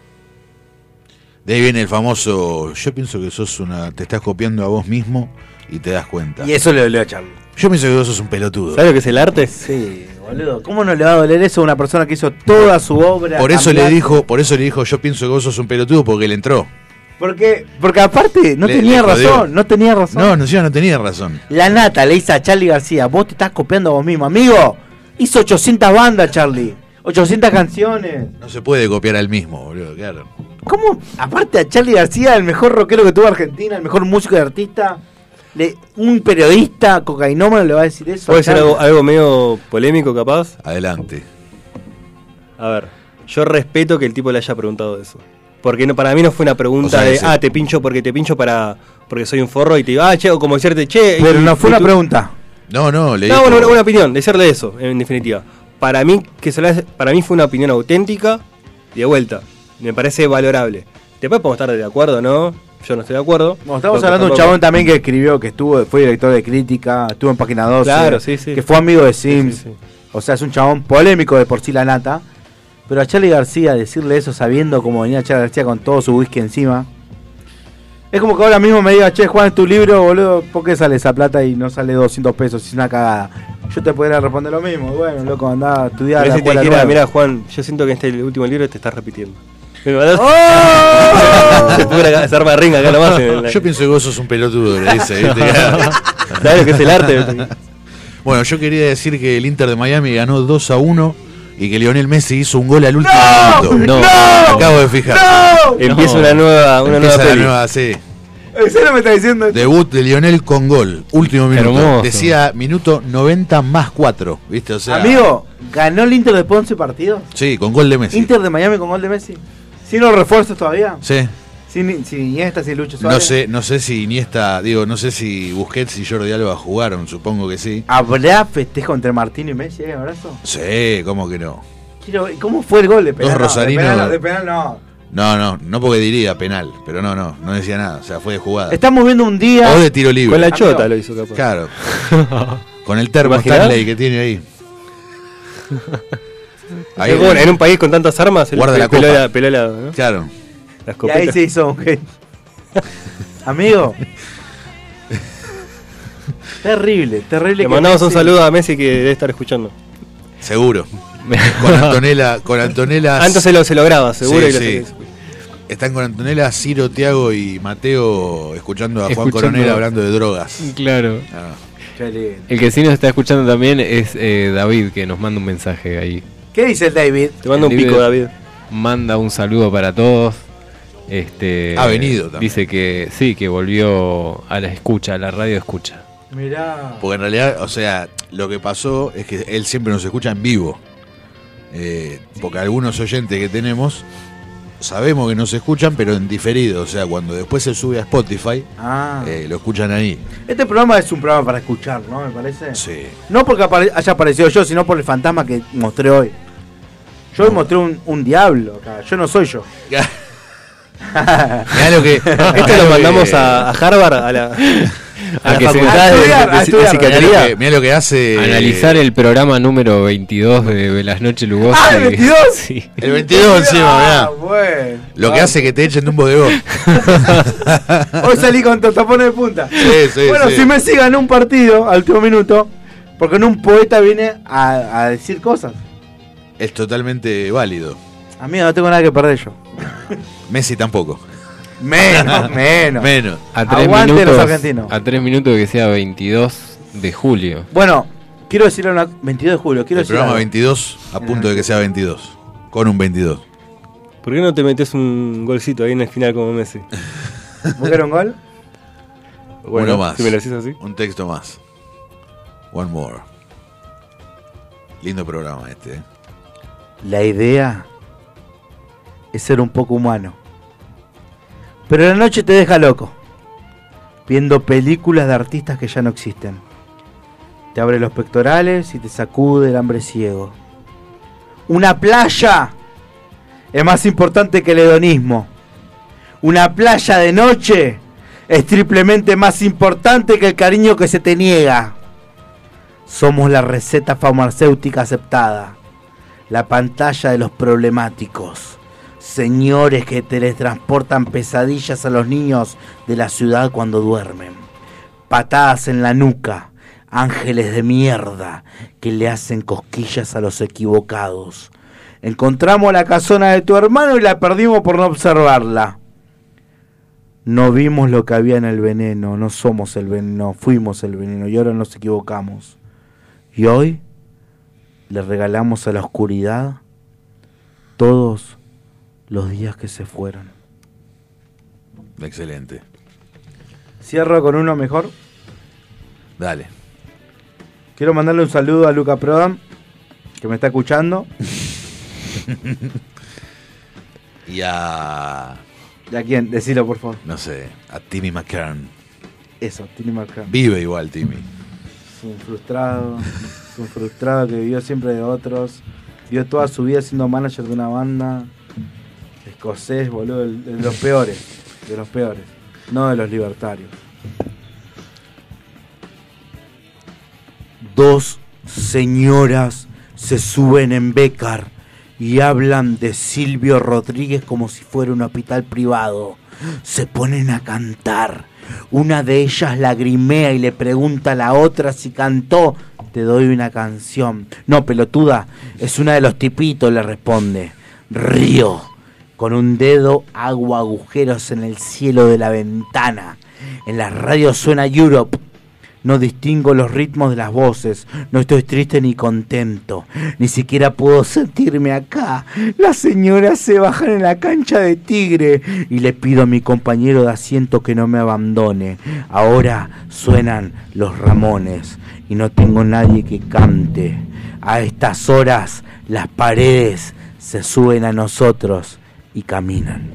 De ahí viene el famoso, yo pienso que sos una, te estás copiando a vos mismo y te das cuenta. Y eso le dolió a Charlie. Yo pienso que vos sos un pelotudo. ¿Sabes lo que es el arte? Sí, boludo. ¿Cómo no le va a doler eso a una persona que hizo toda su obra? Por eso le cambiar? dijo, por eso le dijo, yo pienso que vos sos un pelotudo porque él entró. Porque, porque aparte, no Le- tenía le jodió. razón, no tenía razón. No, no, yo no tenía razón. La nata le dice a Charlie García, vos te estás copiando a vos mismo. Amigo, hizo ochocientas bandas, Charlie. ochocientas canciones. No se puede copiar al mismo, boludo, claro. ¿Cómo? Aparte a Charlie García, el mejor rockero que tuvo Argentina, el mejor músico y artista, le, un periodista cocainómano le va a decir eso. ¿Puede a ser Charlie? algo, algo medio polémico, capaz? Adelante. A ver, yo respeto que el tipo le haya preguntado eso. Porque no, para mí no fue una pregunta O sea, de, ese- ah, te pincho porque te pincho para porque soy un forro y te digo, ah, che, o como decirte, che. Pero y- no fue y una tú- pregunta. No, no, le No, dijo, bueno, una, una opinión, decirle eso, en definitiva. Para mí, que se le hace- para mí fue una opinión auténtica y de vuelta. Me parece valorable. Después podemos estar de acuerdo, ¿no? Yo no estoy de acuerdo. Bueno, estamos Porque hablando de un tampoco- chabón también que escribió, que estuvo, fue director de crítica, estuvo en Página doce, Claro, sí, sí. que fue amigo de Sims. Sí, sí, sí. O sea, es un chabón polémico de por sí la nata. Pero a Charlie García decirle eso sabiendo cómo venía Charlie García con todo su whisky encima. Es como que ahora mismo me diga, che, Juan, tu libro, boludo, ¿por qué sale esa plata y no sale doscientos pesos? Es una cagada. yo te podría responder lo mismo. Bueno, loco, andá a estudiar. Mirá, la si te escuela dijera, nueva. mirá, Juan, yo siento que en este último libro te estás repitiendo. ¡Oh! Se puede hacer arma de ring acá nomás. En la... Yo pienso que vos sos un pelotudo, le dice, ¿viste? ¿Sabes lo que es el arte? Bueno, yo quería decir que el Inter de Miami ganó dos a uno y que Lionel Messi hizo un gol al último ¡No! minuto. ¡No! Me acabo de fijar. ¡No! Empieza una nueva, una Empieza nueva la peli. nueva, sí. ¿En serio me está diciendo esto? Debut de Lionel con gol, último minuto. Hermoso. Decía minuto noventa más cuatro, ¿viste? O sea, Amigo, ¿ganó el Inter después de once partidos? sí, con gol de Messi. ¿Inter de Miami con gol de Messi? ¿Sin los refuerzos todavía? Sí. ¿Sin, sin Iniesta, sin Lucho No Suárez? sé, no sé si Iniesta, digo, no sé si Busquets y Jordi Alba jugaron, supongo que sí. ¿Habrá festejo entre Martino y Messi? ¿Hay abrazo? Sí, ¿cómo que no? Quiero, ¿Cómo fue el gol de penal? Dos rosarinos. No, de penal, no, de penal no. No, no, no porque diría penal, pero no, no, no decía nada, o sea, fue de jugada. Estamos viendo un día... O de tiro libre. Con la Amigo. chota lo hizo capaz. Claro. Con el termo ¿Imaginás? Stanley que tiene ahí. Ahí, Es bueno, en un país con tantas armas, el Guarda la peló, copa. la, peló la, ¿no? Claro. Las Y ahí copetas. se hizo un gay. Amigo. Terrible, terrible. Le que mandamos un Messi- saludo a Messi que debe estar escuchando. Seguro. Con Antonella, con Antonella. Antes se lo, se lo graba, seguro. Sí, y lo sí. Están con Antonella, Ciro, Tiago y Mateo escuchando a Juan Escuchando- Coronel hablando de drogas. Claro. Ah. Qué lindo. El que sí nos está escuchando también es eh, David, que nos manda un mensaje ahí. ¿Qué dice el David? Te mando un David pico, David. Manda un saludo para todos. Este, Ha venido también. Dice que sí, que volvió a la escucha, a la radio escucha. Mirá. Porque en realidad, o sea, lo que pasó es que él siempre nos escucha en vivo. Eh, porque algunos oyentes que tenemos sabemos que nos escuchan, pero en diferido. O sea, cuando después se sube a Spotify, Ah. eh, lo escuchan ahí. Este programa es un programa para escuchar, ¿no? Me parece. Sí. No porque apare- haya aparecido yo, sino por el fantasma que mostré hoy. Yo hoy mostré un, un diablo acá. Yo no soy yo. Mirá lo que. Esto lo mandamos a, a Harvard, a la, a A la que se- facultad a de, estudiar, de- a de estudiar. psiquiatría. Mirá lo que, mirá lo que hace. Analizar el programa número veintidós de, de Las Noches Lugosi. ¡Ah, el veintidós! Sí. El veintidós encima, Ah, mirá. bueno. Lo que Ah. hace que te echen de un bodegón. Hoy salí con tapones de punta. Sí, sí, bueno, sí. si Messi ganó un partido al último minuto, porque en un poeta viene a, a decir cosas. Es totalmente válido. Amigo, no tengo nada que perder yo. Messi tampoco. Menos, menos. Menos. A tres Aguante minutos, los argentinos. A tres minutos de que sea veintidós de julio. Bueno, quiero decirle una. veintidós de julio, quiero El decir. programa algo. veintidós a punto de que sea veintidós. Con un veintidós. ¿Por qué no te metes un golcito ahí en el final como Messi? ¿Buscaron un gol? Uno más. Si me lo decís así. Un texto más. One more. Lindo programa este, ¿eh? La idea es ser un poco humano. Pero la noche te deja loco, viendo películas de artistas que ya no existen. Te abre los pectorales y te sacude el hambre ciego. Una playa es más importante que el hedonismo. Una playa de noche es triplemente más importante que el cariño que se te niega. Somos la receta farmacéutica aceptada, la pantalla de los problemáticos, señores que teletransportan pesadillas a los niños de la ciudad cuando duermen, patadas en la nuca, ángeles de mierda que le hacen cosquillas a los equivocados. Encontramos la casona de tu hermano y la perdimos por no observarla. No vimos lo que había en el veneno, no somos el veneno, fuimos el veneno y ahora nos equivocamos. Y hoy le regalamos a la oscuridad todos los días que se fueron. Excelente. Cierro con uno mejor. Dale. Quiero mandarle un saludo a Luca Prodan, que me está escuchando. Y a. ¿Y a quién? Decilo, por favor. No sé. A Timmy McCann. Eso, Timmy McCann. Vive igual, Timmy. Es un frustrado. Es un frustrado que vivió siempre de otros. Vivió toda su vida siendo manager de una banda. Escocés, boludo. De los peores. De los peores. No de los libertarios. Dos señoras se suben en Bécar y hablan de Silvio Rodríguez como si fuera un hospital privado. Se ponen a cantar. Una de ellas lagrimea y le pregunta a la otra si cantó te doy una canción. No, pelotuda, es una de los tipitos, le responde. Río, con un dedo hago agujeros en el cielo de la ventana. En la radio suena Europe. No distingo los ritmos de las voces, no estoy triste ni contento, ni siquiera puedo sentirme acá. Las señoras se bajan en la cancha de Tigre y le pido a mi compañero de asiento que no me abandone. Ahora suenan los Ramones y no tengo nadie que cante. A estas horas las paredes se suben a nosotros y caminan.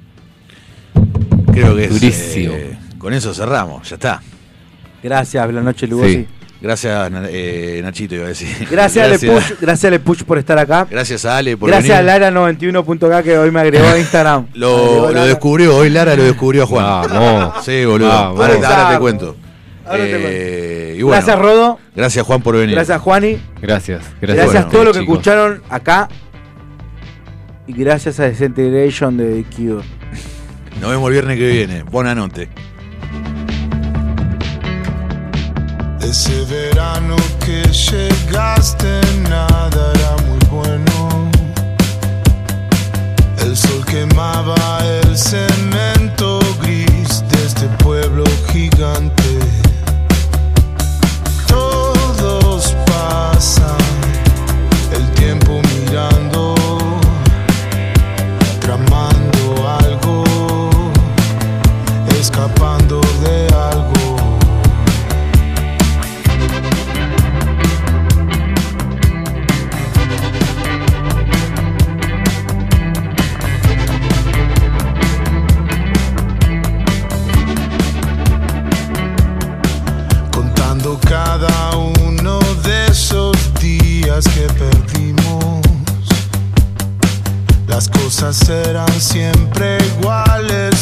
Creo que es, durísimo. Eh, con eso cerramos, ya está. Gracias, buenas noches, Lugosi. Sí. Gracias, eh, Nachito, iba a decir. Gracias, gracias. Ale Puch, gracias Ale Puch por estar acá. Gracias a Ale por gracias venir. Gracias a Lara noventa y uno punto k que hoy me agregó a Instagram. lo, lo descubrió, hoy Lara lo descubrió a Juan. Vamos. Sí, boludo. Vamos. Ahora, ahora te cuento. Ahora eh, te cuento. Y bueno, gracias, Rodo. Gracias, Juan, por venir. Gracias, Juani. Gracias. Gracias, gracias bueno, a todos los que chicos. escucharon acá. Y gracias a Disintegration de The Cure. Nos vemos el viernes que viene. Buena noche. Ese verano que llegaste nada era muy bueno. El sol quemaba el cemento gris de este pueblo gigante. Todos pasan el tiempo mirando, tramando algo, escapando de algo. Cada uno de esos días que perdimos, las cosas eran siempre iguales,